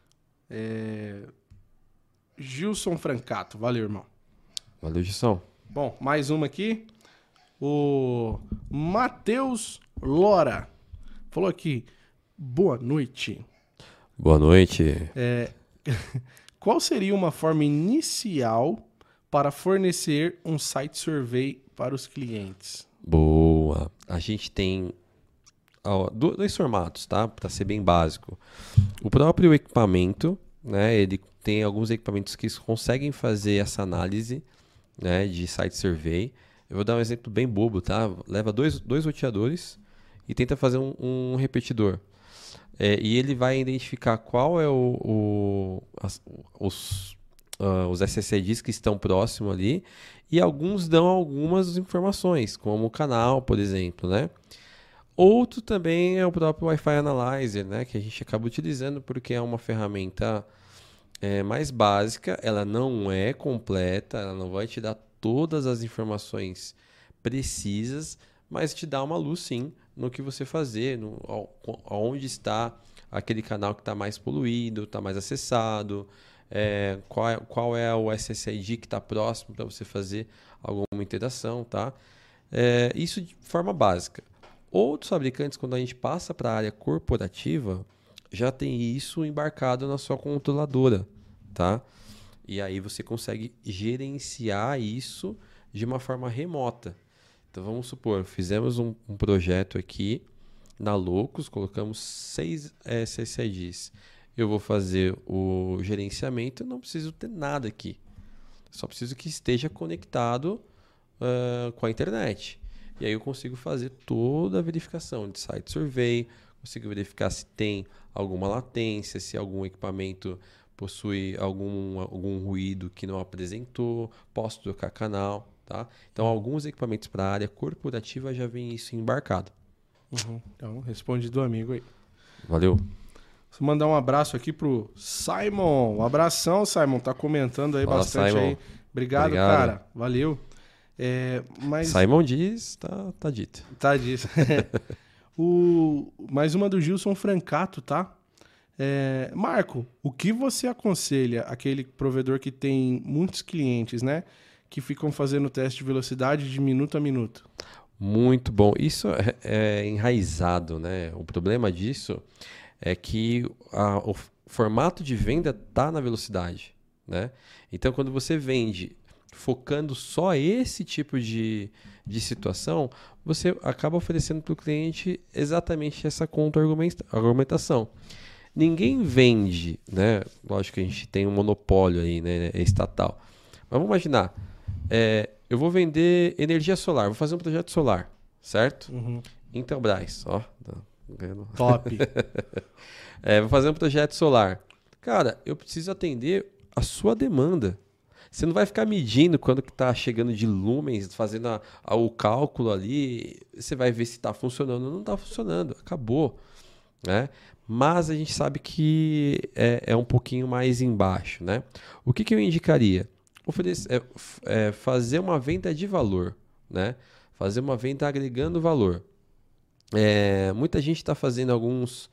Gilson Francato. Valeu, irmão. Valeu, Gilson. Bom, mais uma aqui. O Matheus Lora falou aqui, boa noite. Boa noite. Qual seria uma forma inicial para fornecer um site survey para os clientes? Boa. A gente tem dois formatos, tá? Para ser bem básico. O próprio equipamento, né? Ele tem alguns equipamentos que conseguem fazer essa análise, né, de site survey. Eu vou dar um exemplo bem bobo, tá? Leva dois roteadores e tenta fazer um repetidor. E ele vai identificar qual é os SSIDs que estão próximos ali, e alguns dão algumas informações, como o canal, por exemplo, né? Outro também é o próprio Wi-Fi Analyzer, né? Que a gente acaba utilizando porque é uma ferramenta mais básica, ela não é completa, ela não vai te dar todas as informações precisas, mas te dá uma luz sim no que você fazer, onde está aquele canal que está mais poluído, está mais acessado, qual é o SSID que está próximo para você fazer alguma interação, tá? Isso de forma básica. Outros fabricantes, quando a gente passa para a área corporativa, já tem isso embarcado na sua controladora, tá? E aí você consegue gerenciar isso de uma forma remota. Então vamos supor, fizemos um projeto aqui na Locus, colocamos 6 SSIDs. Eu vou fazer o gerenciamento, eu não preciso ter nada aqui. Só preciso que esteja conectado com a internet. E aí eu consigo fazer toda a verificação de site survey, consigo verificar se tem alguma latência, se algum equipamento possui algum ruído que não apresentou, posso trocar canal, tá? Então, alguns equipamentos para a área corporativa já vem isso embarcado. Então, responde do amigo aí. Valeu. Vou mandar um abraço aqui pro Simon. Um abração, Simon. Tá comentando aí. Fala, bastante Simon. Aí. Obrigado, cara. Valeu. Simon diz, tá dito. Tá dito. Mais uma do Gilson Francato, tá? Marco, o que você aconselha aquele provedor que tem muitos clientes, né? Que ficam fazendo teste de velocidade de minuto a minuto? Muito bom. Isso é enraizado, né? O problema disso é que o formato de venda tá na velocidade, né? Então, quando você vende focando só esse tipo de situação, você acaba oferecendo para o cliente exatamente essa contra-argumentação. Ninguém vende, né? Lógico que a gente tem um monopólio aí, né? É estatal. Mas vamos imaginar, eu vou vender energia solar, vou fazer um projeto solar, certo? Uhum. Intelbras, ó. Tá ganhando. Top. Vou fazer um projeto solar. Cara, eu preciso atender a sua demanda. Você não vai ficar medindo quando que está chegando de lumens, fazendo o cálculo ali. Você vai ver se está funcionando ou não está funcionando. Acabou, né? Mas a gente sabe que é um pouquinho mais embaixo, né? O que eu indicaria? Fazer uma venda de valor, né? Fazer uma venda agregando valor. Muita gente está fazendo alguns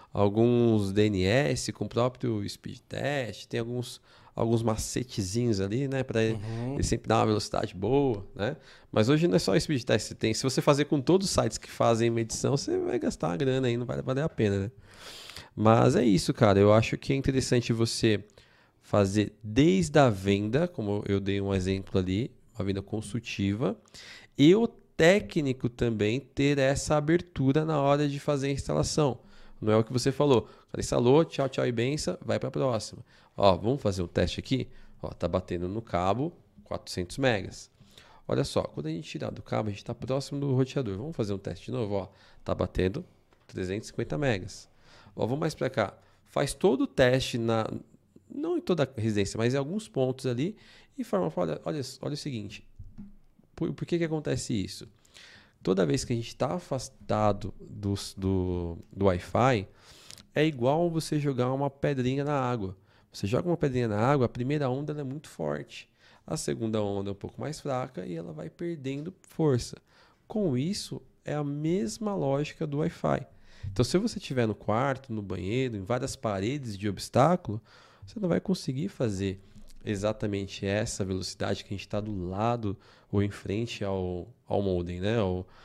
DNS com o próprio speed test, tem alguns macetezinhos ali, né? Para ele sempre dar uma velocidade boa, né? Mas hoje não é só speed test que tem. Se você fazer com todos os sites que fazem medição, você vai gastar uma grana aí, não vai valer a pena, né? Mas é isso, cara. Eu acho que é interessante você fazer desde a venda, como eu dei um exemplo ali, uma venda consultiva, e o técnico também ter essa abertura na hora de fazer a instalação. Não é o que você falou. O cara instalou, tchau, tchau e benção, vai para a próxima. Ó, vamos fazer um teste aqui? Ó, tá batendo no cabo 400 megas. Olha só, quando a gente tirar do cabo, a gente está próximo do roteador. Vamos fazer um teste de novo? Ó, tá batendo 350 megas. Ó, vamos mais para cá. Faz todo o teste, não em toda a residência, mas em alguns pontos ali, e forma, olha o seguinte, por que acontece isso? Toda vez que a gente está afastado do Wi-Fi, é igual você jogar uma pedrinha na água. Você joga uma pedrinha na água, a primeira onda ela é muito forte. A segunda onda é um pouco mais fraca e ela vai perdendo força. Com isso, é a mesma lógica do Wi-Fi. Então, se você estiver no quarto, no banheiro, em várias paredes de obstáculo, você não vai conseguir fazer exatamente essa velocidade que a gente está do lado ou em frente ao modem, né?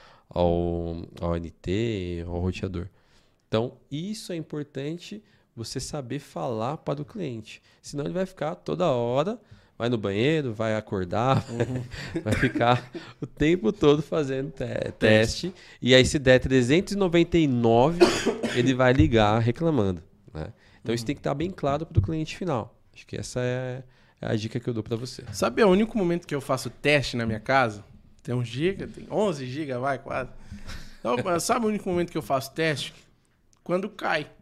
ao NT, ao roteador. Então, isso é importante você saber falar para o cliente. Senão ele vai ficar toda hora, vai no banheiro, vai acordar, vai ficar o tempo todo fazendo teste. E aí, se der 399, ele vai ligar reclamando, né? Então, isso tem que estar bem claro para o cliente final. Acho que essa é a dica que eu dou para você. Sabe o único momento que eu faço teste na minha casa? Tem 1 GB, tem 11 GB, vai quase. Então, sabe o único momento que eu faço teste? Quando cai.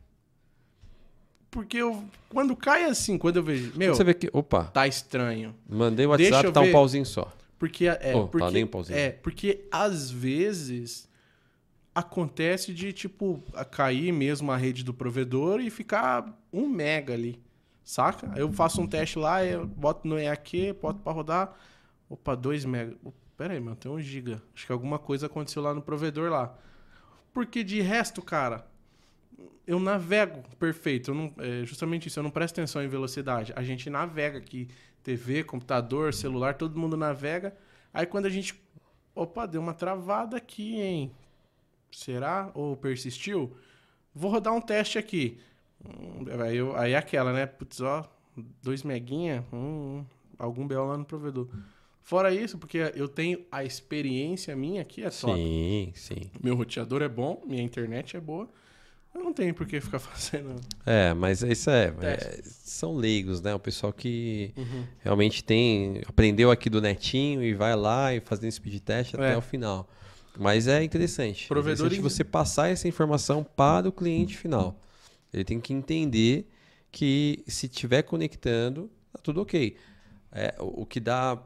Porque quando cai assim, quando eu vejo, Você vê que, opa, tá estranho. mandei o WhatsApp, tá um pauzinho só. Porque Tá nem um pauzinho. Porque às vezes acontece de tipo cair mesmo a rede do provedor e ficar 1 mega ali, saca? Aí eu faço um teste lá, eu boto no EAQ, boto pra rodar, opa, 2 mega. Pera aí, mano, tem 1 giga. Acho que alguma coisa aconteceu lá no provedor lá. Porque de resto, cara, eu navego perfeito. Justamente isso, eu não presto atenção em velocidade. A gente navega aqui, TV, computador, celular, todo mundo navega. Aí quando a gente... Opa, deu uma travada aqui, hein? Será? Ou persistiu? Vou rodar um teste aqui. Aí é aquela, né? Putz, ó, 2 meguinha, algum BO lá no provedor. Fora isso, porque eu tenho a experiência minha aqui, é top. Sim, sim. Meu roteador é bom, minha internet é boa. Eu não tenho por que ficar fazendo... Mas isso são leigos, né? O pessoal que realmente aprendeu aqui do netinho e vai lá e fazendo speed test até o final. Mas é interessante. Provedor É interessante você passar essa informação para o cliente final. Ele tem que entender que se estiver conectando, tá tudo ok. O que dá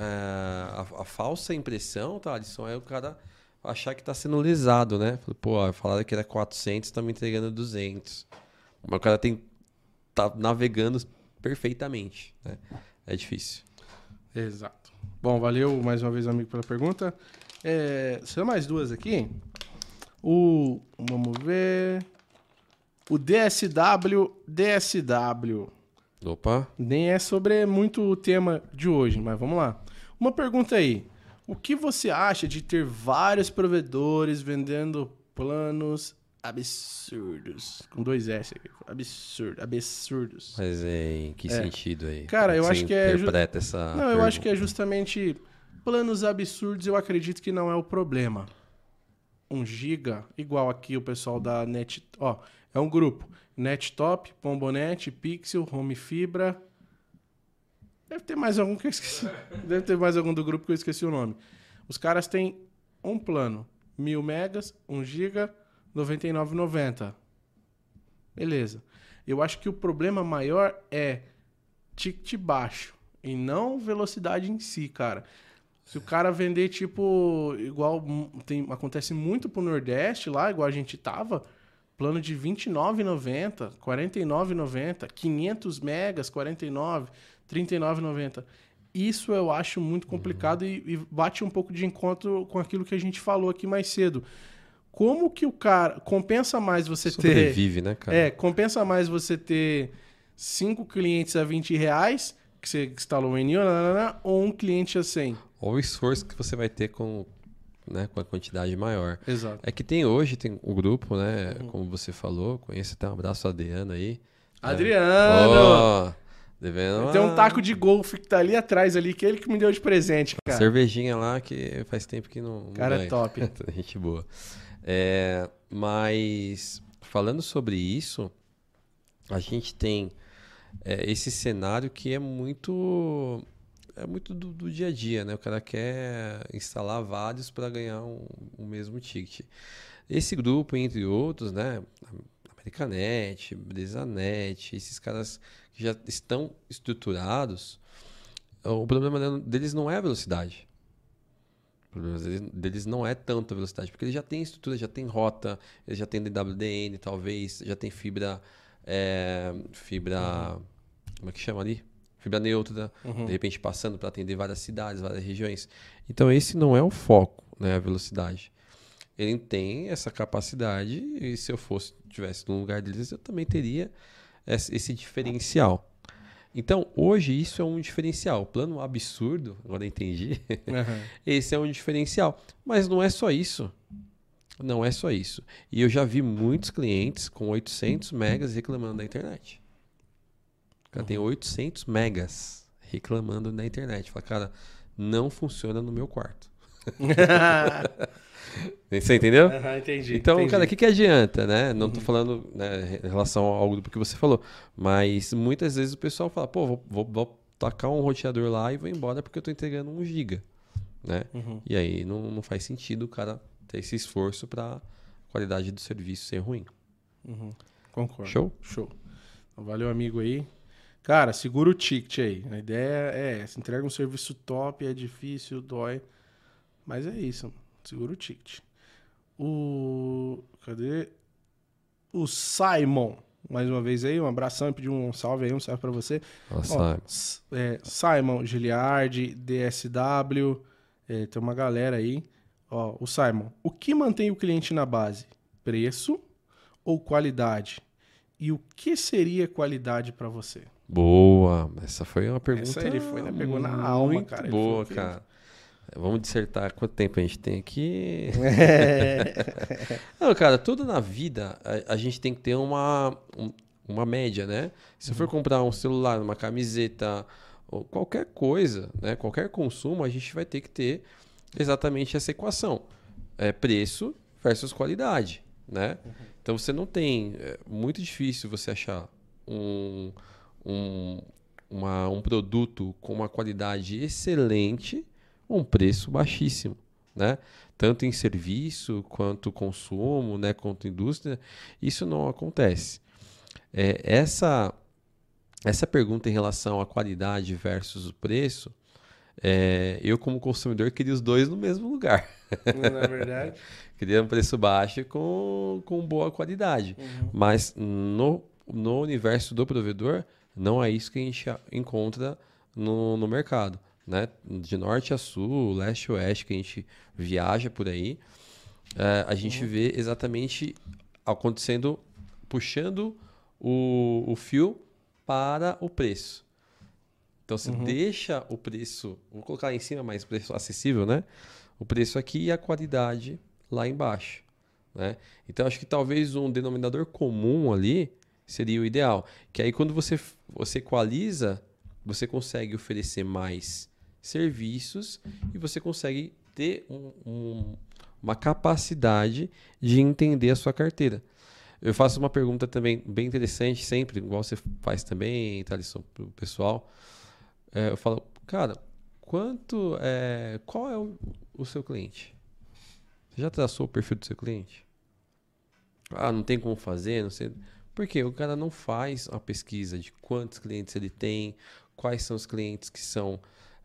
a falsa impressão, tá, Alisson, é o cara achar que está sendo lesado, né? Pô, falaram que era 400, está me entregando 200. Mas o cara tá navegando perfeitamente, né? É difícil. Exato. Bom, valeu mais uma vez, amigo, pela pergunta. São mais 2 aqui. Vamos ver. O DSW. Opa. Nem é sobre muito o tema de hoje, mas vamos lá. Uma pergunta aí. O que você acha de ter vários provedores vendendo planos absurdos? Com 2 S aqui. Absurdos. Mas em que sentido aí? Cara, eu acho que é... interpreta essa Não, pergunta? eu acho que é justamente... Planos absurdos, eu acredito que não é o problema. 1 giga, igual aqui o pessoal da Net... Ó, é um grupo. Nettop, Pombonet, Pixel, Home Fibra... Deve ter mais algum que eu esqueci. Deve ter mais algum do grupo que eu esqueci o nome. Os caras têm um plano. 1000 megas, 1 giga, R$ 99,90. Beleza. Eu acho que o problema maior é ticket baixo e não velocidade em si, cara. Se o cara vender, tipo, igual acontece muito pro Nordeste lá, igual a gente tava, plano de R$ 29,90, R$ 49,90, 500 megas, 49, R$ 39,90. Isso eu acho muito complicado e bate um pouco de encontro com aquilo que a gente falou aqui mais cedo. Como que o cara... Compensa mais você Sobrevive, né, cara? Compensa mais você ter 5 clientes a R$ 20, que você instalou o Enio, ou um cliente a 100. Ou o esforço que você vai ter com a quantidade maior. Exato. É que hoje tem o grupo, né? Como você falou, conheço até um abraço a Adriano aí. Adriano! Devendo tem um taco de golfe que tá ali atrás ali, que é ele que me deu de presente, cara. Cervejinha lá que faz tempo que não cara ganha. É top. Gente boa. Mas falando sobre isso, a gente tem esse cenário que é muito do dia a dia, né? O cara quer instalar vários para ganhar um mesmo ticket. Esse grupo, entre outros, né? Americanet, Bresanet, esses caras que já estão estruturados, o problema deles não é a velocidade. O problema deles não é tanto a velocidade, porque eles já têm estrutura, já tem rota, eles já têm DWDM, talvez, já tem fibra, como é que chama ali? Fibra neutra, de repente passando para atender várias cidades, várias regiões. Então esse não é o foco, né, a velocidade. Ele tem essa capacidade e se eu tivesse no lugar deles, eu também teria esse diferencial. Então, hoje, isso é um diferencial. O plano absurdo, agora eu entendi, esse é um diferencial. Mas não é só isso. Não é só isso. E eu já vi muitos clientes com 800 megas reclamando da internet. O cara tem 800 megas reclamando da internet. Fala, cara, não funciona no meu quarto. Você entendeu? Entendi. Então, cara, o que adianta, né? Não tô falando, né, em relação ao grupo que você falou, mas muitas vezes o pessoal fala, pô, vou tacar um roteador lá e vou embora porque eu tô entregando 1 giga, né? E aí não faz sentido o cara ter esse esforço para a qualidade do serviço ser ruim. Concordo. Show? Valeu, amigo aí. Cara, segura o ticket aí. A ideia é essa. Entrega um serviço top, é difícil, dói. Mas é isso. Segura o ticket. Cadê? O Simon. Mais uma vez aí, um abração. Pediu um salve aí, um salve pra você. Simon Giliardi, DSW. Tem uma galera aí. O Simon. O que mantém o cliente na base? Preço ou qualidade? E o que seria qualidade pra você? Boa. Essa foi uma pergunta. Essa ele foi, né? Pegou na alma, cara. Muito boa, cara. Vamos dissertar quanto tempo a gente tem aqui. Não, cara, tudo na vida a gente tem que ter uma média, né? Se for comprar um celular, uma camiseta, ou qualquer coisa, né? Qualquer consumo, a gente vai ter que ter exatamente essa equação. Preço versus qualidade, né? Então você não tem... É muito difícil você achar um produto com uma qualidade excelente, um preço baixíssimo, né? Tanto em serviço, quanto consumo, né? Quanto indústria, isso não acontece. Essa pergunta em relação à qualidade versus o preço, eu como consumidor queria os dois no mesmo lugar. Não é verdade? Queria um preço baixo com boa qualidade. Mas no universo do provedor, não é isso que a gente encontra no mercado. Né? De norte a sul, leste a oeste, que a gente viaja por aí, a gente vê exatamente acontecendo, puxando o fio para o preço. Então você deixa o preço, vou colocar lá em cima, mas preço acessível, né? O preço aqui e a qualidade lá embaixo, né? Então acho que talvez um denominador comum ali seria o ideal, que aí quando você equaliza, você consegue oferecer mais serviços e você consegue ter uma capacidade de entender a sua carteira. Eu faço uma pergunta também bem interessante sempre, igual você faz também, Thalisson, para o pessoal. eu falo, cara, qual é o seu cliente? Você já traçou o perfil do seu cliente? Ah, não tem como fazer, não sei. Por quê? O cara não faz uma pesquisa de quantos clientes ele tem, quais são os clientes que são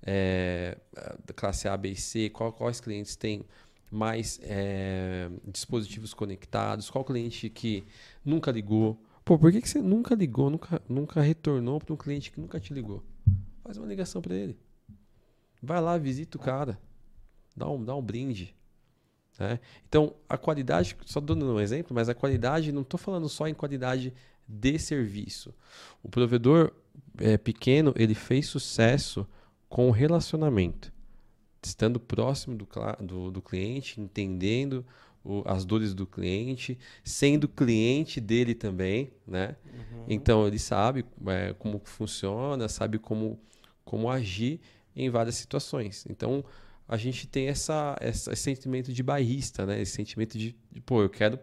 da classe A, B e C, quais clientes têm mais dispositivos conectados, qual cliente que nunca ligou. Pô, por que você nunca ligou, nunca retornou para um cliente que nunca te ligou? Faz uma ligação para ele. Vai lá, visita o cara. Dá um brinde. Né? Então, a qualidade, só dando um exemplo, mas a qualidade, não estou falando só em qualidade de serviço. O provedor pequeno, ele fez sucesso com o relacionamento. Estando próximo do cliente, entendendo as dores do cliente, sendo cliente dele também, né? Uhum. Então, ele sabe como funciona, sabe como agir em várias situações. Então, a gente tem esse sentimento de bairrista, né? Esse sentimento de pô, eu quero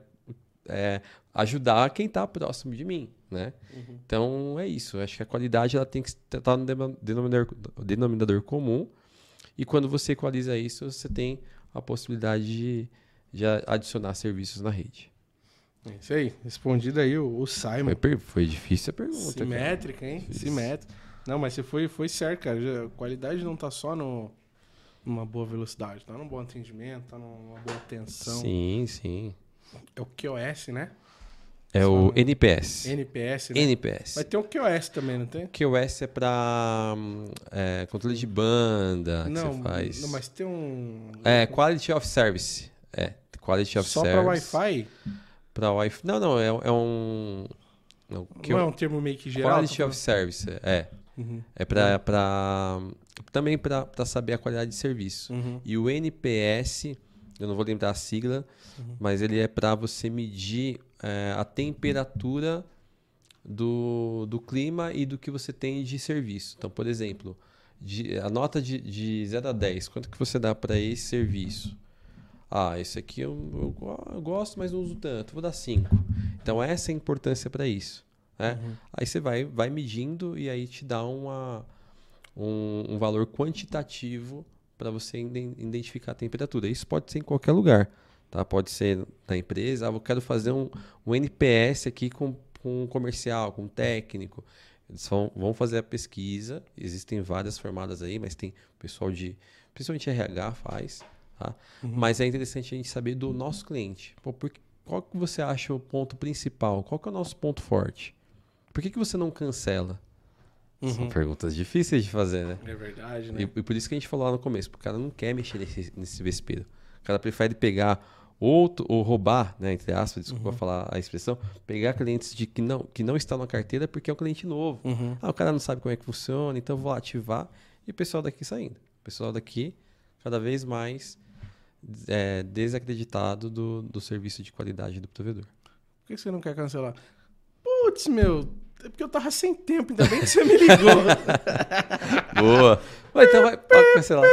ajudar quem está próximo de mim, né? Uhum. Então, é isso. Eu acho que a qualidade ela tem que estar no denominador comum. E quando você equaliza isso, você tem a possibilidade de adicionar serviços na rede. É isso aí. Respondido aí o Simon. Foi difícil a pergunta. Simétrica, hein? Difícil. Simétrica. Não, mas você foi certo, cara. A qualidade não tá só numa boa velocidade, tá num bom atendimento, tá numa boa atenção. Sim, sim. É o QoS, né? É o NPS. NPS, né? NPS. Vai ter um QoS também, não tem? QoS é para controle de banda que Não, você faz. não, mas tem um... Quality of Service. Quality of Só Service. pra Wi-Fi? Para Wi-Fi. Não, é um... Não é um termo meio que geral? Quality of Service, Uhum. É também para saber a qualidade de serviço. Uhum. E o NPS, eu não vou lembrar a sigla, mas ele é para você medir a temperatura do clima e do que você tem de serviço. Então, por exemplo, a nota de 0 a 10, quanto que você dá para esse serviço? Ah, esse aqui eu gosto, mas não uso tanto, vou dar 5. Então, essa é a importância para isso. Né? Uhum. Aí você vai medindo e aí te dá um valor quantitativo para você identificar a temperatura. Isso pode ser em qualquer lugar. Tá? Pode ser na empresa. Eu quero fazer um NPS aqui com um comercial, com um técnico. Eles vão fazer a pesquisa. Existem várias formadas aí, mas tem pessoal principalmente RH faz. Tá? Uhum. Mas é interessante a gente saber do nosso cliente. Pô, qual que você acha o ponto principal? Qual que é o nosso ponto forte? Por que você não cancela? Uhum. São perguntas difíceis de fazer, né? É verdade, né? E por isso que a gente falou lá no começo. O cara não quer mexer nesse vespeiro. O cara prefere pegar outro, ou roubar, né? Entre aspas, desculpa falar a expressão. Pegar clientes que não estão na carteira porque é um cliente novo. Uhum. O cara não sabe como é que funciona, então eu vou lá ativar. E o pessoal daqui saindo. O pessoal daqui cada vez mais desacreditado do serviço de qualidade do provedor. Por que você não quer cancelar? Putz, meu, é porque eu tava sem tempo, ainda bem que você me ligou. Boa! Então pode cancelar.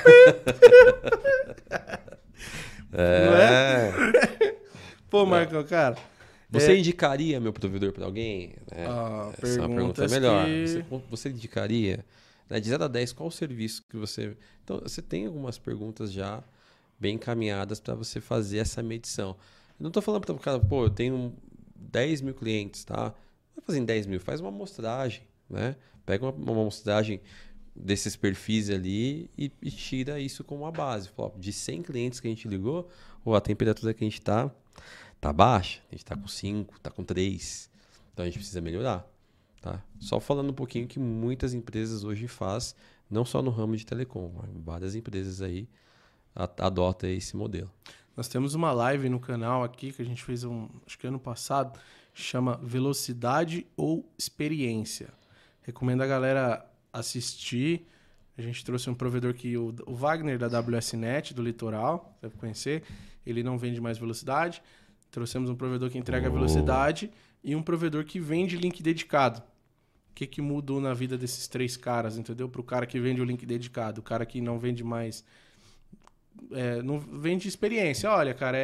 Não é? Pô, Marcão, cara. Você indicaria meu provedor para alguém? Essa é uma pergunta melhor. Você indicaria? Né, de 0 a 10, qual o serviço que você... Então, você tem algumas perguntas já bem encaminhadas para você fazer essa medição. Eu não estou falando para o cara, pô, eu tenho 10 mil clientes, tá? Não vai fazer em 10 mil, faz uma amostragem, né? Pega uma amostragem desses perfis ali e tira isso como uma base. Fala, de 100 clientes que a gente ligou, a temperatura que a gente tá baixa, a gente tá com 5, tá com 3, então a gente precisa melhorar. Tá? Só falando um pouquinho que muitas empresas hoje fazem, não só no ramo de telecom, mas várias empresas aí adotam esse modelo. Nós temos uma live no canal aqui que a gente fez acho que ano passado, chama Velocidade ou Experiência. Recomendo a galera assistir. A gente trouxe um provedor que o Wagner da WSNet, do Litoral, deve conhecer. Ele não vende mais velocidade. Trouxemos um provedor que entrega velocidade e um provedor que vende link dedicado. O que mudou na vida desses 3 caras, entendeu? Para o cara que vende o link dedicado, o cara que não vende mais... não vende experiência. Olha, cara,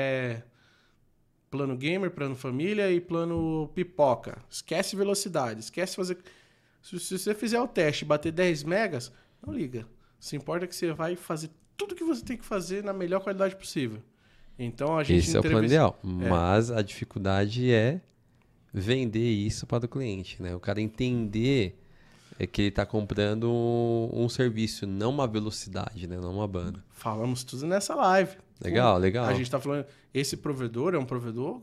plano gamer, plano família e plano pipoca. Esquece velocidade, esquece fazer... Se você fizer o teste e bater 10 megas, não liga. Se importa que você vai fazer tudo que você tem que fazer na melhor qualidade possível. Então a gente Esse é o plano ideal. Mas a dificuldade é vender isso para o cliente, né? O cara entender que ele está comprando um serviço, não uma velocidade, né? Não uma banda. Falamos tudo nessa live. Legal. A gente está falando, esse provedor é um provedor,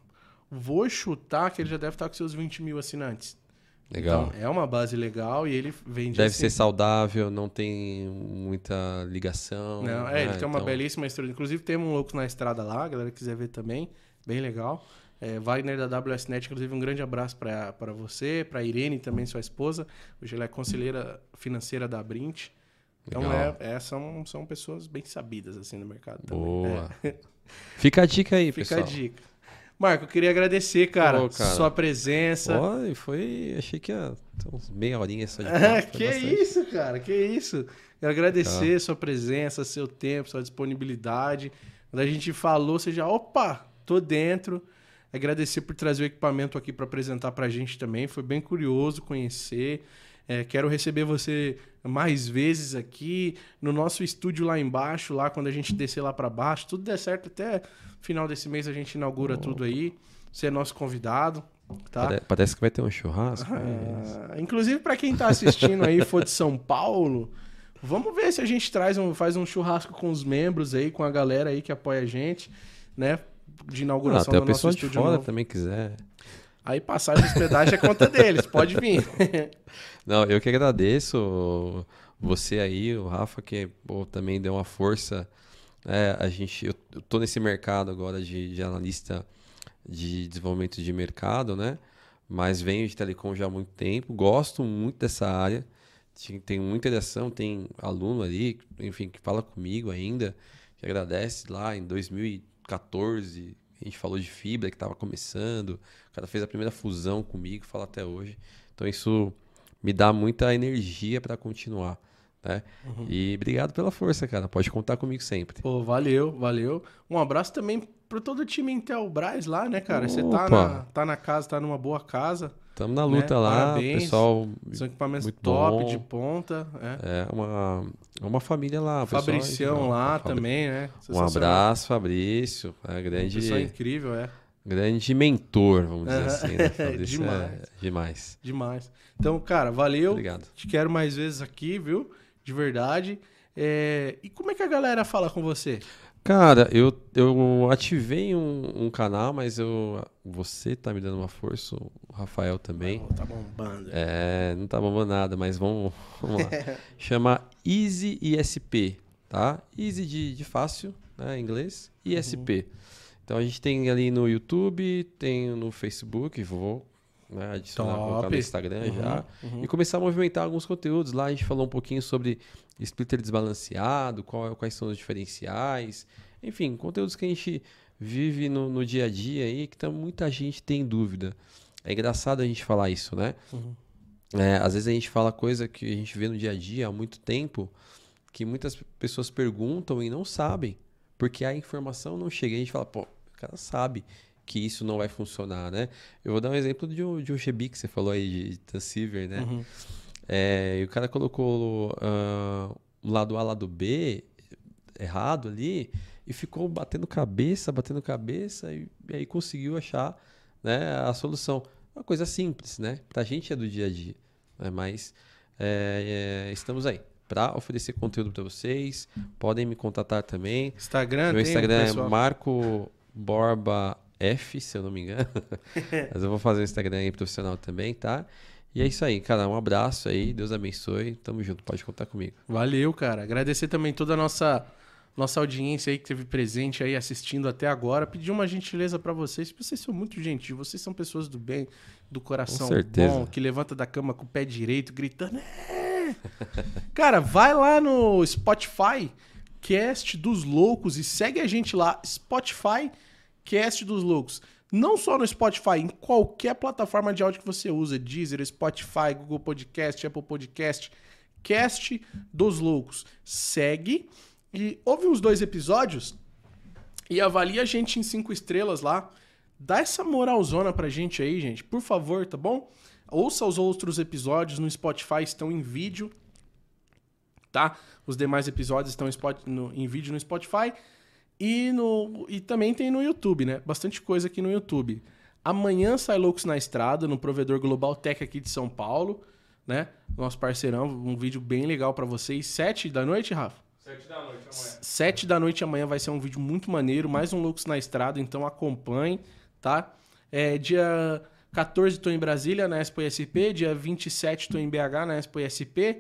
vou chutar que ele já deve estar com seus 20 mil assinantes. Legal. Então, é uma base legal e ele vende Deve assim. ser saudável, não tem muita ligação. Não, né? ele tem uma Então, belíssima história. Inclusive, temos um Loucos na Estrada lá, a galera quiser ver também. Bem legal. Wagner da WSNet, inclusive, um grande abraço para você, para Irene também, sua esposa. Hoje ela é conselheira financeira da Brint. Então, são pessoas bem sabidas assim no mercado também. Boa. Fica a dica aí, Fica pessoal. a dica. Marco, eu queria agradecer, cara, sua presença. Achei que ia ter uns meia horinha só de Que isso, cara, que isso. Quero agradecer sua presença, seu tempo, sua disponibilidade. Quando a gente falou, você já, tô dentro. Agradecer por trazer o equipamento aqui para apresentar pra gente também. Foi bem curioso conhecer. Quero receber você mais vezes aqui no nosso estúdio lá embaixo, lá quando a gente descer lá para baixo. Tudo der certo, até final desse mês a gente inaugura tudo aí. Você é nosso convidado, tá? Parece que vai ter um churrasco. Inclusive, para quem tá assistindo aí, for de São Paulo, vamos ver se a gente faz um churrasco com os membros aí, com a galera aí que apoia a gente, né? De inauguração do nosso estúdio de fora novo. também quiser. Aí passagem de hospedagem é conta deles, pode vir. Não, eu que agradeço você aí, o Rafa, que também deu uma força. Eu tô nesse mercado agora de analista de desenvolvimento de mercado, né? Mas venho de telecom já há muito tempo, gosto muito dessa área, tem muita interação, tem aluno ali, enfim, que fala comigo ainda, que agradece lá em 2014, a gente falou de fibra que estava começando, o cara fez a primeira fusão comigo, fala até hoje. Então isso me dá muita energia para continuar, né? E obrigado pela força, cara. Pode contar comigo sempre. Pô, valeu. Um abraço também pro todo o time Intelbras lá, né, cara? Você tá na casa, tá numa boa casa. Estamos na luta, né? Lá, parabéns. Pessoal. São equipamentos muito top, bom. De ponta. Uma família lá. Fabricião lá também, né? Um abraço, Fabrício. Grande. Pessoal incrível, Grande mentor, vamos dizer assim, né? Fabrício Demais. Então, cara, valeu. Obrigado. Te quero mais vezes aqui, viu? De verdade. E como é que a galera fala com você? Cara, eu ativei um canal, mas você tá me dando uma força, o Rafael também. Tá bombando. Não tá bombando nada, mas vamos lá. Chama Easy ISP, tá? Easy de fácil, né, em inglês, ISP. Então a gente tem ali no YouTube, tem no Facebook, vou adicionar, colocar no Instagram já. E começar a movimentar alguns conteúdos. Lá a gente falou um pouquinho sobre splitter desbalanceado, quais são os diferenciais. Enfim, conteúdos que a gente vive no dia a dia aí, que muita gente tem dúvida. É engraçado a gente falar isso, né? Às vezes a gente fala coisa que a gente vê no dia a dia há muito tempo, que muitas pessoas perguntam e não sabem, porque a informação não chega. A gente fala, o cara sabe que isso não vai funcionar, né? Eu vou dar um exemplo de um GB que você falou aí, de transceiver, né? E o cara colocou lado A, lado B errado ali e ficou batendo cabeça e aí conseguiu achar, né, a solução. Uma coisa simples, né? Pra gente é do dia a dia, né? Mas estamos aí para oferecer conteúdo para vocês. Podem me contatar também. Meu Instagram é Marco Borba F, se eu não me engano. Mas eu vou fazer um Instagram aí profissional também, tá? E é isso aí, cara. Um abraço aí. Deus abençoe. Tamo junto. Pode contar comigo. Valeu, cara. Agradecer também toda a nossa audiência aí que esteve presente aí assistindo até agora. Pedir uma gentileza para vocês. Vocês são muito gentis. Vocês são pessoas do bem, do coração bom, que levanta da cama com o pé direito, gritando. Cara, vai lá no Spotify, Cast dos Loucos, e segue a gente lá. Spotify, Cast dos Loucos. Não só no Spotify, em qualquer plataforma de áudio que você usa, Deezer, Spotify, Google Podcast, Apple Podcast, Cast dos Loucos. Segue e ouve uns 2 episódios e avalia a gente em 5 estrelas lá. Dá essa moralzona pra gente aí, gente, por favor, tá bom? ouça os outros episódios no Spotify, estão em vídeo, tá? Os demais episódios estão em vídeo no Spotify e também tem no YouTube, né? Bastante coisa aqui no YouTube. Amanhã sai Loucos na Estrada, no provedor Global Tech aqui de São Paulo, né? Nosso parceirão, um vídeo bem legal pra vocês. 7 da noite, Rafa? 7 da noite amanhã. 7 da noite amanhã vai ser um vídeo muito maneiro, mais um Loucos na Estrada, então acompanhe, tá? Dia 14 tô em Brasília, na Expo ISP, dia 27 tô em BH, na Expo ISP,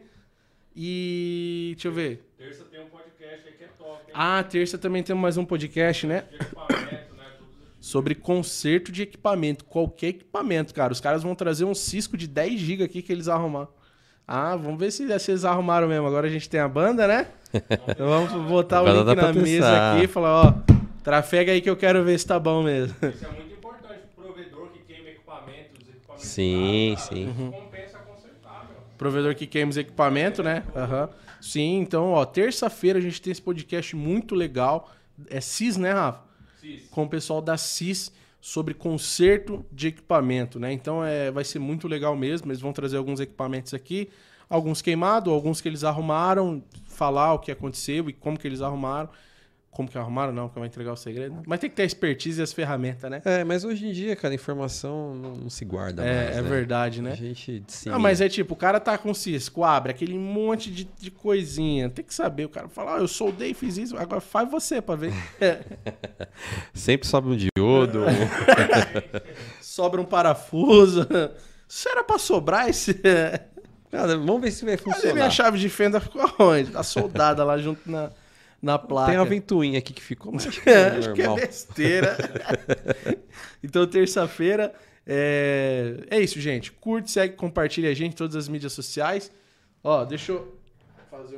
e deixa eu ver. Terça tem um podcast aí que é top, hein? Ah, terça também temos mais um podcast, né? De equipamento, né? Sobre conserto de equipamento, qualquer equipamento, cara. Os caras vão trazer um Cisco de 10 GB aqui que eles arrumaram. Ah, vamos ver se eles arrumaram mesmo. Agora a gente tem a banda, né? Então vamos botar o link na mesa aqui e falar, ó, trafega aí que eu quero ver se tá bom mesmo. Isso é muito importante. O provedor que queima equipamentos, sim, caros, sim. Compensa consertar, meu. Provedor que queima os equipamentos, né? Uhum. Sim, então, ó, terça-feira a gente tem esse podcast muito legal. É CIS, né, Rafa? CIS. Com o pessoal da CIS sobre conserto de equipamento, né? Então vai ser muito legal mesmo. Eles vão trazer alguns equipamentos aqui, alguns queimados, alguns que eles arrumaram, falar o que aconteceu e como que eles arrumaram. Como que arrumaram? Não, que eu vou entregar o segredo. Mas tem que ter a expertise e as ferramentas, né? Mas hoje em dia, cara, a informação não se guarda mais, É né? verdade, né? A gente dissemina. Não, mas é tipo, o cara tá com cisco, abre aquele monte de coisinha. Tem que saber, o cara fala, eu soldei, fiz isso, agora faz você pra ver. Sempre sobe um diodo. Sobra um parafuso. Isso era pra sobrar esse... Cara, vamos ver se vai Cadê funcionar. minha chave de fenda ficou onde? Tá soldada lá junto na placa. Tem uma ventoinha aqui que ficou, mas acho que Acho que é normal. besteira. Então, terça-feira é isso, gente. Curte, segue, compartilha a gente em todas as mídias sociais. Ó, deixa eu fazer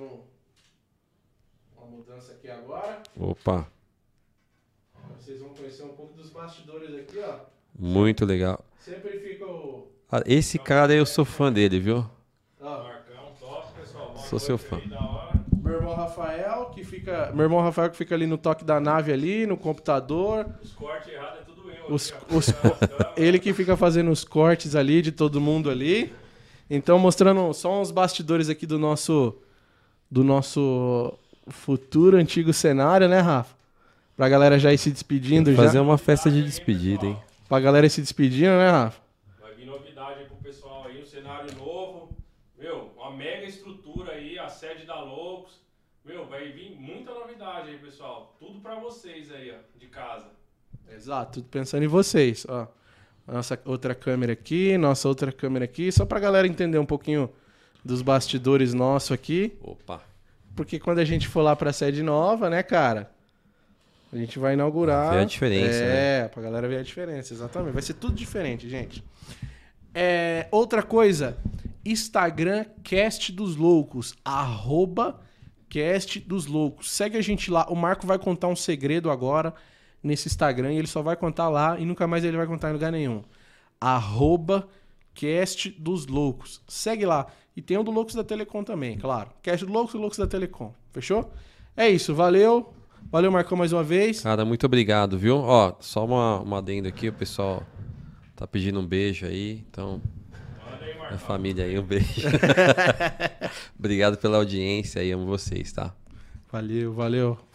uma mudança aqui agora. Opa, Vocês vão conhecer um pouco dos bastidores aqui, ó. muito legal. Sempre fica o... Ah, esse cara eu sou fã dele, viu? Ó, Marcão, top, pessoal. Boa Sou seu noite fã. aí, da hora. meu irmão Rafael que fica ali no toque da nave ali, no computador. Os cortes errados é tudo eu. Os- aqui, ó. os- Câmera. Ele que fica fazendo os cortes ali de todo mundo ali. Então, mostrando só uns bastidores aqui do nosso futuro antigo cenário, né, Rafa? Pra galera já ir se despedindo já. Fazer uma festa de despedida, hein? Pra galera ir se despedindo, né, Rafa? Vai vir novidade aí pro pessoal aí, um cenário novo. Meu, uma mega estrutura aí, a sede da Loucos. Meu, vai vir muita novidade aí, pessoal. Tudo pra vocês aí, ó, de casa. Exato, tudo pensando em vocês, ó. Nossa outra câmera aqui, nossa outra câmera aqui, só pra galera entender um pouquinho dos bastidores nossos aqui. Opa. Porque quando a gente for lá pra sede nova, né, cara? A gente vai inaugurar. Ver a diferença, né? Pra galera ver a diferença, exatamente. Vai ser tudo diferente, gente. Outra coisa, Instagram Cast dos Loucos, @Cast dos Loucos. Segue a gente lá. O Marco vai contar um segredo agora nesse Instagram e ele só vai contar lá e nunca mais ele vai contar em lugar nenhum. @Cast dos Loucos. Segue lá. E tem o do Loucos da Telecom também, claro. Cast do Loucos e Loucos da Telecom. Fechou? É isso, valeu. Valeu, Marcão, mais uma vez. Cara, muito obrigado, viu? Ó, só uma adendo aqui, o pessoal tá pedindo um beijo aí, então... Manda aí, A Marcão. família aí, um beijo. Obrigado pela audiência aí, amo vocês, tá? Valeu, valeu.